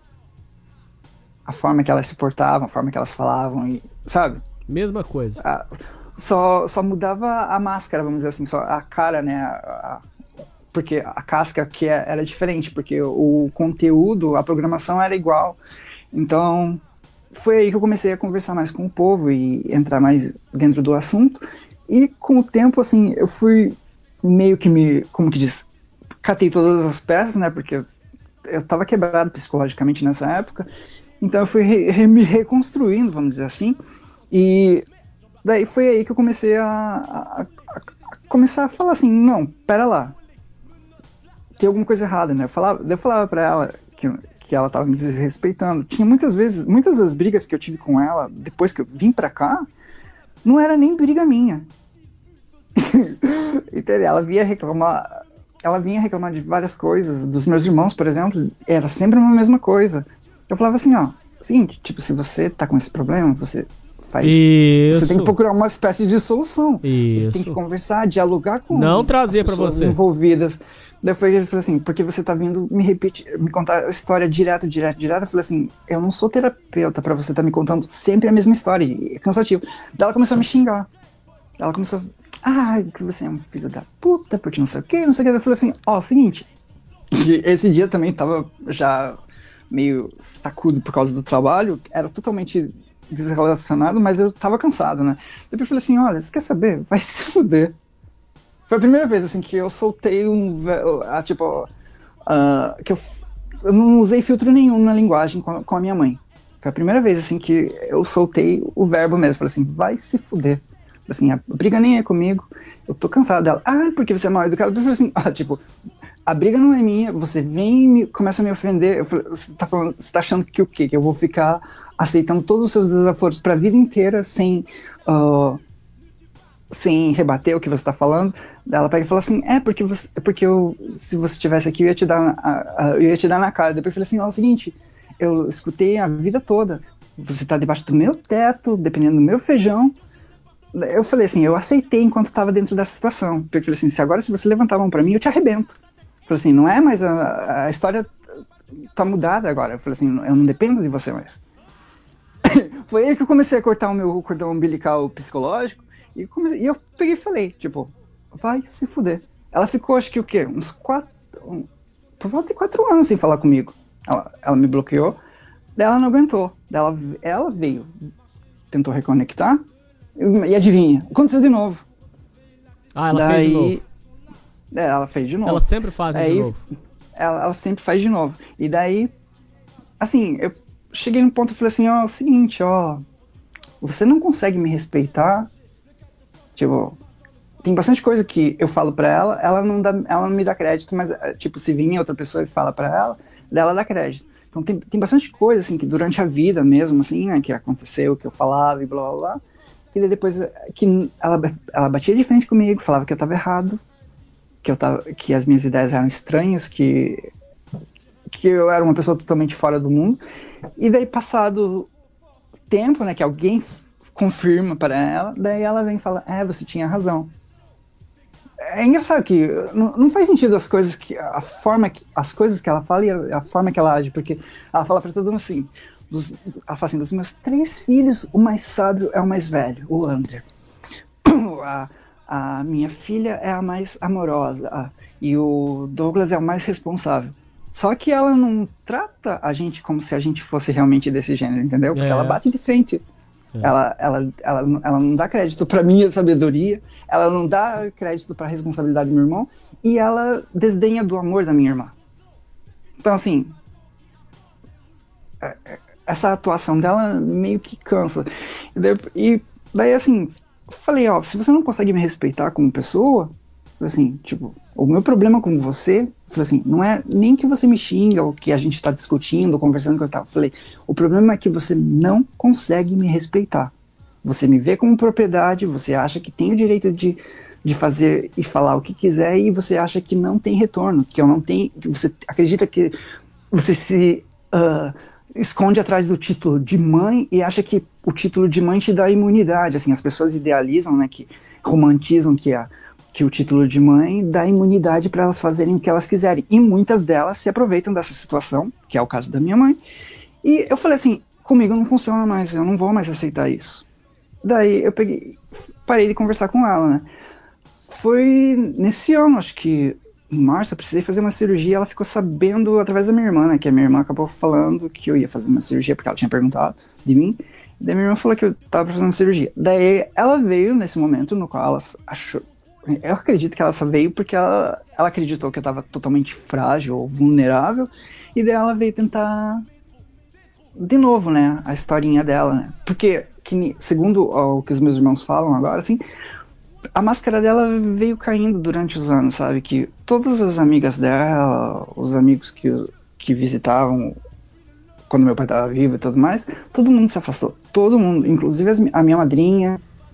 A forma que elas se portavam, a forma que elas falavam, e, sabe? Mesma coisa. Só mudava a máscara, vamos dizer assim, só a cara, né? Porque a casca que era diferente, porque o conteúdo, a programação era igual. Então, foi aí que eu comecei a conversar mais com o povo e entrar mais dentro do assunto. E com o tempo, assim, eu fui meio que como que diz, catei todas as peças, né? Porque eu tava quebrado psicologicamente nessa época. Então eu fui me reconstruindo, vamos dizer assim. E daí foi aí que eu comecei a começar a falar assim, não, pera lá. Tem alguma coisa errada, né? Eu falava pra ela que ela tava me desrespeitando. Tinha muitas das brigas que eu tive com ela, depois que eu vim pra cá, não era nem briga minha. Entendeu? Ela vinha reclamar de várias coisas, dos meus irmãos, por exemplo, era sempre uma mesma coisa. Eu falava assim, ó, seguinte, tipo, se você tá com esse problema, você faz... Isso. Você tem que procurar uma espécie de solução. Isso. Você tem que conversar, dialogar com Não trazer as pra pessoas você. envolvidas. Daí ele falou assim, porque você tá vindo me contar a história direto. Eu falei assim, eu não sou terapeuta pra você tá me contando sempre a mesma história, é cansativo. Daí ela começou a me xingar. Ela começou que você é um filho da puta, porque não sei o que. Eu falei assim, seguinte, esse dia também tava já meio sacudo por causa do trabalho, era totalmente desrelacionado, mas eu tava cansado, né? Depois eu falei assim, olha, você quer saber? Vai se fuder. Foi a primeira vez, assim, que eu soltei que eu não usei filtro nenhum na linguagem com a minha mãe. Foi a primeira vez, assim, que eu soltei o verbo mesmo. Falei assim, vai se fuder. Assim, a briga nem é comigo, eu tô cansado dela. Porque você é mal educado. Eu falei assim, a briga não é minha, você vem e começa a me ofender. Eu falei, você tá achando que o quê? Que eu vou ficar aceitando todos os seus desaforos pra vida inteira sem rebater o que você tá falando? Ela pega e fala assim, se você estivesse aqui eu ia te dar na cara. Depois eu falei assim, é o seguinte, eu escutei a vida toda, você tá debaixo do meu teto, dependendo do meu feijão. Eu falei assim, eu aceitei enquanto estava dentro dessa situação. Porque eu falei assim, se você levantar a mão pra mim, eu te arrebento. Eu falei assim, não é mais a história tá mudada agora. Eu falei assim, eu não dependo de você mais. Foi aí que eu comecei a cortar o meu cordão umbilical psicológico. E eu peguei e falei, tipo, vai se fuder. Ela ficou, acho que o quê? Uns por volta de 4 anos sem falar comigo. Ela me bloqueou, daí ela não aguentou. Daí ela veio, tentou reconectar, e adivinha, aconteceu de novo. Ela fez de novo. Ela fez de novo. Ela sempre faz de novo. Ela sempre faz de novo. E daí, assim, eu cheguei num ponto e falei assim, ó, é o seguinte, ó, você não consegue me respeitar, tipo, tem bastante coisa que eu falo pra ela, ela não me dá crédito, mas, tipo, se vir outra pessoa e fala pra ela, dela dá crédito. Então tem bastante coisa, assim, que durante a vida mesmo, assim, né, que aconteceu, que eu falava e blá, blá, blá, que depois, que ela batia de frente comigo, falava que eu tava errado, que as minhas ideias eram estranhas, que eu era uma pessoa totalmente fora do mundo, e daí passado tempo, né, que alguém confirma para ela, daí ela vem e fala, você tinha razão. É engraçado que não faz sentido as coisas as coisas que ela fala e a forma que ela age, porque ela fala para todo mundo assim, ela fala assim, dos meus 3 filhos, o mais sábio é o mais velho, o André. A minha filha é a mais amorosa, e o Douglas é o mais responsável. Só que ela não trata a gente como se a gente fosse realmente desse gênero, entendeu? Porque ela bate de frente. Ela não dá crédito pra minha sabedoria, ela não dá crédito pra responsabilidade do meu irmão, e ela desdenha do amor da minha irmã. Então, assim, essa atuação dela meio que cansa. E daí, assim, falei, ó, se você não consegue me respeitar como pessoa, assim, tipo, o meu problema com você, falei assim, não é nem que você me xinga ou que a gente tá discutindo, conversando com você, tal. Falei, o problema é que você não consegue me respeitar. Você me vê como propriedade, você acha que tem o direito de fazer e falar o que quiser, e você acha que não tem retorno, que eu não tenho, que você acredita que você se esconde atrás do título de mãe e acha que o título de mãe te dá imunidade. Assim, as pessoas idealizam, né, que romantizam que o título de mãe dá imunidade para elas fazerem o que elas quiserem. E muitas delas se aproveitam dessa situação, que é o caso da minha mãe. E eu falei assim, comigo não funciona mais, eu não vou mais aceitar isso. Daí eu parei de conversar com ela, né. Foi nesse ano, acho que em março, eu precisei fazer uma cirurgia, ela ficou sabendo através da minha irmã, né, que a minha irmã acabou falando que eu ia fazer uma cirurgia, porque ela tinha perguntado de mim. Daí minha irmã falou que eu tava fazendo cirurgia. Daí ela veio nesse momento no qual ela achou... Eu acredito que ela só veio porque ela acreditou que eu tava totalmente frágil ou vulnerável, e daí ela veio tentar de novo, né, a historinha dela, né, porque, segundo o que os meus irmãos falam agora, assim, a máscara dela veio caindo durante os anos, sabe, que todas as amigas dela, os amigos que visitavam quando meu pai tava vivo e tudo mais, todo mundo se afastou, todo mundo, inclusive a minha madrinha,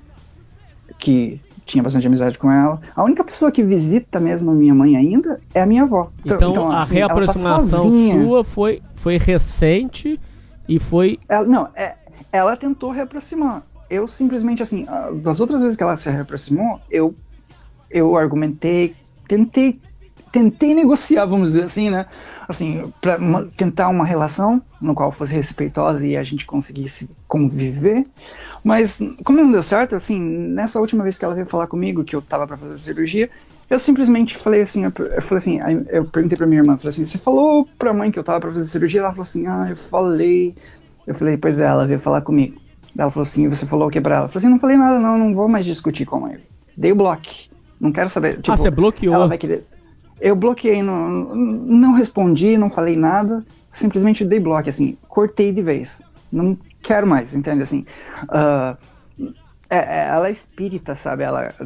que tinha bastante amizade com ela. A única pessoa que visita mesmo a minha mãe ainda é a minha avó. Então a assim, reaproximação sua foi recente e foi... Ela tentou reaproximar. Eu simplesmente, assim, das outras vezes que ela se reaproximou, eu argumentei, tentei negociar, vamos dizer assim, né? Assim, pra tentar uma relação no qual fosse respeitosa e a gente conseguisse conviver. Mas, como não deu certo, assim, nessa última vez que ela veio falar comigo, que eu tava pra fazer cirurgia, eu simplesmente falei assim, eu perguntei pra minha irmã, falei assim, você falou pra mãe que eu tava pra fazer cirurgia? Ela falou assim, eu falei. Eu falei, pois é, ela veio falar comigo. Ela falou assim, você falou o que pra ela? Eu falei assim, não falei nada, não vou mais discutir com a mãe. Dei o bloco. Não quero saber. Tipo, você bloqueou? Ela vai querer... Eu bloqueei, não respondi, não falei nada, simplesmente dei bloco, assim, cortei de vez. Não quero mais, entende? Assim, ela é espírita, sabe? Ela é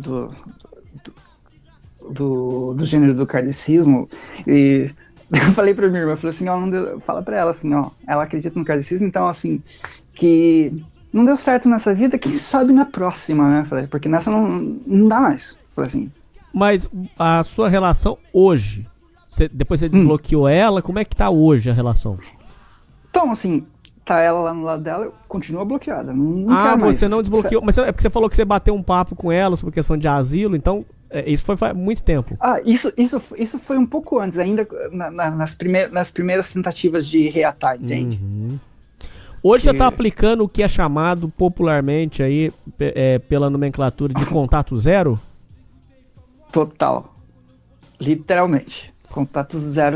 do gênero do kardecismo, e eu falei pra minha irmã, falei assim, fala pra ela, assim, ela acredita no kardecismo, então, assim, que não deu certo nessa vida, quem sabe na próxima, né? Falei, porque nessa não dá mais, falei assim. Mas a sua relação hoje, depois você desbloqueou ela, como é que tá hoje a relação? Então, assim, tá ela lá no lado dela, eu continuo bloqueada. Não quero mais. Você não desbloqueou, mas é porque você falou que você bateu um papo com ela sobre questão de asilo, então isso foi faz muito tempo. Isso foi um pouco antes, ainda nas primeiras tentativas de reatar, entende? Uhum. Hoje você tá aplicando o que é chamado popularmente aí, pela nomenclatura de contato zero? Total. Literalmente. Contato 000.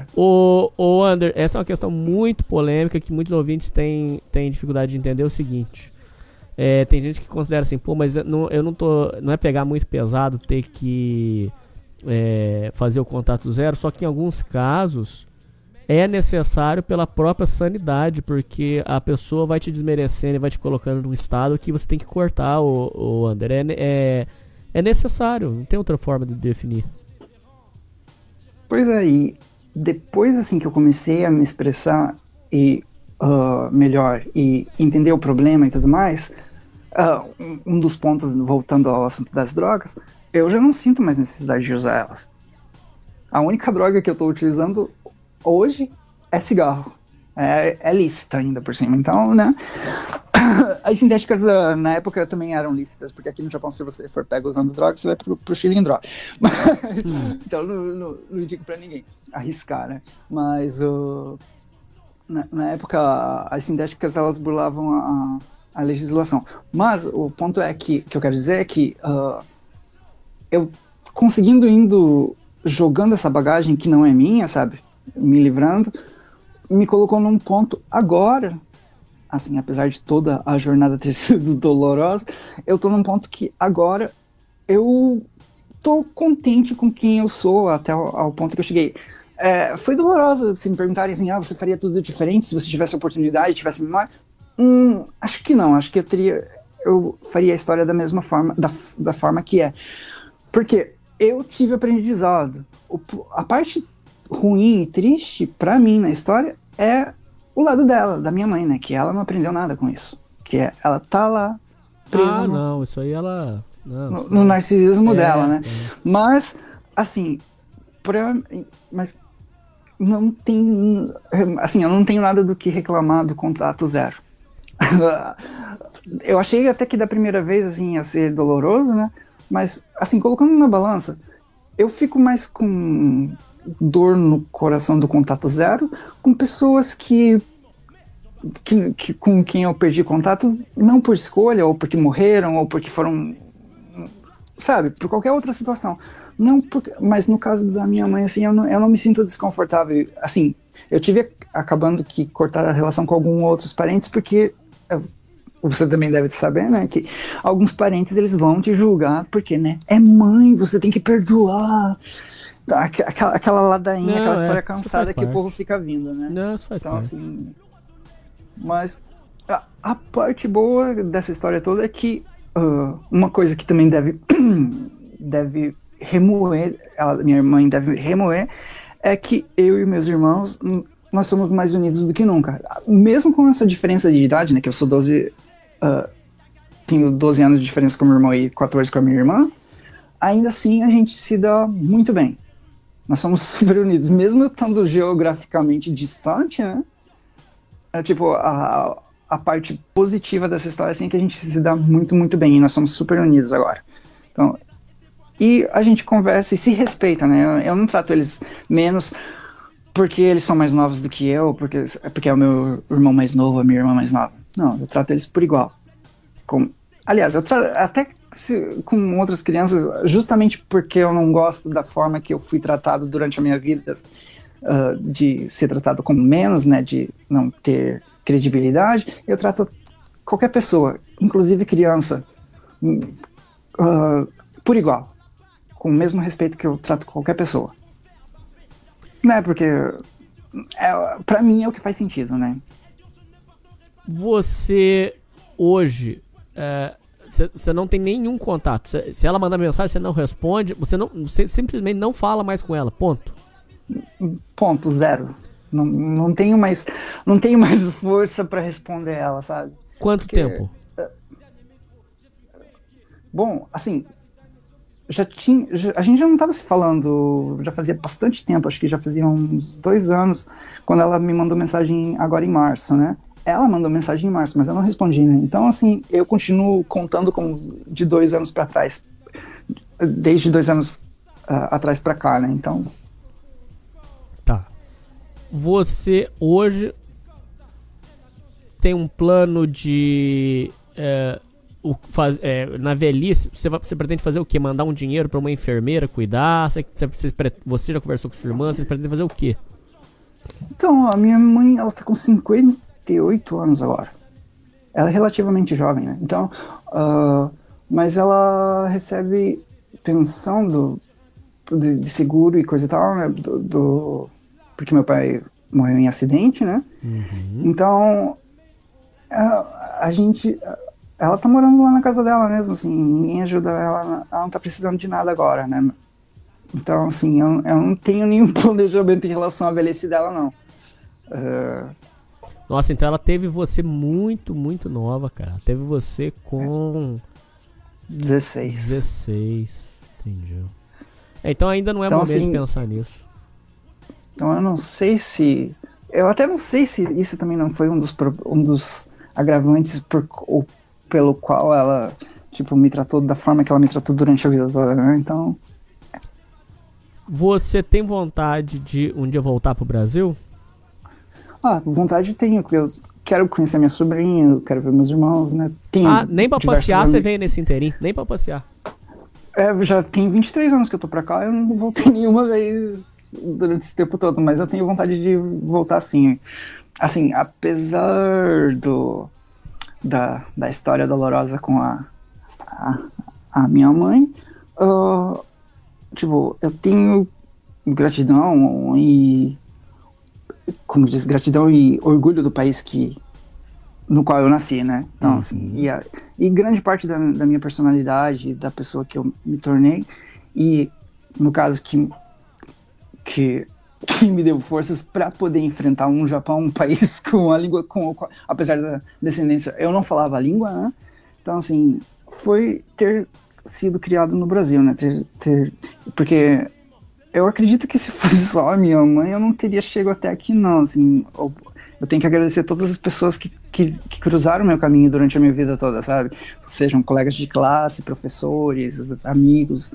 Ô Ander, essa é uma questão muito polêmica que muitos ouvintes têm dificuldade de entender. O seguinte, tem gente que considera assim, pô, mas não é pegar muito pesado ter que fazer o contato 0, só que em alguns casos é necessário pela própria sanidade, porque a pessoa vai te desmerecendo e vai te colocando num estado que você tem que cortar, o Ander. É necessário, não tem outra forma de definir. Pois é, e depois assim que eu comecei a me expressar melhor e entender o problema e tudo mais, um dos pontos, voltando ao assunto das drogas, eu já não sinto mais necessidade de usar elas. A única droga que eu estou utilizando hoje é cigarro. É lícita ainda por cima, então, né? As sintéticas na época também eram lícitas, porque aqui no Japão, se você for pego usando droga, você vai pro cilindro. Então não indico pra ninguém arriscar, né? Mas na época as sintéticas elas burlavam a legislação. Mas o ponto é que eu quero dizer é que eu indo jogando essa bagagem que não é minha, sabe? Me livrando, me colocou num ponto agora, assim, apesar de toda a jornada ter sido dolorosa, eu tô num ponto que agora eu tô contente com quem eu sou até ao ponto que eu cheguei. Foi doloroso, se me perguntarem assim, você faria tudo diferente se você tivesse oportunidade, tivesse memória? Acho que não, acho que eu faria a história da mesma forma, da forma que é. Porque eu tive aprendizado. A parte ruim e triste pra mim na história é o lado dela, da minha mãe, né? Que ela não aprendeu nada com isso. Que ela tá lá presa não, isso aí ela... no narcisismo dela, né? Mas, assim, mas não tem... Assim, eu não tenho nada do que reclamar do contato 0. Eu achei até que da primeira vez, assim, ia ser doloroso, né? Mas, assim, colocando na balança, eu fico mais com dor no coração do contato 0 com pessoas que com quem eu perdi contato, não por escolha, ou porque morreram, ou porque foram, sabe, por qualquer outra situação. Mas no caso da minha mãe, assim, eu não me sinto desconfortável. Assim, eu tive acabando que cortar a relação com alguns outros parentes, porque você também deve saber, né, que alguns parentes eles vão te julgar, porque, né, é mãe, você tem que perdoar. Aquela ladainha, aquela história cansada que o povo fica vindo, né? Não, isso faz então, parte. assim, mas a parte boa dessa história toda é que uma coisa que também deve remoer, minha mãe deve remoer, é que eu e meus irmãos, nós somos mais unidos do que nunca. Mesmo com essa diferença de idade, né, que eu sou tenho 12 anos de diferença com meu irmão e 14 com a minha irmã, ainda assim a gente se dá muito bem. Nós somos super unidos, mesmo eu estando geograficamente distante, né? Tipo, a parte positiva dessa história assim, é que a gente se dá muito, muito bem, e nós somos super unidos agora. Então, e a gente conversa e se respeita, né? Eu não trato eles menos porque eles são mais novos do que eu, porque é o meu irmão mais novo, a minha irmã mais nova. Não, eu trato eles por igual. Aliás, eu até com outras crianças, justamente porque eu não gosto da forma que eu fui tratado durante a minha vida, de ser tratado como menos, né, de não ter credibilidade, eu trato qualquer pessoa, inclusive criança, por igual, com o mesmo respeito que eu trato qualquer pessoa. Né, porque pra mim é o que faz sentido, né? Você hoje... Você não tem nenhum contato. Se ela mandar mensagem, você não responde. Você simplesmente não fala mais com ela. Ponto. Ponto, 0. Não tenho mais força pra responder ela, sabe? Quanto tempo? Bom, assim, a gente já não tava se falando, já fazia bastante tempo, acho que já fazia uns 2 anos, quando ela me mandou mensagem agora em março, né? Ela mandou mensagem em março, mas eu não respondi, né? Então, assim, eu continuo contando como de 2 anos pra trás. Desde 2 anos atrás pra cá, né? Então... Tá. Você hoje tem um plano de na velhice, você pretende fazer o quê? Mandar um dinheiro pra uma enfermeira cuidar? Você já conversou com sua irmã? Vocês pretendem fazer o quê? Então, a minha mãe, ela tá com 58 anos agora. Ela é relativamente jovem, né? Então, mas ela recebe pensão de seguro e coisa e tal, né? Porque meu pai morreu em acidente, né? Uhum. Então, ela tá morando lá na casa dela mesmo, assim, ninguém ajuda ela não tá precisando de nada agora, né? Então, assim, eu não tenho nenhum planejamento em relação à velhice dela, não. Nossa, então ela teve você muito, muito nova, cara. Teve você com 16, entendi. Então ainda não é momento assim, de pensar nisso. Então eu não sei se... Eu até não sei se isso também não foi um dos agravantes pelo qual ela, tipo, me tratou da forma que ela me tratou durante a vida toda, né? Então... Você tem vontade de um dia voltar pro Brasil? Vontade tenho, porque eu quero conhecer minha sobrinha, eu quero ver meus irmãos, né? Nem pra passear você veio nesse inteirinho, nem pra passear. Já tem 23 anos que eu tô pra cá, eu não voltei nenhuma vez durante esse tempo todo, mas eu tenho vontade de voltar sim. Assim, apesar da história dolorosa com a minha mãe, tipo, eu tenho gratidão e, como diz, gratidão e orgulho do país no qual eu nasci, né? Então, assim, e grande parte da minha personalidade, da pessoa que eu me tornei, e no caso que me deu forças para poder enfrentar um Japão, um país com a língua, apesar da descendência, eu não falava a língua, né? Então, assim, foi ter sido criado no Brasil, né? Porque eu acredito que se fosse só a minha mãe, eu não teria chegado até aqui, não. Assim, eu tenho que agradecer a todas as pessoas que cruzaram meu caminho durante a minha vida toda, sabe? Sejam colegas de classe, professores, amigos,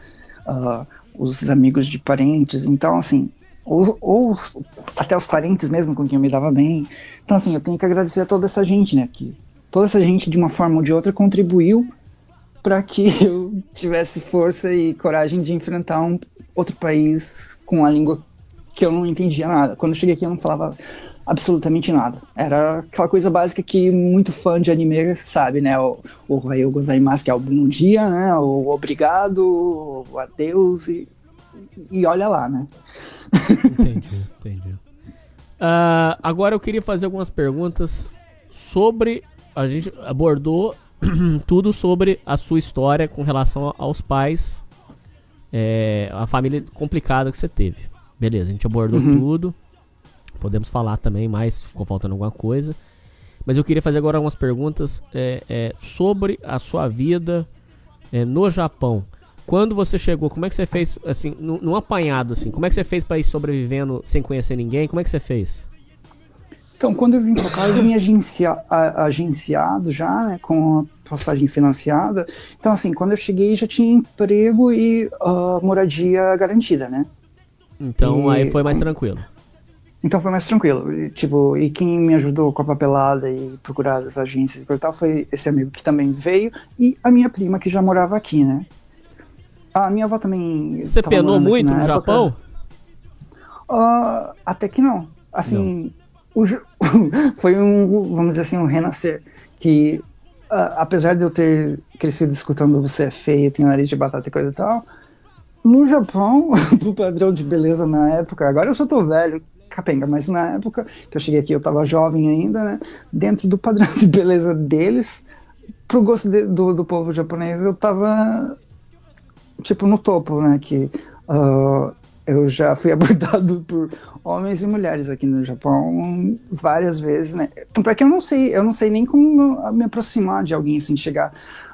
os amigos de parentes. Então, assim, ou até os parentes mesmo com quem eu me dava bem. Então, assim, eu tenho que agradecer a toda essa gente, né? Que toda essa gente, de uma forma ou de outra, contribuiu para que eu tivesse força e coragem de enfrentar um outro país com a língua que eu não entendia nada. Quando eu cheguei aqui, eu não falava absolutamente nada. Era aquela coisa básica que muito fã de anime sabe, né? O Ohayou gozaimasu, que é o bom dia, né? O obrigado, o adeus e olha lá, né? Entendi. Agora eu queria fazer algumas perguntas sobre... A gente abordou tudo sobre a sua história com relação aos pais, a família complicada que você teve. Beleza, a gente abordou tudo. Podemos falar também mais se ficou faltando alguma coisa. Mas eu queria fazer agora algumas perguntas sobre a sua vida no Japão. Quando você chegou, como é que você fez, assim, num apanhado, assim, como é que você fez para ir sobrevivendo sem conhecer ninguém? Como é que você fez? Então, quando eu vim pra cá, eu vim agenciado já, né, com a passagem financiada. Então, assim, quando eu cheguei, já tinha emprego e moradia garantida, né? Então, aí foi mais tranquilo. Então foi mais tranquilo. E quem me ajudou com a papelada e procurar as agências e tal foi esse amigo que também veio e a minha prima que já morava aqui, né? A minha avó também... Você penou muito no Japão? Até que não. Assim, foi vamos dizer assim, um renascer. Que, apesar de eu ter crescido escutando você é feio, tem nariz de batata e coisa e tal, no Japão, pro padrão de beleza na época, agora eu já tô velho, capenga, mas na época que eu cheguei aqui eu tava jovem ainda, né? Dentro do padrão de beleza deles, pro gosto do povo japonês, eu tava tipo no topo, né? Que eu já fui abordado por homens e mulheres aqui no Japão várias vezes, né? Tanto é que eu não sei nem como me aproximar de alguém, assim, chegar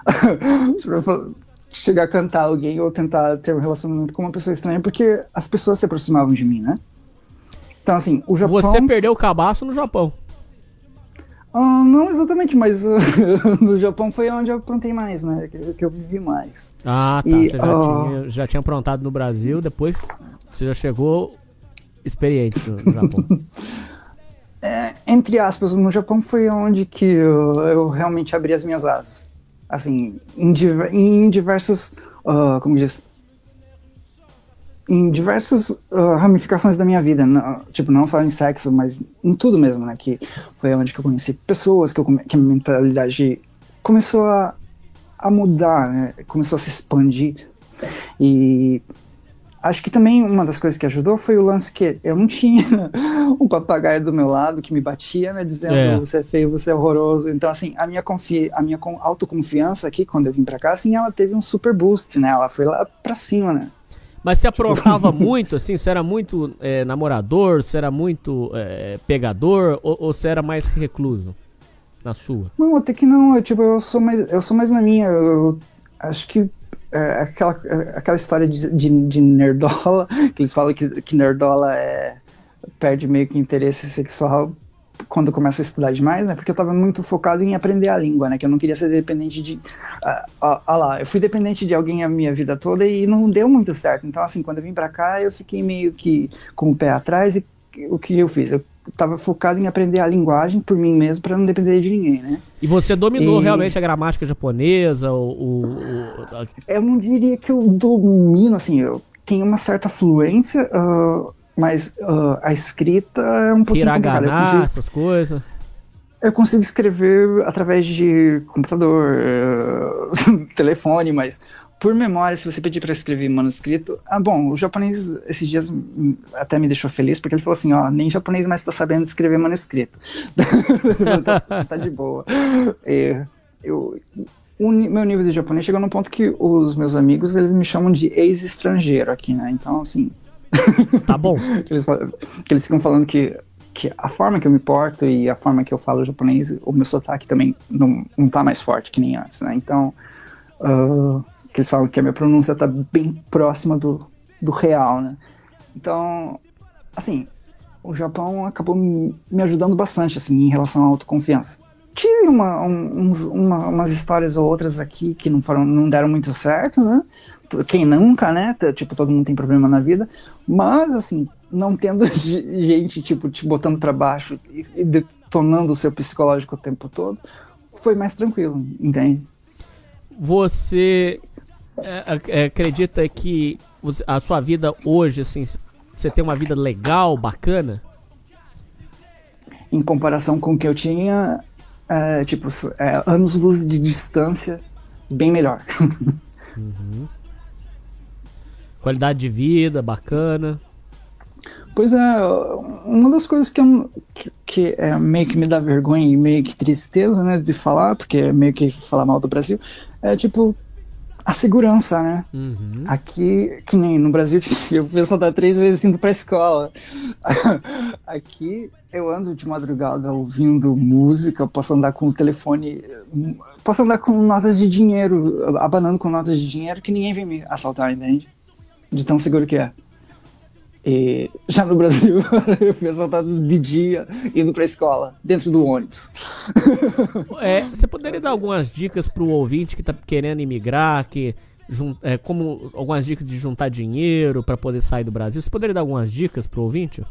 a cantar alguém ou tentar ter um relacionamento com uma pessoa estranha, porque as pessoas se aproximavam de mim, né? Então, assim, o Japão... Você perdeu o cabaço no Japão. Não exatamente, mas no Japão foi onde eu plantei mais, né? Que eu vivi mais. Ah, tá. Você já tinha aprontado no Brasil, depois você já chegou experiente no Japão. Entre aspas, no Japão foi onde que eu realmente abri as minhas asas. assim, em diversos, como diz, em diversas ramificações da minha vida, tipo, não só em sexo, mas em tudo mesmo, né, que foi onde que eu conheci pessoas, que a minha mentalidade começou a mudar, né, começou a se expandir, e acho que também uma das coisas que ajudou foi o lance que eu não tinha um papagaio do meu lado que me batia, né, dizendo você é feio, você é horroroso. Então, assim, a minha autoconfiança aqui, quando eu vim pra cá, assim, ela teve um super boost, né, ela foi lá pra cima, né. Mas você aprontava muito, assim, você era muito namorador, você era muito pegador, ou você era mais recluso na sua? Não, até que não, eu sou mais na minha, eu acho que aquela história de nerdola, que eles falam que nerdola perde meio que interesse sexual quando começa a estudar demais, né? Porque eu tava muito focado em aprender a língua, né? Que eu não queria ser dependente de... eu fui dependente de alguém a minha vida toda e não deu muito certo. Então, assim, quando eu vim pra cá, eu fiquei meio que com o pé atrás e o que eu fiz? Eu tava focado em aprender a linguagem por mim mesmo pra não depender de ninguém, né? E você dominou realmente a gramática japonesa? Eu não diria que eu domino, assim, eu tenho uma certa fluência, mas a escrita é um pouquinho complicada. Hiragana, essas coisas? Eu consigo escrever através de computador, telefone, mas por memória, se você pedir para escrever manuscrito... bom, o japonês esses dias até me deixou feliz, porque ele falou assim, nem japonês mais tá sabendo escrever manuscrito. tá de boa. Meu nível de japonês chegou num ponto que os meus amigos, eles me chamam de ex-estrangeiro aqui, né? Então, assim... Tá bom. Eles ficam falando que a forma que eu me porto e a forma que eu falo japonês, o meu sotaque também não tá mais forte que nem antes, né? Então... que eles falam que a minha pronúncia tá bem próxima do real, né? Então, assim, o Japão acabou me ajudando bastante, assim, em relação à autoconfiança. Tive umas histórias ou outras aqui que não deram muito certo, né? Quem nunca, né? Tipo, todo mundo tem problema na vida. Mas, assim, não tendo gente, tipo, te botando pra baixo e detonando o seu psicológico o tempo todo, foi mais tranquilo, entende? Você acredita que a sua vida hoje, assim, você tem uma vida legal, bacana? Em comparação com o que eu tinha, anos-luz de distância, bem melhor. Uhum. Qualidade de vida, bacana. Pois é, uma das coisas que meio que me dá vergonha e meio que tristeza, né, de falar, porque é meio que falar mal do Brasil, é tipo a segurança, né? Uhum. Aqui, que nem no Brasil, o pessoal tá 3 vezes indo pra escola. Aqui eu ando de madrugada ouvindo música, posso andar com o telefone, posso andar com notas de dinheiro, abanando com notas de dinheiro que ninguém vem me assaltar, entende? De tão seguro que é. E já no Brasil, o pessoal tá de dia indo pra escola, dentro do ônibus. Você poderia dar algumas dicas pro ouvinte que tá querendo imigrar, como algumas dicas de juntar dinheiro pra poder sair do Brasil? Você poderia dar algumas dicas pro ouvinte?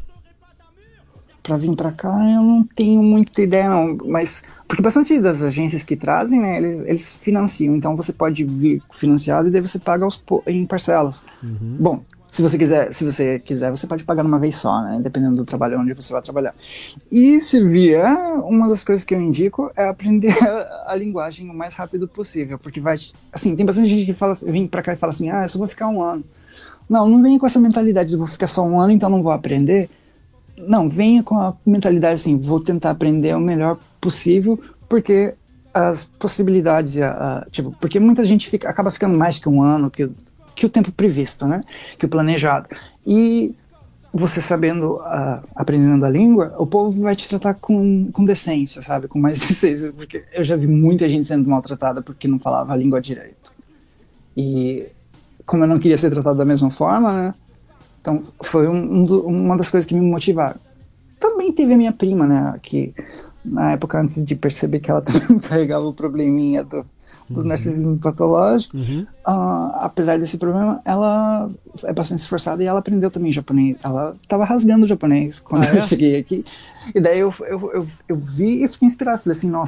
Pra vir pra cá eu não tenho muita ideia não, mas porque bastante das agências que trazem, né, eles financiam, então você pode vir financiado e daí você paga em parcelas. Uhum. Bom, se você quiser, você pode pagar numa vez só, né? Dependendo do trabalho onde você vai trabalhar. E se vier, uma das coisas que eu indico é aprender a linguagem o mais rápido possível, porque assim, tem bastante gente que vem pra cá e fala assim, eu só vou ficar 1 ano. Não venha com essa mentalidade de vou ficar só 1 ano, então não vou aprender. Não, venha com a mentalidade assim, vou tentar aprender o melhor possível, porque as possibilidades, porque muita gente acaba ficando mais que 1 ano, que o tempo previsto, né? Que o planejado. E você sabendo, aprendendo a língua, o povo vai te tratar com decência, sabe? Com mais decência, porque eu já vi muita gente sendo maltratada porque não falava a língua direito. E como eu não queria ser tratado da mesma forma, né? Então foi uma das coisas que me motivaram. Também teve a minha prima, né? Que na época, antes de perceber que ela também carregava o probleminha do narcisismo patológico, apesar desse problema, ela é bastante esforçada e ela aprendeu também japonês. Ela tava rasgando o japonês quando eu cheguei aqui. E daí eu vi e fiquei inspirado. Falei assim, nossa,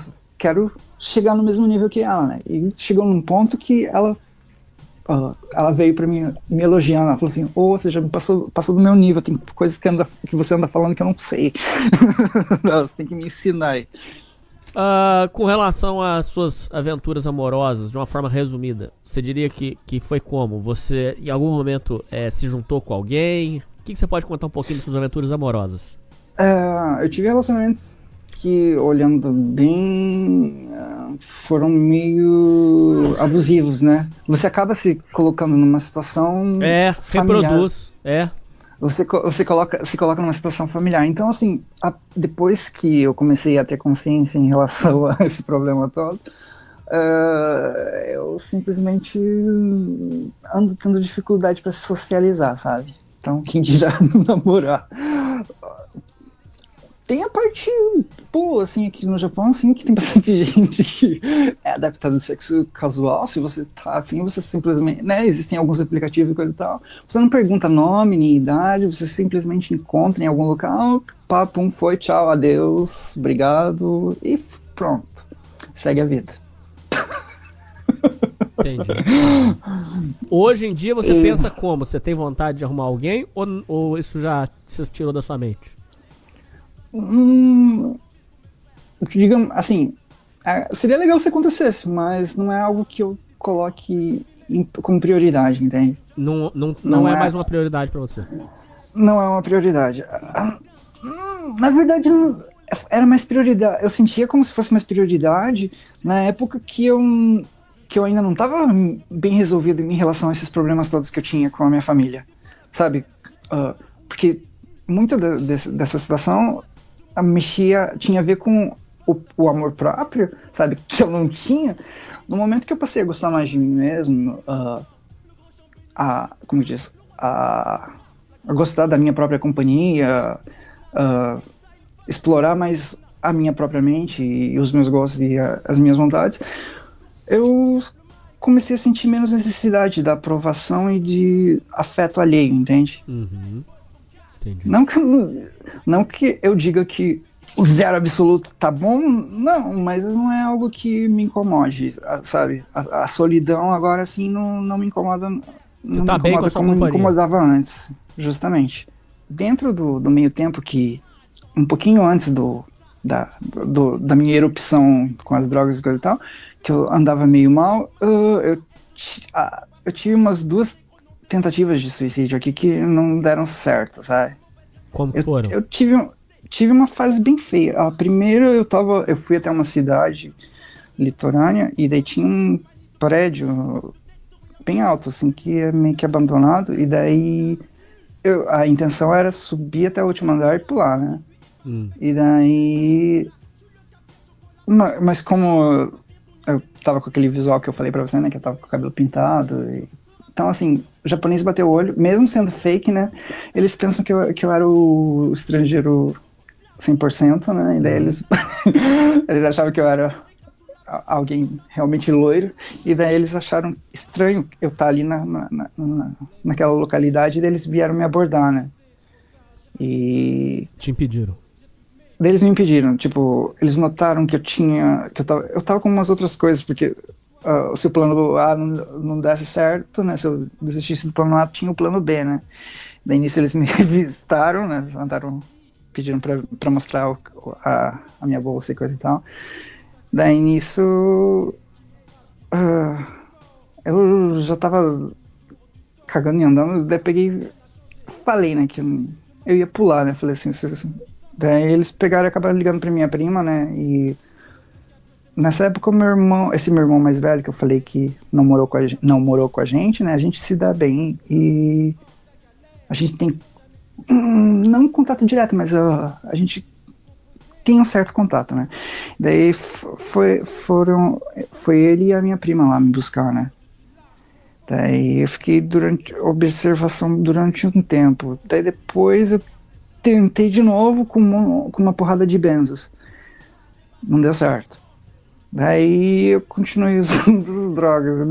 quero chegar no mesmo nível que ela, né? E chegou num ponto que ela veio pra mim me elogiando, ela falou assim, você já me passou do meu nível, tem coisas que você anda falando que eu não sei. Você tem que me ensinar aí. Com relação às suas aventuras amorosas, de uma forma resumida, você diria que foi como? Você, em algum momento, se juntou com alguém? O que você pode contar um pouquinho de suas aventuras amorosas? Eu tive relacionamentos que, olhando bem, foram meio abusivos, né? Você acaba se colocando numa situação familiar. Reproduz, Você se coloca numa situação familiar. Então, assim, depois que eu comecei a ter consciência em relação a esse problema todo, eu simplesmente ando tendo dificuldade para se socializar, sabe? Então, quem dirá namorar? Tem a parte boa, assim, aqui no Japão, assim, que tem bastante gente que é adaptada ao sexo casual. Se você tá afim, você simplesmente, né, existem alguns aplicativos e coisa e tal. Você não pergunta nome nem idade, você simplesmente encontra em algum local, pum, foi, tchau, adeus, obrigado, e pronto. Segue a vida. Entendi. Hoje em dia você pensa como? Você tem vontade de arrumar alguém ou isso já se tirou da sua mente? Digamos assim, seria legal se acontecesse, mas não é algo que eu coloque como prioridade, entende? Não é mais uma prioridade pra você? Não é uma prioridade. Na verdade, era mais prioridade. Eu sentia como se fosse mais prioridade na época que eu ainda não estava bem resolvido em relação a esses problemas todos que eu tinha com a minha família, sabe? Porque muita dessa situação tinha a ver com o amor próprio, sabe, que eu não tinha. No momento que eu passei a gostar mais de mim mesmo, como diz, a gostar da minha própria companhia, explorar mais a minha própria mente e os meus gostos e as minhas vontades, eu comecei a sentir menos necessidade da aprovação e de afeto alheio, entende? Uhum. Entendi. Não que eu diga que o zero absoluto tá bom, não, mas não é algo que me incomode, sabe? A solidão agora, assim, não me incomoda. Você tá bem com a sua companhia? Me incomodava antes, justamente. Dentro do meio tempo que, um pouquinho antes da minha erupção com as drogas e coisa e tal, que eu andava meio mal, eu tive umas 2 tentativas de suicídio aqui que não deram certo, sabe? Como foram? Eu tive uma fase bem feia. A primeira eu fui até uma cidade litorânea e daí tinha um prédio bem alto, assim, que é meio que abandonado, e daí a intenção era subir até o último andar e pular, né? E daí... Mas como eu tava com aquele visual que eu falei pra você, né? Que eu tava com o cabelo pintado Então, assim, o japonês bateu o olho, mesmo sendo fake, né? Eles pensam que eu era o estrangeiro 100%, né? E daí eles achavam que eu era alguém realmente loiro. E daí eles acharam estranho eu estar ali naquela localidade. E daí eles vieram me abordar, né? E... Te impediram? Daí eles me impediram. Tipo, eles notaram que eu tava com umas outras coisas, porque... se o plano A não desse certo, né? Se eu desistisse do plano A, tinha o plano B, né? Daí nisso eles me revistaram, né? Pediram pra mostrar a minha bolsa e coisa e tal. Daí nisso eu já tava cagando e andando, daí falei, né? Que eu ia pular, né? Falei assim. Daí eles pegaram e acabaram ligando pra minha prima, né? E nessa época esse meu irmão mais velho, que eu falei que não morou com a gente, né? A gente se dá bem e a gente tem não um contato direto, mas a gente tem um certo contato, né? Daí foi ele e a minha prima lá me buscar, né? Daí eu fiquei durante observação durante um tempo. Daí depois eu tentei de novo com uma porrada de benzos. Não deu certo. Daí eu continuei usando as drogas.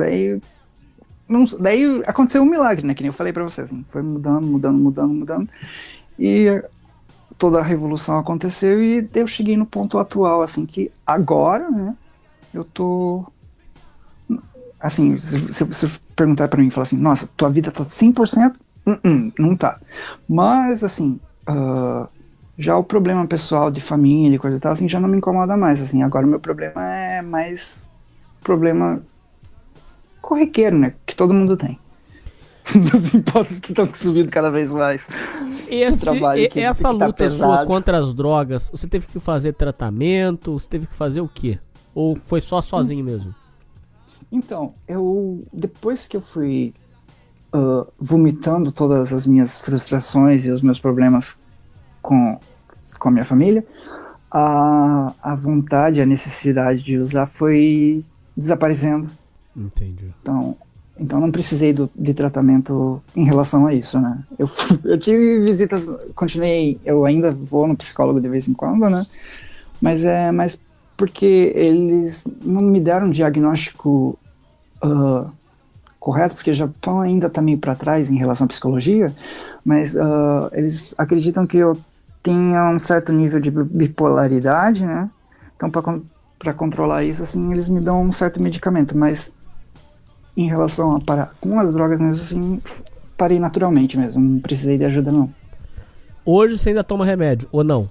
Daí aconteceu um milagre, né? Que nem eu falei pra vocês. Né? Foi mudando. E toda a revolução aconteceu e eu cheguei no ponto atual, assim, que agora, né? eu tô... Assim, se você perguntar pra mim e falar assim, nossa, tua vida tá 100%? Não tá. Mas, assim, já o problema pessoal de família e coisa e tal, assim, já não me incomoda mais, assim. Agora o meu problema é mais problema corriqueiro, né? Que todo mundo tem. Dos impostos que estão subindo cada vez mais. Essa luta sua contra as drogas, você teve que fazer tratamento? Você teve que fazer o quê? Ou foi só sozinho mesmo? Então, depois que eu fui vomitando todas as minhas frustrações e os meus problemas com a minha família, a vontade, a necessidade de usar foi desaparecendo. Entendi. Então não precisei de tratamento em relação a isso, né? Eu tive visitas, eu ainda vou no psicólogo de vez em quando, né? Mas é mais porque eles não me deram um diagnóstico correto, porque o Japão ainda está meio para trás em relação à psicologia, mas eles acreditam que eu tenha um certo nível de bipolaridade, né? Então para controlar isso, assim, eles me dão um certo medicamento, mas em relação a parar com as drogas mesmo, assim, parei naturalmente mesmo, não precisei de ajuda não. Hoje você ainda toma remédio, ou não?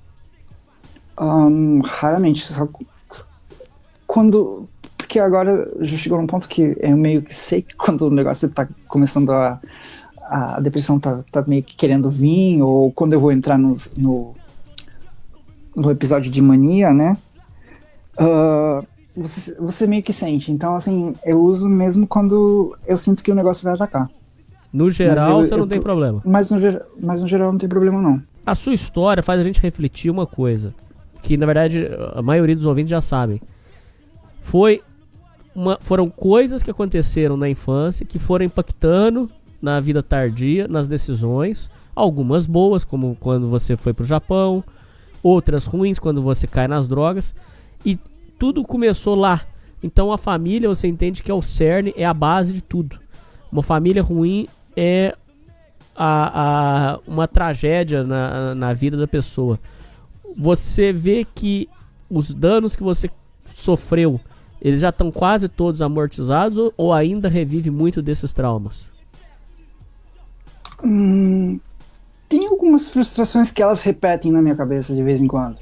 Raramente, só quando... Porque agora já chegou num ponto que eu meio que sei que quando o negócio tá começando a depressão tá meio que querendo vir, ou quando eu vou entrar no episódio de mania, né? Você meio que sente. Então, assim, eu uso mesmo quando eu sinto que o negócio vai atacar. No geral, você não tem problema. Mas no geral não tem problema, não. A sua história faz a gente refletir uma coisa, que na verdade a maioria dos ouvintes já sabem. Foram coisas que aconteceram na infância que foram impactando na vida tardia, nas decisões. Algumas boas, como quando você foi pro Japão. Outras ruins, quando você cai nas drogas. E tudo começou lá. Então a família, você entende que é o cerne, é a base de tudo. Uma família ruim é uma tragédia na vida da pessoa. Você vê que os danos que você sofreu, eles já estão quase todos amortizados ou ainda revive muito desses traumas? Tem algumas frustrações que elas repetem na minha cabeça de vez em quando.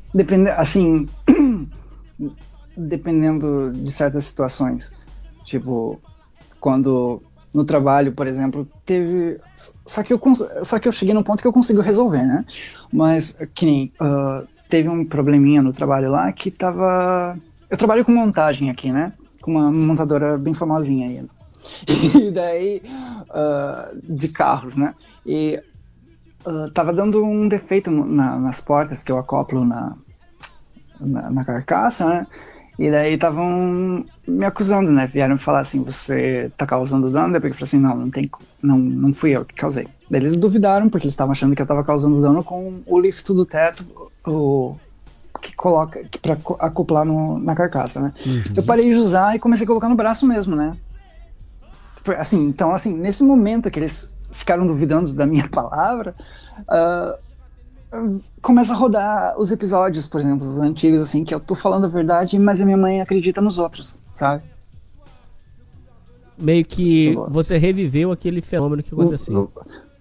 Dependendo de certas situações. Tipo, quando no trabalho, por exemplo, teve... Só que eu cheguei num ponto que eu consigo resolver, né? Mas, que nem... teve um probleminha no trabalho lá que tava... Eu trabalho com montagem aqui, né? Com uma montadora bem famosinha aí. E daí... de carros, né? E tava dando um defeito nas portas que eu acoplo na carcaça, né? E daí estavam me acusando, né? Vieram falar assim, você tá causando dano? Daí eu falei assim, não fui eu que causei. Daí eles duvidaram, porque eles estavam achando que eu tava causando dano com o lift do teto, pra acoplar na carcaça, né? Uhum. Eu parei de usar e comecei a colocar no braço mesmo, né? Assim, então, assim, nesse momento que eles ficaram duvidando da minha palavra, começa a rodar os episódios, por exemplo, os antigos, assim, que eu tô falando a verdade, mas a minha mãe acredita nos outros, sabe? Meio que você reviveu aquele fenômeno que aconteceu.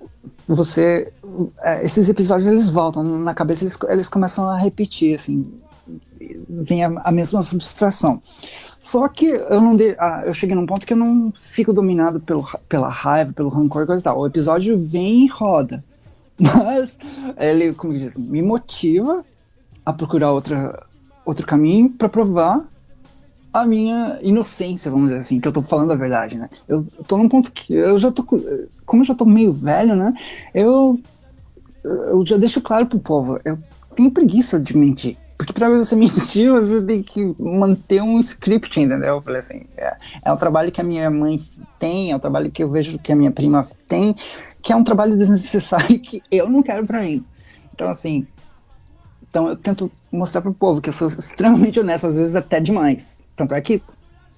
Esses episódios, eles voltam na cabeça, eles começam a repetir, assim, vem a mesma frustração. Só que eu cheguei num ponto que eu não fico dominado pela raiva, pelo rancor e coisa e tal. O episódio vem e roda. Mas ele, como diz, me motiva a procurar outro caminho para provar a minha inocência, vamos dizer assim, que eu tô falando a verdade, né? Eu tô num ponto que como eu já tô meio velho, né? Eu já deixo claro pro povo, eu tenho preguiça de mentir. Porque pra você mentir, você tem que manter um script, entendeu? Eu falei assim, é um trabalho que a minha mãe tem, é um trabalho que eu vejo que a minha prima tem, que é um trabalho desnecessário que eu não quero pra mim. Então, assim, eu tento mostrar pro povo que eu sou extremamente honesto, às vezes até demais. Tanto é que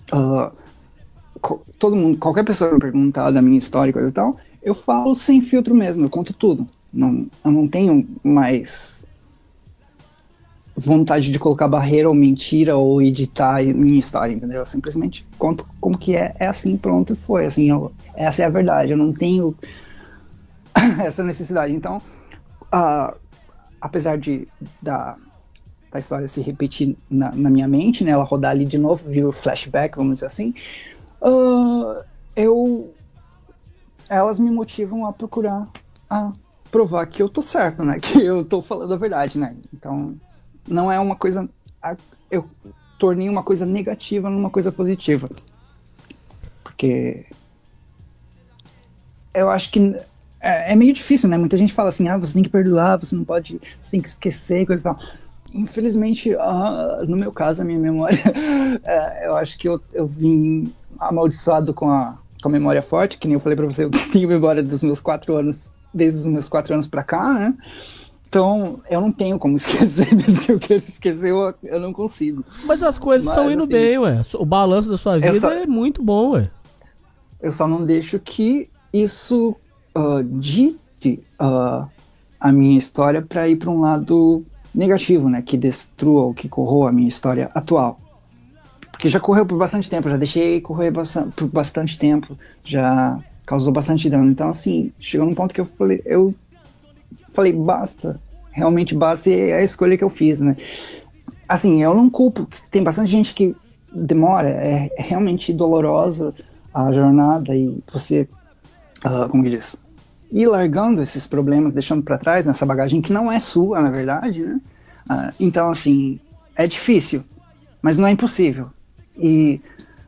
todo mundo, qualquer pessoa me perguntar da minha história e coisa e tal, eu falo sem filtro mesmo, eu conto tudo. Eu não tenho mais vontade de colocar barreira ou mentira ou editar minha história, entendeu? Eu simplesmente conto como que é assim, pronto, e foi. Assim, essa é a verdade, eu não tenho essa necessidade. Então, apesar da história se repetir na minha mente, né, ela rodar ali de novo, vir o flashback, vamos dizer assim, elas me motivam a procurar provar que eu tô certo, né, que eu tô falando a verdade, né. Então, não é uma coisa... Eu tornei uma coisa negativa numa coisa positiva. Porque eu acho que é meio difícil, né? Muita gente fala assim, você tem que perdoar, você não pode... Você tem que esquecer, coisa e tal. Infelizmente, no meu caso, a minha memória... eu acho que eu vim amaldiçoado com a memória forte, que nem eu falei pra você, eu tenho memória dos meus 4 anos, desde os meus 4 anos pra cá, né? Então, eu não tenho como esquecer, mesmo que eu queira esquecer, eu não consigo. Mas as coisas estão indo assim, bem, ué. O balanço da sua vida é muito bom, ué. Eu só não deixo que isso dite a minha história para ir para um lado negativo, né? Que destrua ou que corroa a minha história atual. Porque já correu por bastante tempo, já deixei correr por bastante tempo, já causou bastante dano. Então, assim, chegou num ponto que eu falei, basta, realmente basta, e é a escolha que eu fiz, né? Assim, eu não culpo, tem bastante gente que demora, é realmente dolorosa a jornada e você, como que diz, ir largando esses problemas, deixando pra trás nessa bagagem que não é sua, na verdade, né? Então, assim, é difícil, mas não é impossível. E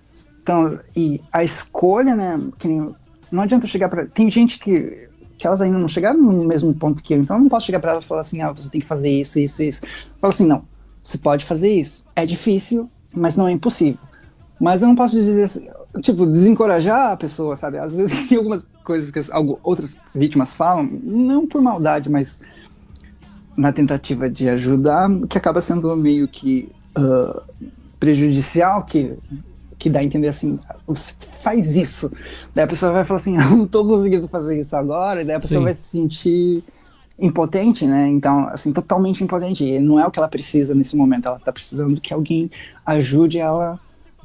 a escolha, né, que não adianta chegar pra... Tem gente que elas ainda não chegaram no mesmo ponto que eu, então eu não posso chegar pra ela e falar assim, você tem que fazer isso, isso, isso. Fala assim, não, você pode fazer isso. É difícil, mas não é impossível. Mas eu não posso dizer assim, tipo, desencorajar a pessoa, sabe? Às vezes tem algumas coisas que outras vítimas falam, não por maldade, mas na tentativa de ajudar, que acaba sendo meio que prejudicial, que dá a entender assim, você faz isso, daí a pessoa vai falar assim, eu não tô conseguindo fazer isso agora, e daí a pessoa vai se sentir impotente, né, então, assim, totalmente impotente, e não é o que ela precisa nesse momento, ela tá precisando que alguém ajude ela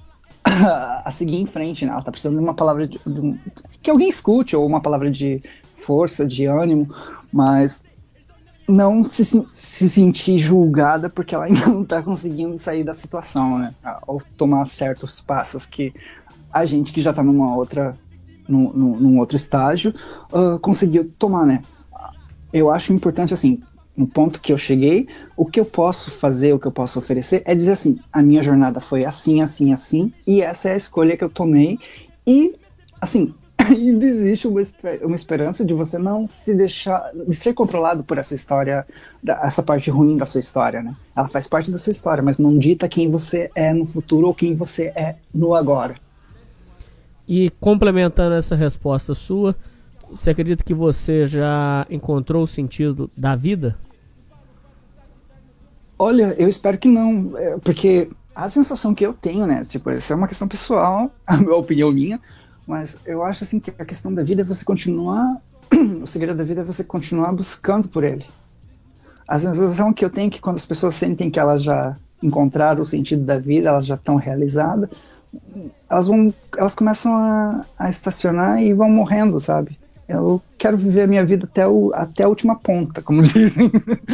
a seguir em frente, né, ela tá precisando de uma palavra, que alguém escute, ou uma palavra de força, de ânimo, mas não se sentir julgada porque ela ainda não tá conseguindo sair da situação, né? Ou tomar certos passos que a gente que já tá num outro estágio conseguiu tomar, né? Eu acho importante, assim, no ponto que eu cheguei, o que eu posso fazer, o que eu posso oferecer é dizer assim, a minha jornada foi assim, assim, assim, e essa é a escolha que eu tomei, e, assim... ainda existe uma esperança de você não se deixar, de ser controlado por essa história, essa parte ruim da sua história, né? Ela faz parte da sua história, mas não dita quem você é no futuro ou quem você é no agora. E complementando essa resposta sua, você acredita que você já encontrou o sentido da vida? Olha, eu espero que não, porque a sensação que eu tenho, né, tipo, essa é uma questão pessoal, a opinião minha, mas eu acho assim que a questão da vida é você continuar, o segredo da vida é você continuar buscando por ele. A sensação que eu tenho é que quando as pessoas sentem que elas já encontraram o sentido da vida, elas já estão realizadas, elas começam a estacionar e vão morrendo, sabe? Eu quero viver a minha vida até a última ponta, como dizem.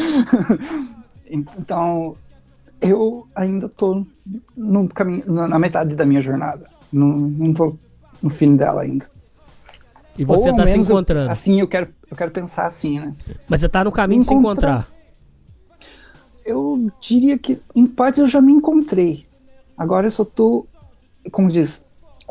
Então, eu ainda estou no caminho, na metade da minha jornada. Não estou no fim dela ainda. E você está se encontrando. Assim, eu quero pensar assim, né? Mas você está no caminho de se encontrar. Eu diria que, em parte, eu já me encontrei. Agora eu só tô, como diz,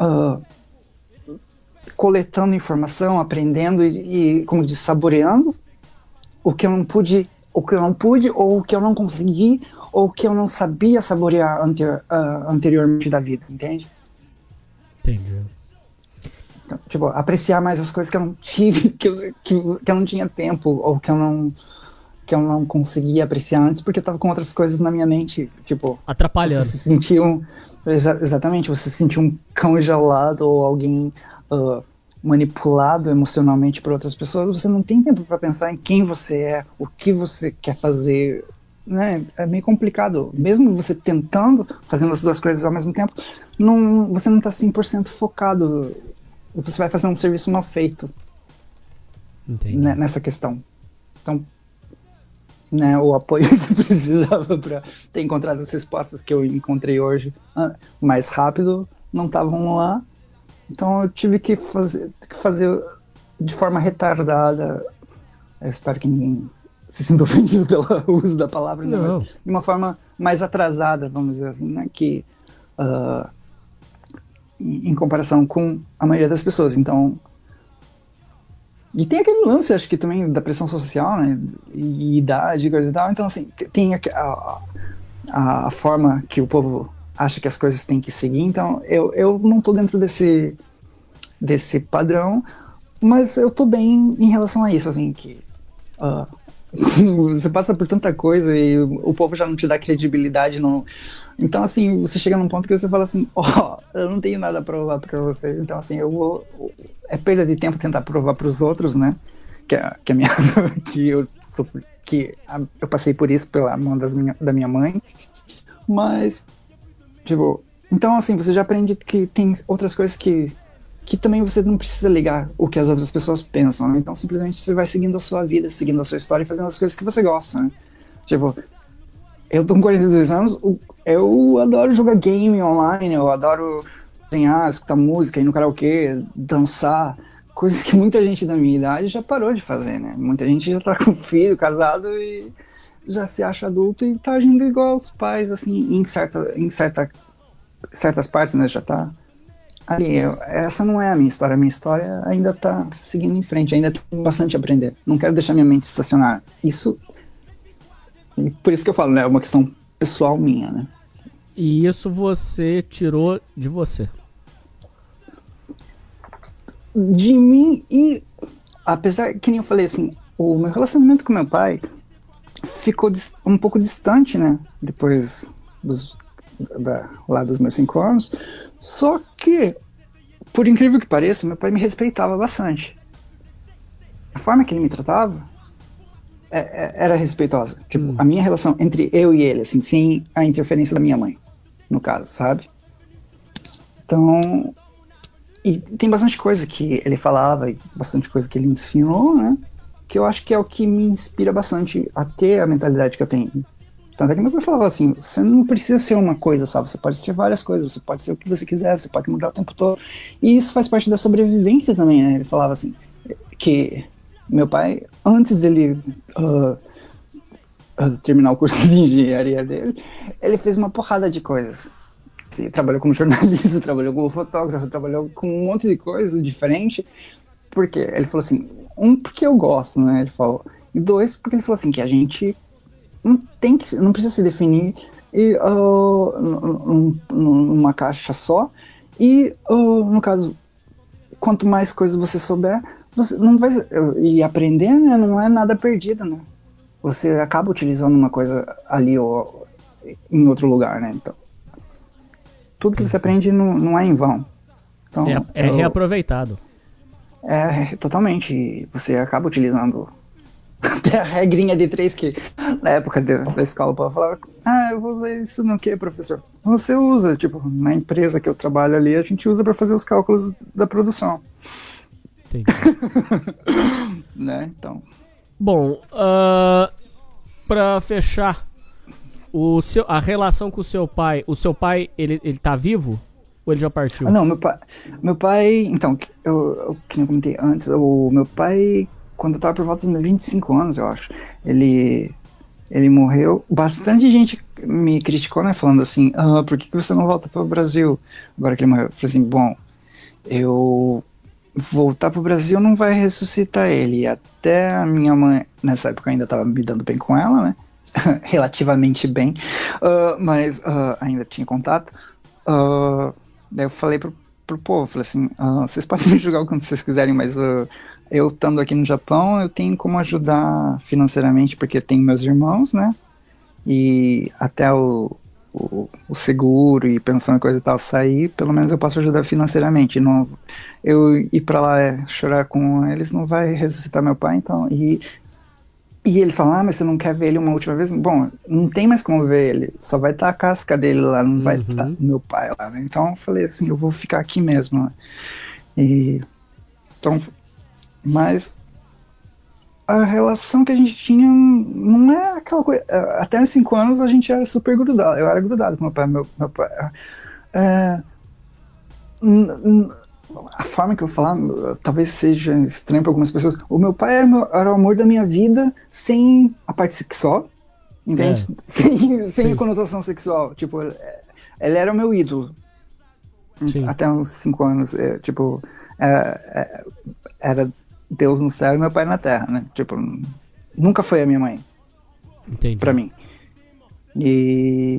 coletando informação, aprendendo e, como diz, saboreando o que eu não pude, ou o que eu não consegui, ou o que eu não sabia saborear anteriormente da vida, entende? Entendi. Então, tipo, apreciar mais as coisas que eu não tive, que eu não tinha tempo, ou que eu não conseguia apreciar antes, porque eu tava com outras coisas na minha mente, tipo... atrapalhando. Você se sentiu exatamente, você se sentiu um cão gelado, ou alguém manipulado emocionalmente por outras pessoas, você não tem tempo para pensar em quem você é, o que você quer fazer, né, é meio complicado. Mesmo você tentando, fazendo as duas coisas ao mesmo tempo, você não tá 100% focado. Você vai fazer um serviço mal feito, né, nessa questão. Então, né, o apoio que precisava para ter encontrado as respostas que eu encontrei hoje mais rápido não estavam lá. Então eu tive que fazer de forma retardada. Eu espero que ninguém se sinta ofendido pelo uso da palavra, né, mas de uma forma mais atrasada, vamos dizer assim, né, que em comparação com a maioria das pessoas. Então, e tem aquele lance, acho que também, da pressão social, né, e idade, coisa e tal. Então, assim, tem a forma que o povo acha que as coisas têm que seguir. Então, eu não tô dentro desse padrão, mas eu tô bem em relação a isso, assim, que você passa por tanta coisa e o povo já não te dá credibilidade, não. Então, assim, você chega num ponto que você fala assim, eu não tenho nada a provar pra vocês, então, assim, é perda de tempo tentar provar pros outros, né, que eu sofri, eu passei por isso pela mão da minha mãe, mas, tipo, então, assim, você já aprende que tem outras coisas que também você não precisa ligar o que as outras pessoas pensam, né? Então simplesmente você vai seguindo a sua vida, seguindo a sua história e fazendo as coisas que você gosta, né? Tipo, eu tô com 42 anos, eu adoro jogar game online, eu adoro desenhar, escutar música, ir no karaokê, dançar, coisas que muita gente da minha idade já parou de fazer, né? Muita gente já tá com filho, casado e já se acha adulto e tá agindo igual aos pais, assim, em certas partes, né? Já tá ali. Essa não é a minha história ainda tá seguindo em frente, ainda tem bastante a aprender. Não quero deixar minha mente estacionar. Isso, e por isso que eu falo, né? É uma questão pessoal minha, né? E isso você tirou de você? De mim, e apesar que nem eu falei assim, o meu relacionamento com meu pai ficou um pouco distante, né? Depois lá dos meus 5 anos. Só que, por incrível que pareça, meu pai me respeitava bastante. A forma que ele me tratava era respeitosa. Tipo, a minha relação entre eu e ele, assim, sem a interferência da minha mãe, no caso, sabe? Então, e tem bastante coisa que ele falava e bastante coisa que ele ensinou, né? Que eu acho que é o que me inspira bastante a ter a mentalidade que eu tenho. Tanto é que meu pai falava assim, você não precisa ser uma coisa, sabe? Você pode ser várias coisas, você pode ser o que você quiser, você pode mudar o tempo todo. E isso faz parte da sobrevivência também, né? Ele falava assim, que meu pai, antes dele terminar o curso de engenharia dele, ele fez uma porrada de coisas. Ele trabalhou como jornalista, trabalhou como fotógrafo, trabalhou com um monte de coisa diferente. Por quê? Ele falou assim, porque eu gosto, né? Ele falou. E 2, porque ele falou assim, que a gente não precisa se definir numa caixa só. E, no caso, quanto mais coisas você souber, você não vai... E aprender, né, não é nada perdido, né? Você acaba utilizando uma coisa ali ou em outro lugar, né? Então, tudo que você aprende não é em vão. Então, é reaproveitado. Totalmente. Você acaba utilizando... Até a regrinha de 3 que na época da escola o povo falava, eu vou usar isso no que, professor? Você usa, tipo, na empresa que eu trabalho ali, a gente usa para fazer os cálculos da produção. Entendi. Né, então. Bom, pra fechar, a relação com o seu pai, ele tá vivo? Ou ele já partiu? Não, meu pai, então, eu que eu comentei antes, o meu pai... Quando eu tava por volta dos meus 25 anos, eu acho, ele morreu. Bastante gente me criticou, né, falando assim, por que você não volta pro Brasil agora que ele morreu? Eu falei assim, bom, eu voltar pro Brasil não vai ressuscitar ele. E até a minha mãe, nessa época eu ainda tava me dando bem com ela, né, relativamente bem, mas ainda tinha contato. Daí eu falei pro povo, falei assim, vocês podem me julgar o quanto vocês quiserem, mas... eu estando aqui no Japão, eu tenho como ajudar financeiramente, porque tenho meus irmãos, né? E até o seguro e pensão e coisa e tal sair, pelo menos eu posso ajudar financeiramente. Não, eu ir pra lá chorar com eles não vai ressuscitar meu pai, então. E E eles falam, mas você não quer ver ele uma última vez? Bom, não tem mais como ver ele, só vai estar a casca dele lá, não vai estar meu pai lá, né? Então eu falei assim, eu vou ficar aqui mesmo, né? Então, mas a relação que a gente tinha não é aquela coisa. Até os 5 anos a gente era super grudado. Eu era grudado com meu pai. Meu pai a forma que eu vou falar talvez seja estranho para algumas pessoas. O meu pai era o amor da minha vida sem a parte sexual, entende? Sem a conotação sexual. Tipo, ele era o meu ídolo. Sim. Até uns 5 anos. Era Deus no céu e meu pai na terra, né? Tipo, nunca foi a minha mãe. Entendi. Pra mim. E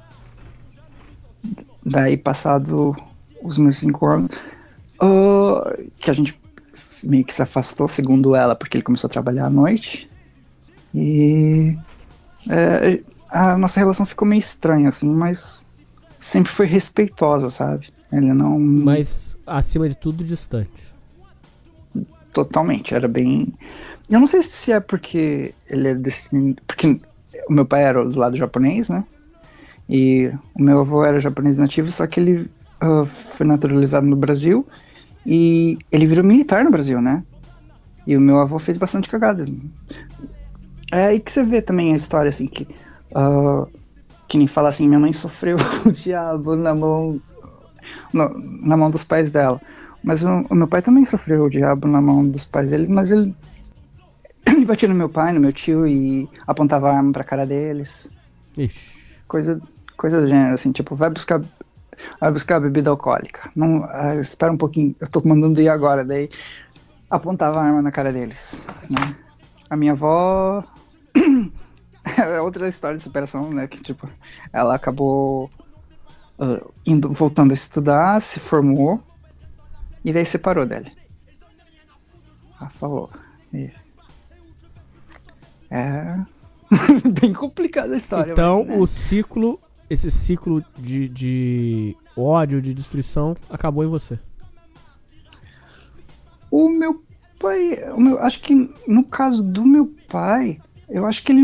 daí, passado os meus 5 anos, que a gente meio que se afastou, segundo ela, porque ele começou a trabalhar à noite. E a nossa relação ficou meio estranha, assim, mas sempre foi respeitosa, sabe? Ele não... Mas, acima de tudo, distante. Totalmente, era bem... Eu não sei se é porque ele é desse... Porque o meu pai era do lado japonês, né? E o meu avô era japonês nativo, só que ele foi naturalizado no Brasil e ele virou militar no Brasil, né? E o meu avô fez bastante cagada. É aí que você vê também a história, assim, que nem fala assim, minha mãe sofreu o diabo na mão dos pais dela. Mas o meu pai também sofreu o diabo na mão dos pais dele, mas ele batia no meu pai, no meu tio e apontava a arma pra cara deles. Ixi. Coisa do gênero, assim, tipo, vai buscar bebida alcoólica. Não, espera um pouquinho, eu tô mandando ir agora, daí apontava a arma na cara deles, né? A minha avó é outra história de superação, né? Que, tipo, ela acabou voltando a estudar, se formou e daí separou dele. Ela falou. É bem complicada a história. Então, mas, né? Esse ciclo de ódio, de destruição, acabou em você. O meu pai, acho que no caso do meu pai, eu acho que ele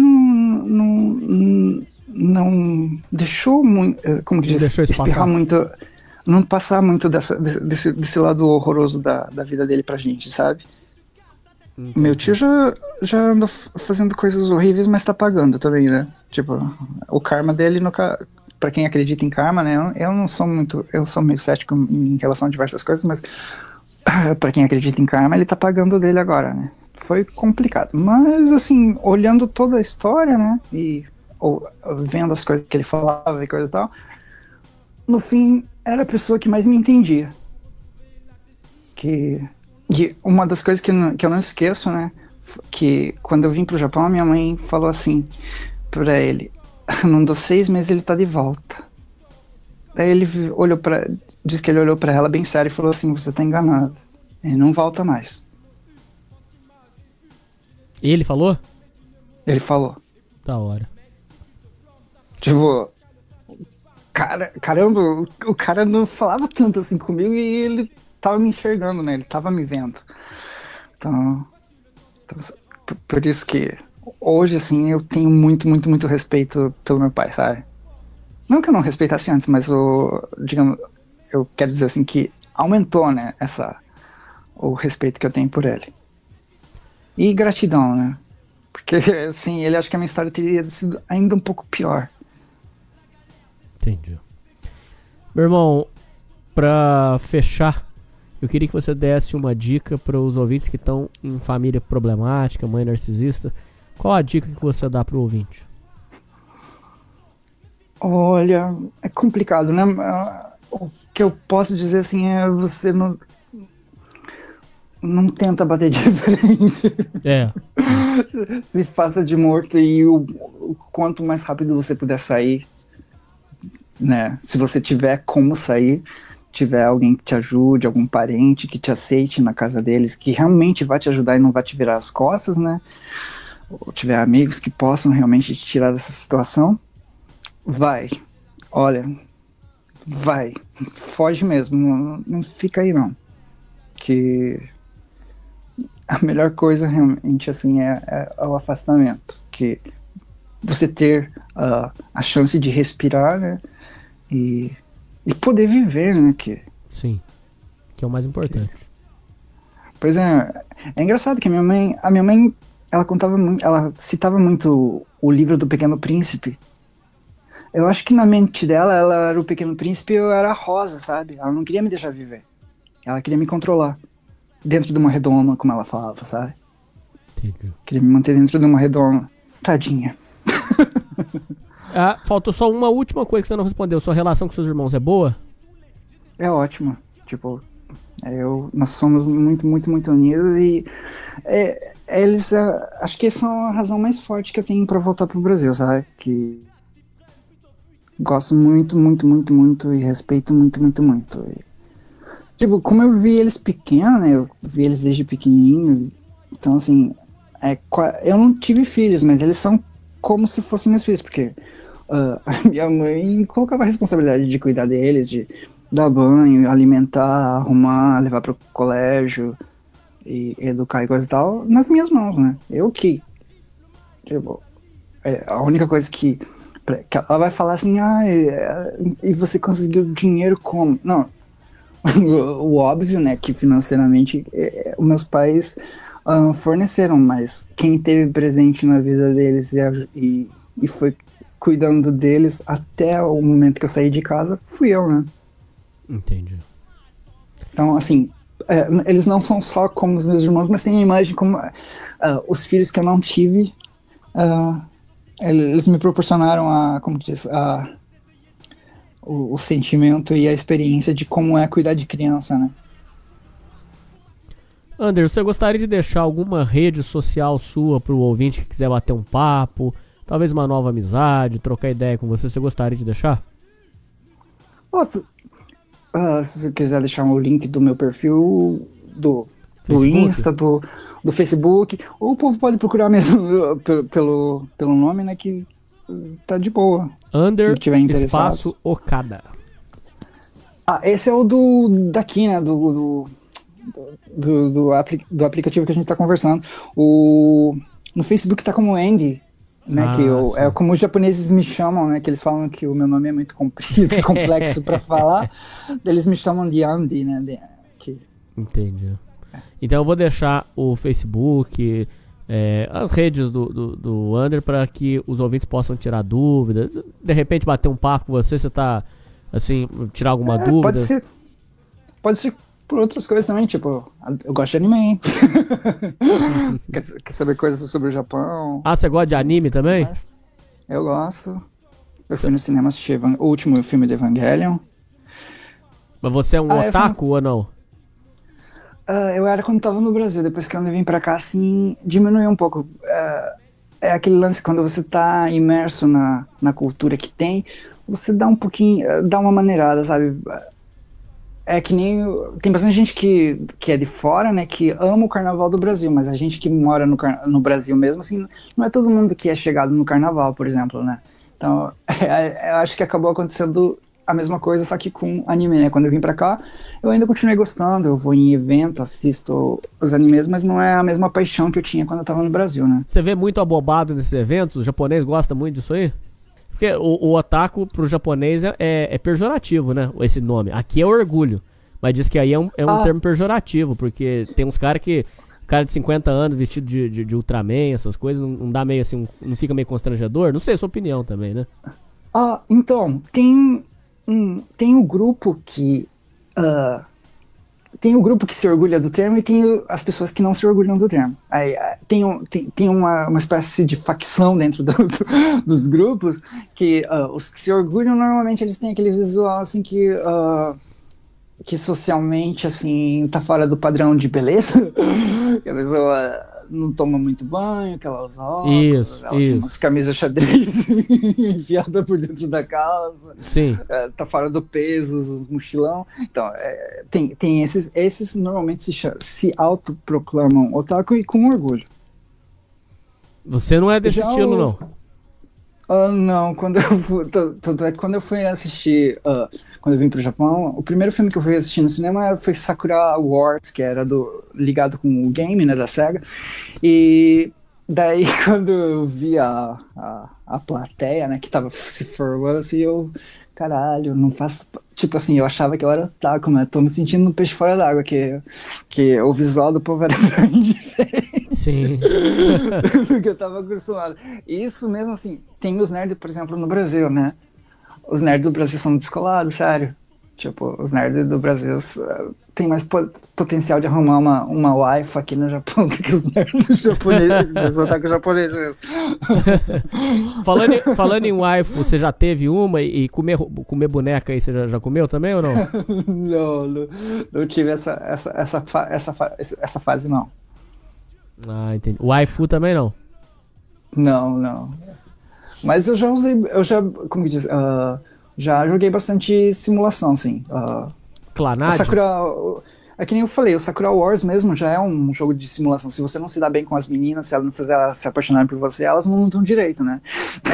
não deixou muito, como que diz, deixou isso espirrar passar. muito, não passar muito desse lado horroroso da vida dele pra gente, sabe? Entendi. Meu tio já anda fazendo coisas horríveis, mas tá pagando também, né? Tipo, o karma dele, pra quem acredita em karma, né? Eu sou meio cético em relação a diversas coisas, mas pra quem acredita em karma, ele tá pagando dele agora, né? Foi complicado. Mas, assim, olhando toda a história, né? Ou vendo as coisas que ele falava e coisa e tal, no fim, era a pessoa que mais me entendia. E uma das coisas que eu não esqueço, né? Que quando eu vim pro Japão, a minha mãe falou assim pra ele: num dos 6 meses ele tá de volta. Daí ele diz que ele olhou pra ela bem sério e falou assim: você tá enganado, ele não volta mais. Ele falou? Ele falou. Da hora. Tipo, caramba, o cara não falava tanto assim comigo e ele tava me enxergando, né? Ele tava me vendo. Então por isso que hoje, assim, eu tenho muito, muito, muito respeito pelo meu pai, sabe? Não que eu não respeitasse antes, mas digamos, eu quero dizer assim que aumentou, né, o respeito que eu tenho por ele. E gratidão, né? Porque, assim, ele acha que a minha história teria sido ainda um pouco pior. Entendi. Meu irmão, pra fechar, eu queria que você desse uma dica para os ouvintes que estão em família problemática, mãe narcisista. Qual a dica que você dá pro ouvinte? Olha, é complicado, né? O que eu posso dizer assim é você não tenta bater de frente. Se faça de morto e o quanto mais rápido você puder sair, né? Se você tiver como sair, tiver alguém que te ajude, algum parente que te aceite na casa deles, que realmente vai te ajudar e não vai te virar as costas, né? Ou tiver amigos que possam realmente te tirar dessa situação, vai. Olha, vai. Foge mesmo, não fica aí não. Que a melhor coisa realmente, assim, é o afastamento. Que você ter a chance de respirar, né? E poder viver, né? Sim, que é o mais importante. Pois é engraçado que a minha mãe, ela contava muito, ela citava muito o livro do Pequeno Príncipe. Eu acho que na mente dela, ela era o Pequeno Príncipe e eu era a Rosa, sabe? Ela não queria me deixar viver. Ela queria me controlar. Dentro de uma redoma, como ela falava, sabe? Entendi. Queria me manter dentro de uma redoma. Tadinha. Faltou só uma última coisa que você não respondeu. Sua relação com seus irmãos é boa? É ótima. Tipo, nós somos muito, muito, muito unidos e eles, acho que são a razão mais forte que eu tenho pra voltar pro Brasil, sabe? Que gosto muito, muito, muito, muito e respeito muito, muito, muito. Tipo, como eu vi eles pequenos, né? Eu vi eles desde pequenininho. Então, assim, eu não tive filhos, mas eles são como se fossem meus filhos, porque a minha mãe colocava a responsabilidade de cuidar deles, de dar banho, alimentar, arrumar, levar pro colégio e educar e coisa e tal, nas minhas mãos, né? Tipo, a única coisa que ela vai falar assim, e você conseguiu dinheiro como? Não, o óbvio, né, que financeiramente os meus pais forneceram, mas quem esteve presente na vida deles e foi cuidando deles até o momento que eu saí de casa, fui eu, né? Entendi. Então, assim, eles não são só como os meus irmãos, mas tem a imagem como os filhos que eu não tive, eles me proporcionaram como que diz, o sentimento e a experiência de como é cuidar de criança, né? Anderson, você gostaria de deixar alguma rede social sua pro ouvinte que quiser bater um papo, talvez uma nova amizade, trocar ideia com você gostaria de deixar? Se você quiser deixar o link do meu perfil, do Insta, do Facebook, ou o povo pode procurar mesmo pelo nome, né, que tá de boa. Espaço Okada. Esse é o daqui, né, do aplicativo que a gente tá conversando. No Facebook tá como Andy, né, é como os japoneses me chamam, né, que eles falam que o meu nome é muito comprido, complexo pra falar, eles me chamam de Andy, né. Entendi. Então eu vou deixar o Facebook, as redes do Ander para que os ouvintes possam tirar dúvidas, de repente bater um papo com você tá, assim, tirar alguma dúvida. Pode ser por outras coisas também, tipo, eu gosto de anime. Quer saber coisas sobre o Japão? Você gosta de anime também? Eu gosto. Eu fui no cinema assistir o último filme de Evangelion. Mas você é um otaku ou não? Eu era quando tava no Brasil, depois que eu vim pra cá, assim, diminuiu um pouco. É aquele lance, quando você tá imerso na cultura que tem, você dá um pouquinho, dá uma maneirada, sabe? É que nem, tem bastante gente que é de fora, né, que ama o carnaval do Brasil, mas a gente que mora no Brasil mesmo, assim, não é todo mundo que é chegado no carnaval, por exemplo, né? Então, eu acho que acabou acontecendo a mesma coisa, só que com anime, né? Quando eu vim pra cá, eu ainda continuei gostando, eu vou em evento, assisto os animes, mas não é a mesma paixão que eu tinha quando eu tava no Brasil, né? Você vê muito abobado nesses eventos? O japonês gosta muito disso aí? Porque o otaku pro japonês é pejorativo, né? Esse nome. Aqui é orgulho, mas diz que aí é um termo pejorativo, porque tem uns caras que... Cara de 50 anos vestido de Ultraman, essas coisas, não dá meio assim, não fica meio constrangedor? Não sei, é sua opinião também, né? Então, tem um grupo que... tem o grupo que se orgulha do termo e tem as pessoas que não se orgulham do termo. Aí, tem uma espécie de facção dentro dos grupos que os que se orgulham, normalmente eles têm aquele visual assim que socialmente assim tá fora do padrão de beleza, que a pessoa não toma muito banho, que ela usa óculos, ela tem umas camisas xadrez enfiada por dentro da calça. Sim. Tá fora do peso, os mochilão. Então, tem esses normalmente se autoproclamam otaku e com orgulho. Você não é desse estilo, não? Não, quando eu fui assistir quando eu vim pro Japão, o primeiro filme que eu fui assistir no cinema foi Sakura Wars, que era ligado com o game, né, da SEGA. E daí, quando eu vi a plateia, né, que tava se formando, assim, eu... Caralho, não faço... Tipo assim, eu achava que eu era otaku, mas tô me sentindo um peixe fora d'água, que o visual do povo era bem diferente. Sim. Do que eu tava acostumado. E isso mesmo, assim, tem os nerds, por exemplo, no Brasil, né? Os nerds do Brasil são descolados, sério. Tipo, os nerds do Brasil têm mais potencial de arrumar uma wife aqui no Japão do que os nerds japoneses, os otaku japoneses mesmo. Falando em wife, você já teve uma e comer boneca aí, você já comeu também ou não? Não tive essa fase, não. Ah, entendi. Waifu também não? Não. Mas eu já como que diz, já joguei bastante simulação, sim. Clanad? É que nem eu falei, o Sakura Wars mesmo já é um jogo de simulação. Se você não se dá bem com as meninas, se elas não fizer elas se apaixonarem por você, elas não lutam direito, né?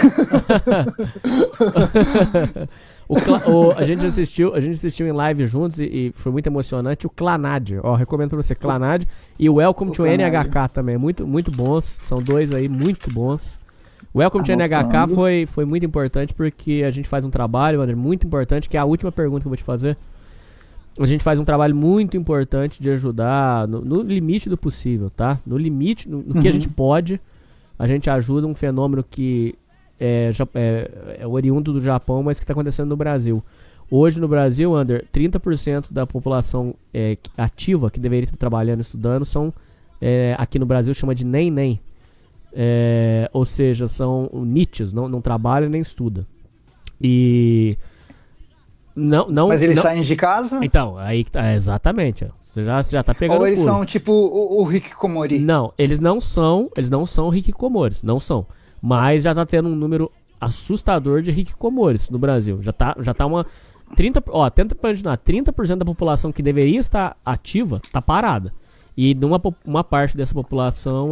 A gente assistiu em live juntos e foi muito emocionante o Clanad. Recomendo pra você, Clanad e o Welcome to NHK também, muito, muito bons. São dois aí muito bons. O Welcome to NHK foi muito importante porque a gente faz um trabalho, André, muito importante, que é a última pergunta que eu vou te fazer. A gente faz um trabalho muito importante de ajudar no limite do possível, tá? No limite, no que a gente pode, a gente ajuda um fenômeno que é oriundo do Japão, mas que está acontecendo no Brasil. Hoje no Brasil, Ander, 30% da população ativa que deveria estar trabalhando e estudando são, aqui no Brasil, chama de nem. Ou seja, são nichos, não trabalham nem estudam. E... Mas eles saem de casa? Então, aí tá, exatamente. Você já tá pegando. Ou eles são tipo o hikikomori? Não, eles não são hikikomoris, não são. Mas já tá tendo um número assustador de hikikomoris no Brasil. Já tá uma 30%, pra imaginar, 30% da população que deveria estar ativa tá parada. E uma parte dessa população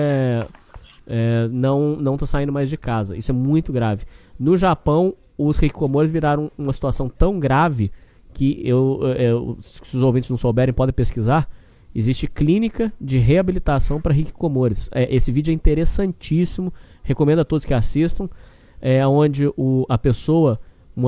não tá saindo mais de casa. Isso é muito grave. No Japão, os hikikomoris viraram uma situação tão grave que se os ouvintes não souberem, podem pesquisar. Existe clínica de reabilitação para hikikomoris. Esse vídeo é interessantíssimo, recomendo a todos que assistam. Onde uma pessoa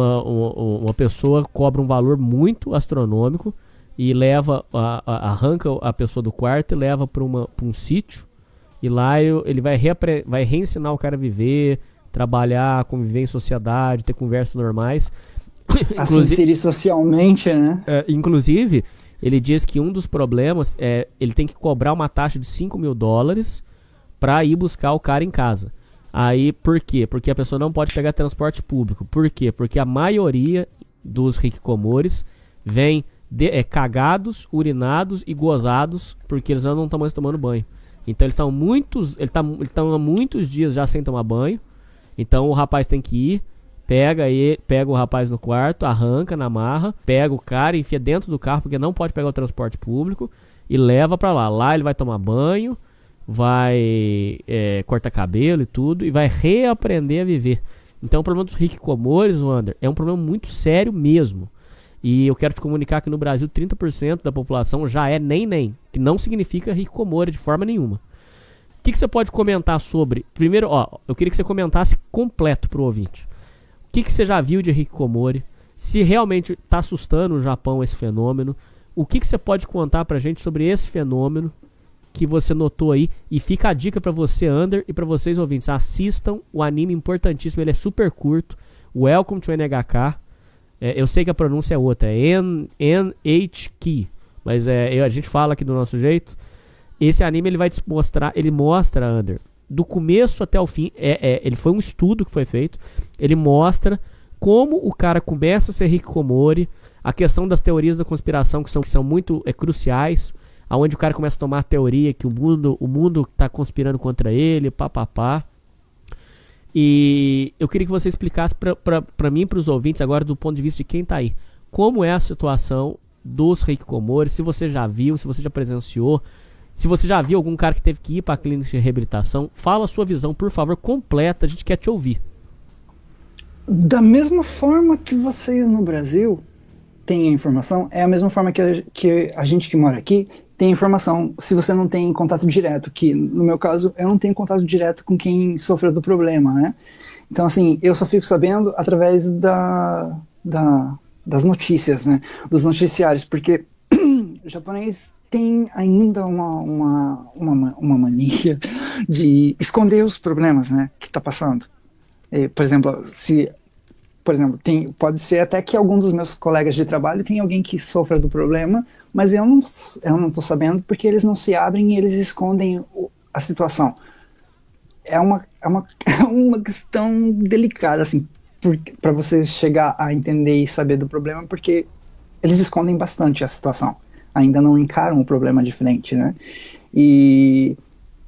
cobra um valor muito astronômico e arranca a pessoa do quarto e leva para um sítio. E lá ele vai reensinar o cara a viver, trabalhar, conviver em sociedade, ter conversas normais. Assim, inserir socialmente, né? Inclusive, ele diz que um dos problemas é ele tem que cobrar uma taxa de $5.000 para ir buscar o cara em casa. Aí, por quê? Porque a pessoa não pode pegar transporte público. Por quê? Porque a maioria dos hikikomoris vem cagados, urinados e gozados porque eles não estão mais tomando banho. Então eles estão há muitos dias já sem tomar banho. Então o rapaz tem que ir, pega o rapaz no quarto, arranca na marra, pega o cara, enfia dentro do carro, porque não pode pegar o transporte público, e leva pra lá. Lá ele vai tomar banho, vai cortar cabelo e tudo, e vai reaprender a viver. Então o problema dos hikikomoris, Wander, é um problema muito sério mesmo. E eu quero te comunicar que no Brasil 30% da população já é nem, que não significa hikikomori de forma nenhuma. O que você pode comentar sobre... Primeiro, eu queria que você comentasse completo pro ouvinte. O que você já viu de hikikomori? Se realmente está assustando o Japão esse fenômeno. O que você pode contar pra gente sobre esse fenômeno que você notou aí? E fica a dica pra você, Ander, e pra vocês ouvintes. Assistam o anime importantíssimo, ele é super curto. Welcome to NHK. Eu sei que a pronúncia é outra, é NHK. Mas a gente fala aqui do nosso jeito. Esse anime ele vai te mostrar, ele mostra, Ander, do começo até o fim, ele foi um estudo que foi feito, ele mostra como o cara começa a ser hikikomori, a questão das teorias da conspiração que são muito cruciais, aonde o cara começa a tomar a teoria que o mundo está conspirando contra ele, papapá. E eu queria que você explicasse para mim e para os ouvintes agora do ponto de vista de quem está aí, como é a situação dos hikikomoris, se você já viu, se você já presenciou. Se você já viu algum cara que teve que ir para a clínica de reabilitação, fala a sua visão, por favor, completa, a gente quer te ouvir. Da mesma forma que vocês no Brasil, tem a informação é a mesma forma que a gente que mora aqui tem informação se você não tem contato direto, que no meu caso eu não tenho contato direto com quem sofreu do problema, né? Então assim, eu só fico sabendo através das notícias, né? Dos noticiários, porque o japonês tem ainda uma mania de esconder os problemas, né, que está passando. Por exemplo, pode ser até que algum dos meus colegas de trabalho tem alguém que sofra do problema, mas eu não estou sabendo porque eles não se abrem e eles escondem a situação. É uma questão delicada, assim, para você chegar a entender e saber do problema, porque eles escondem bastante a situação. Ainda não encaram o problema de frente, né? E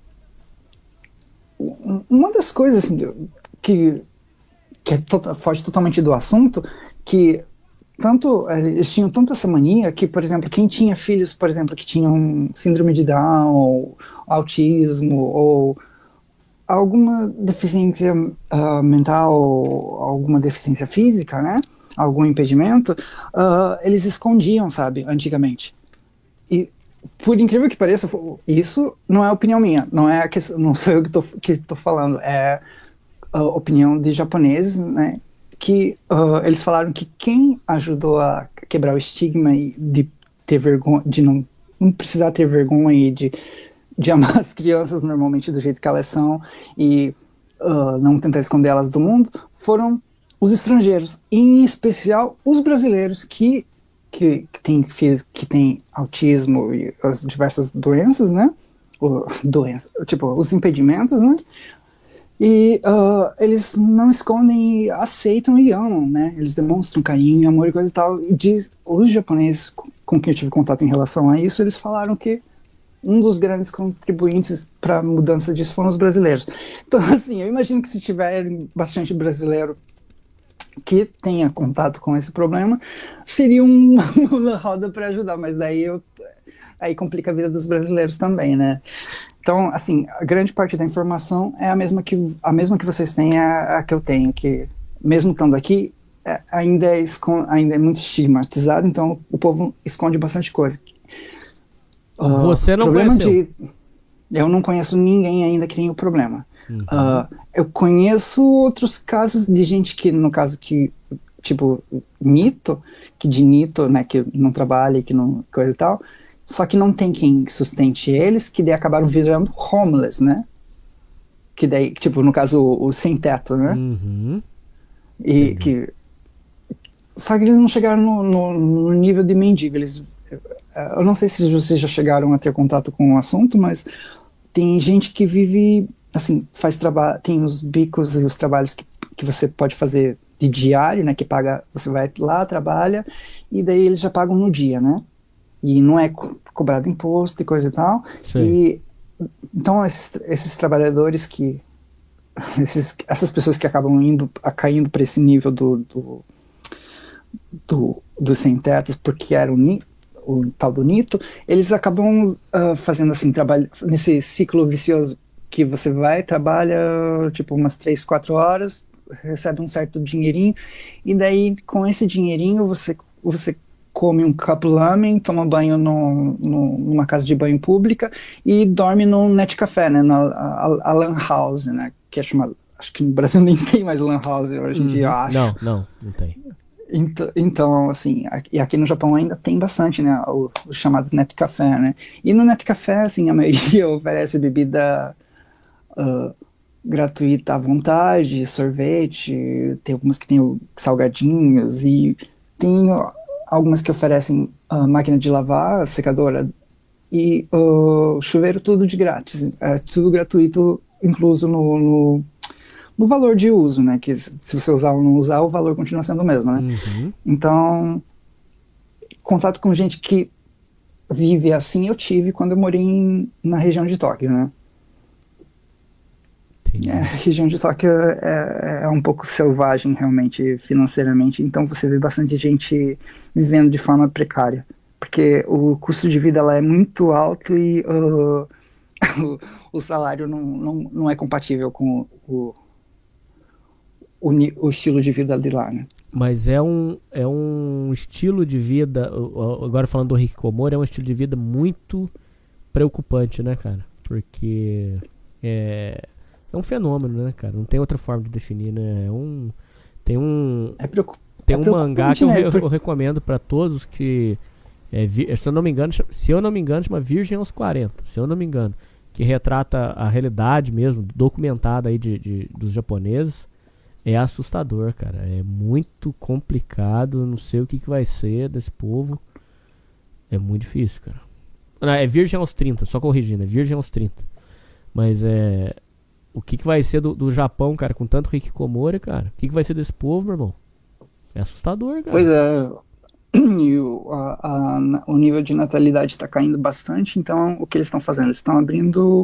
uma das coisas assim, que foge totalmente do assunto, que eles tinham tanto essa mania que, por exemplo, quem tinha filhos, por exemplo, que tinham síndrome de Down, ou autismo, ou alguma deficiência mental, ou alguma deficiência física, né? Algum impedimento, eles escondiam, sabe, antigamente. E, por incrível que pareça, isso não é opinião minha, não sou eu que tô falando, é a opinião de japoneses, né, que eles falaram que quem ajudou a quebrar o estigma de ter vergonha, de não precisar ter vergonha e de amar as crianças normalmente do jeito que elas são e não tentar esconder elas do mundo, foram os estrangeiros, em especial os brasileiros que têm filhos que têm autismo e as diversas doenças, né? Tipo, os impedimentos, né? E eles não escondem e aceitam e amam, né? Eles demonstram carinho, amor e coisa e tal. E os japoneses com quem eu tive contato em relação a isso, eles falaram que um dos grandes contribuintes para a mudança disso foram os brasileiros. Então, assim, eu imagino que se tiver bastante brasileiro que tenha contato com esse problema, seria uma roda para ajudar, mas daí aí complica a vida dos brasileiros também, né? Então, assim, a grande parte da informação é a mesma que vocês têm, é a que eu tenho, que mesmo estando aqui, ainda é muito estigmatizado, então o povo esconde bastante coisa. Você não conheceu? Eu não conheço ninguém ainda que tenha o problema. Uhum. Eu conheço outros casos de gente que, no caso que, tipo, Nito, né, que não trabalha, que não, coisa e tal, só que não tem quem sustente eles, que daí acabaram virando homeless, né? Que daí, tipo, no caso, o sem teto, né? Uhum. E só que eles não chegaram no nível de mendigo. Eu não sei se vocês já chegaram a ter contato com o assunto, mas tem gente que vive, assim, tem os bicos e os trabalhos que você pode fazer de diário, né? Que paga, você vai lá, trabalha, e daí eles já pagam no dia, né? E não é cobrado imposto e coisa e tal. Sim. E então esses trabalhadores essas pessoas que acabam caindo para esse nível do sem tetos, porque era o tal do Nito, eles acabam fazendo assim, trabalho nesse ciclo vicioso que você vai, trabalha tipo umas 3, 4 horas, recebe um certo dinheirinho, e daí com esse dinheirinho você come um cup ramen, toma banho numa casa de banho pública e dorme num net café, né, a lan house, né, que é chamado, acho que no Brasil nem tem mais lan house hoje em dia, eu acho. Não tem. Então, assim, aqui no Japão ainda tem bastante, né, os chamados net café, né, e no net café, assim, a maioria oferece bebida gratuita à vontade, sorvete, tem algumas que tem salgadinhos e tem algumas que oferecem máquina de lavar, secadora e chuveiro, tudo de grátis, tudo gratuito, incluso no valor de uso, né, que se você usar ou não usar, o valor continua sendo o mesmo, né. Uhum. Então, contato com gente que vive assim eu tive quando eu morei na região de Tóquio, né. A região de Tóquio é um pouco selvagem realmente financeiramente, então você vê bastante gente vivendo de forma precária, porque o custo de vida lá é muito alto e o salário não é compatível com o estilo de vida de lá, né? Mas é um estilo de vida, agora falando do Hikikomori, é um estilo de vida muito preocupante, né, cara? Porque é um fenômeno, né, cara? Não tem outra forma de definir, né? Tem um mangá que eu recomendo pra todos que se eu não me engano chama Virgem aos 40, se eu não me engano, que retrata a realidade mesmo, documentada aí dos japoneses. É assustador, cara. É muito complicado. Não sei o que vai ser desse povo. É muito difícil, cara. Não, é Virgem aos 30, só corrigindo. É Virgem aos 30. Mas o que vai ser do Japão, cara, com tanto Hikikomori, cara? O que vai ser desse povo, meu irmão? É assustador, cara. Pois é. E o nível de natalidade está caindo bastante. Então, o que eles estão fazendo? Eles estão abrindo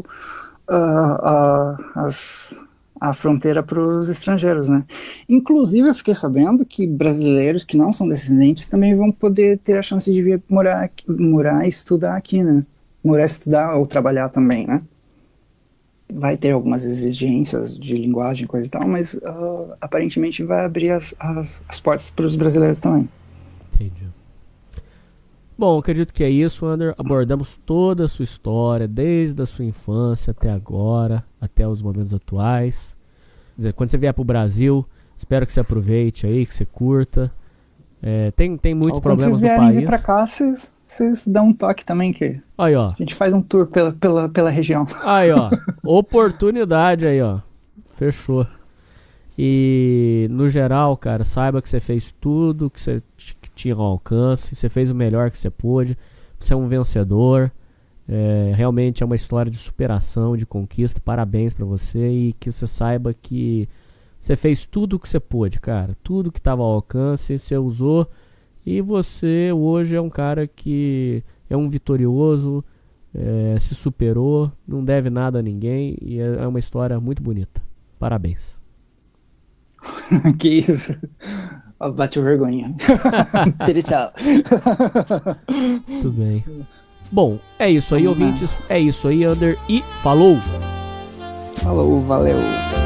a fronteira para os estrangeiros, né? Inclusive, eu fiquei sabendo que brasileiros que não são descendentes também vão poder ter a chance de vir morar e estudar aqui, né? Morar, estudar ou trabalhar também, né? Vai ter algumas exigências de linguagem, coisa e tal, mas aparentemente vai abrir as portas para os brasileiros também. Entendi. Bom, acredito que é isso, Ander. Abordamos toda a sua história, desde a sua infância até agora, até os momentos atuais. Quer dizer, quando você vier pro Brasil, espero que você aproveite aí, que você curta. Tem muitos problemas no país. Quando vocês vierem vir pra cá, vocês dão um toque também, que aí, ó. A gente faz um tour pela região. Aí, ó. Oportunidade aí, ó. Fechou. E, no geral, cara, saiba que você fez tudo que você tinha ao alcance, você fez o melhor que você pôde, você é um vencedor, realmente é uma história de superação, de conquista, parabéns pra você, e que você saiba que você fez tudo o que você pôde, cara, tudo que estava ao alcance, você usou, e você hoje é um cara que é um vitorioso, se superou, não deve nada a ninguém, e é uma história muito bonita, parabéns. Que isso? Bateu vergonha. Tchau. Tudo bem. Bom, é isso aí, ouvintes. É isso aí, Ander. E falou! Falou, valeu.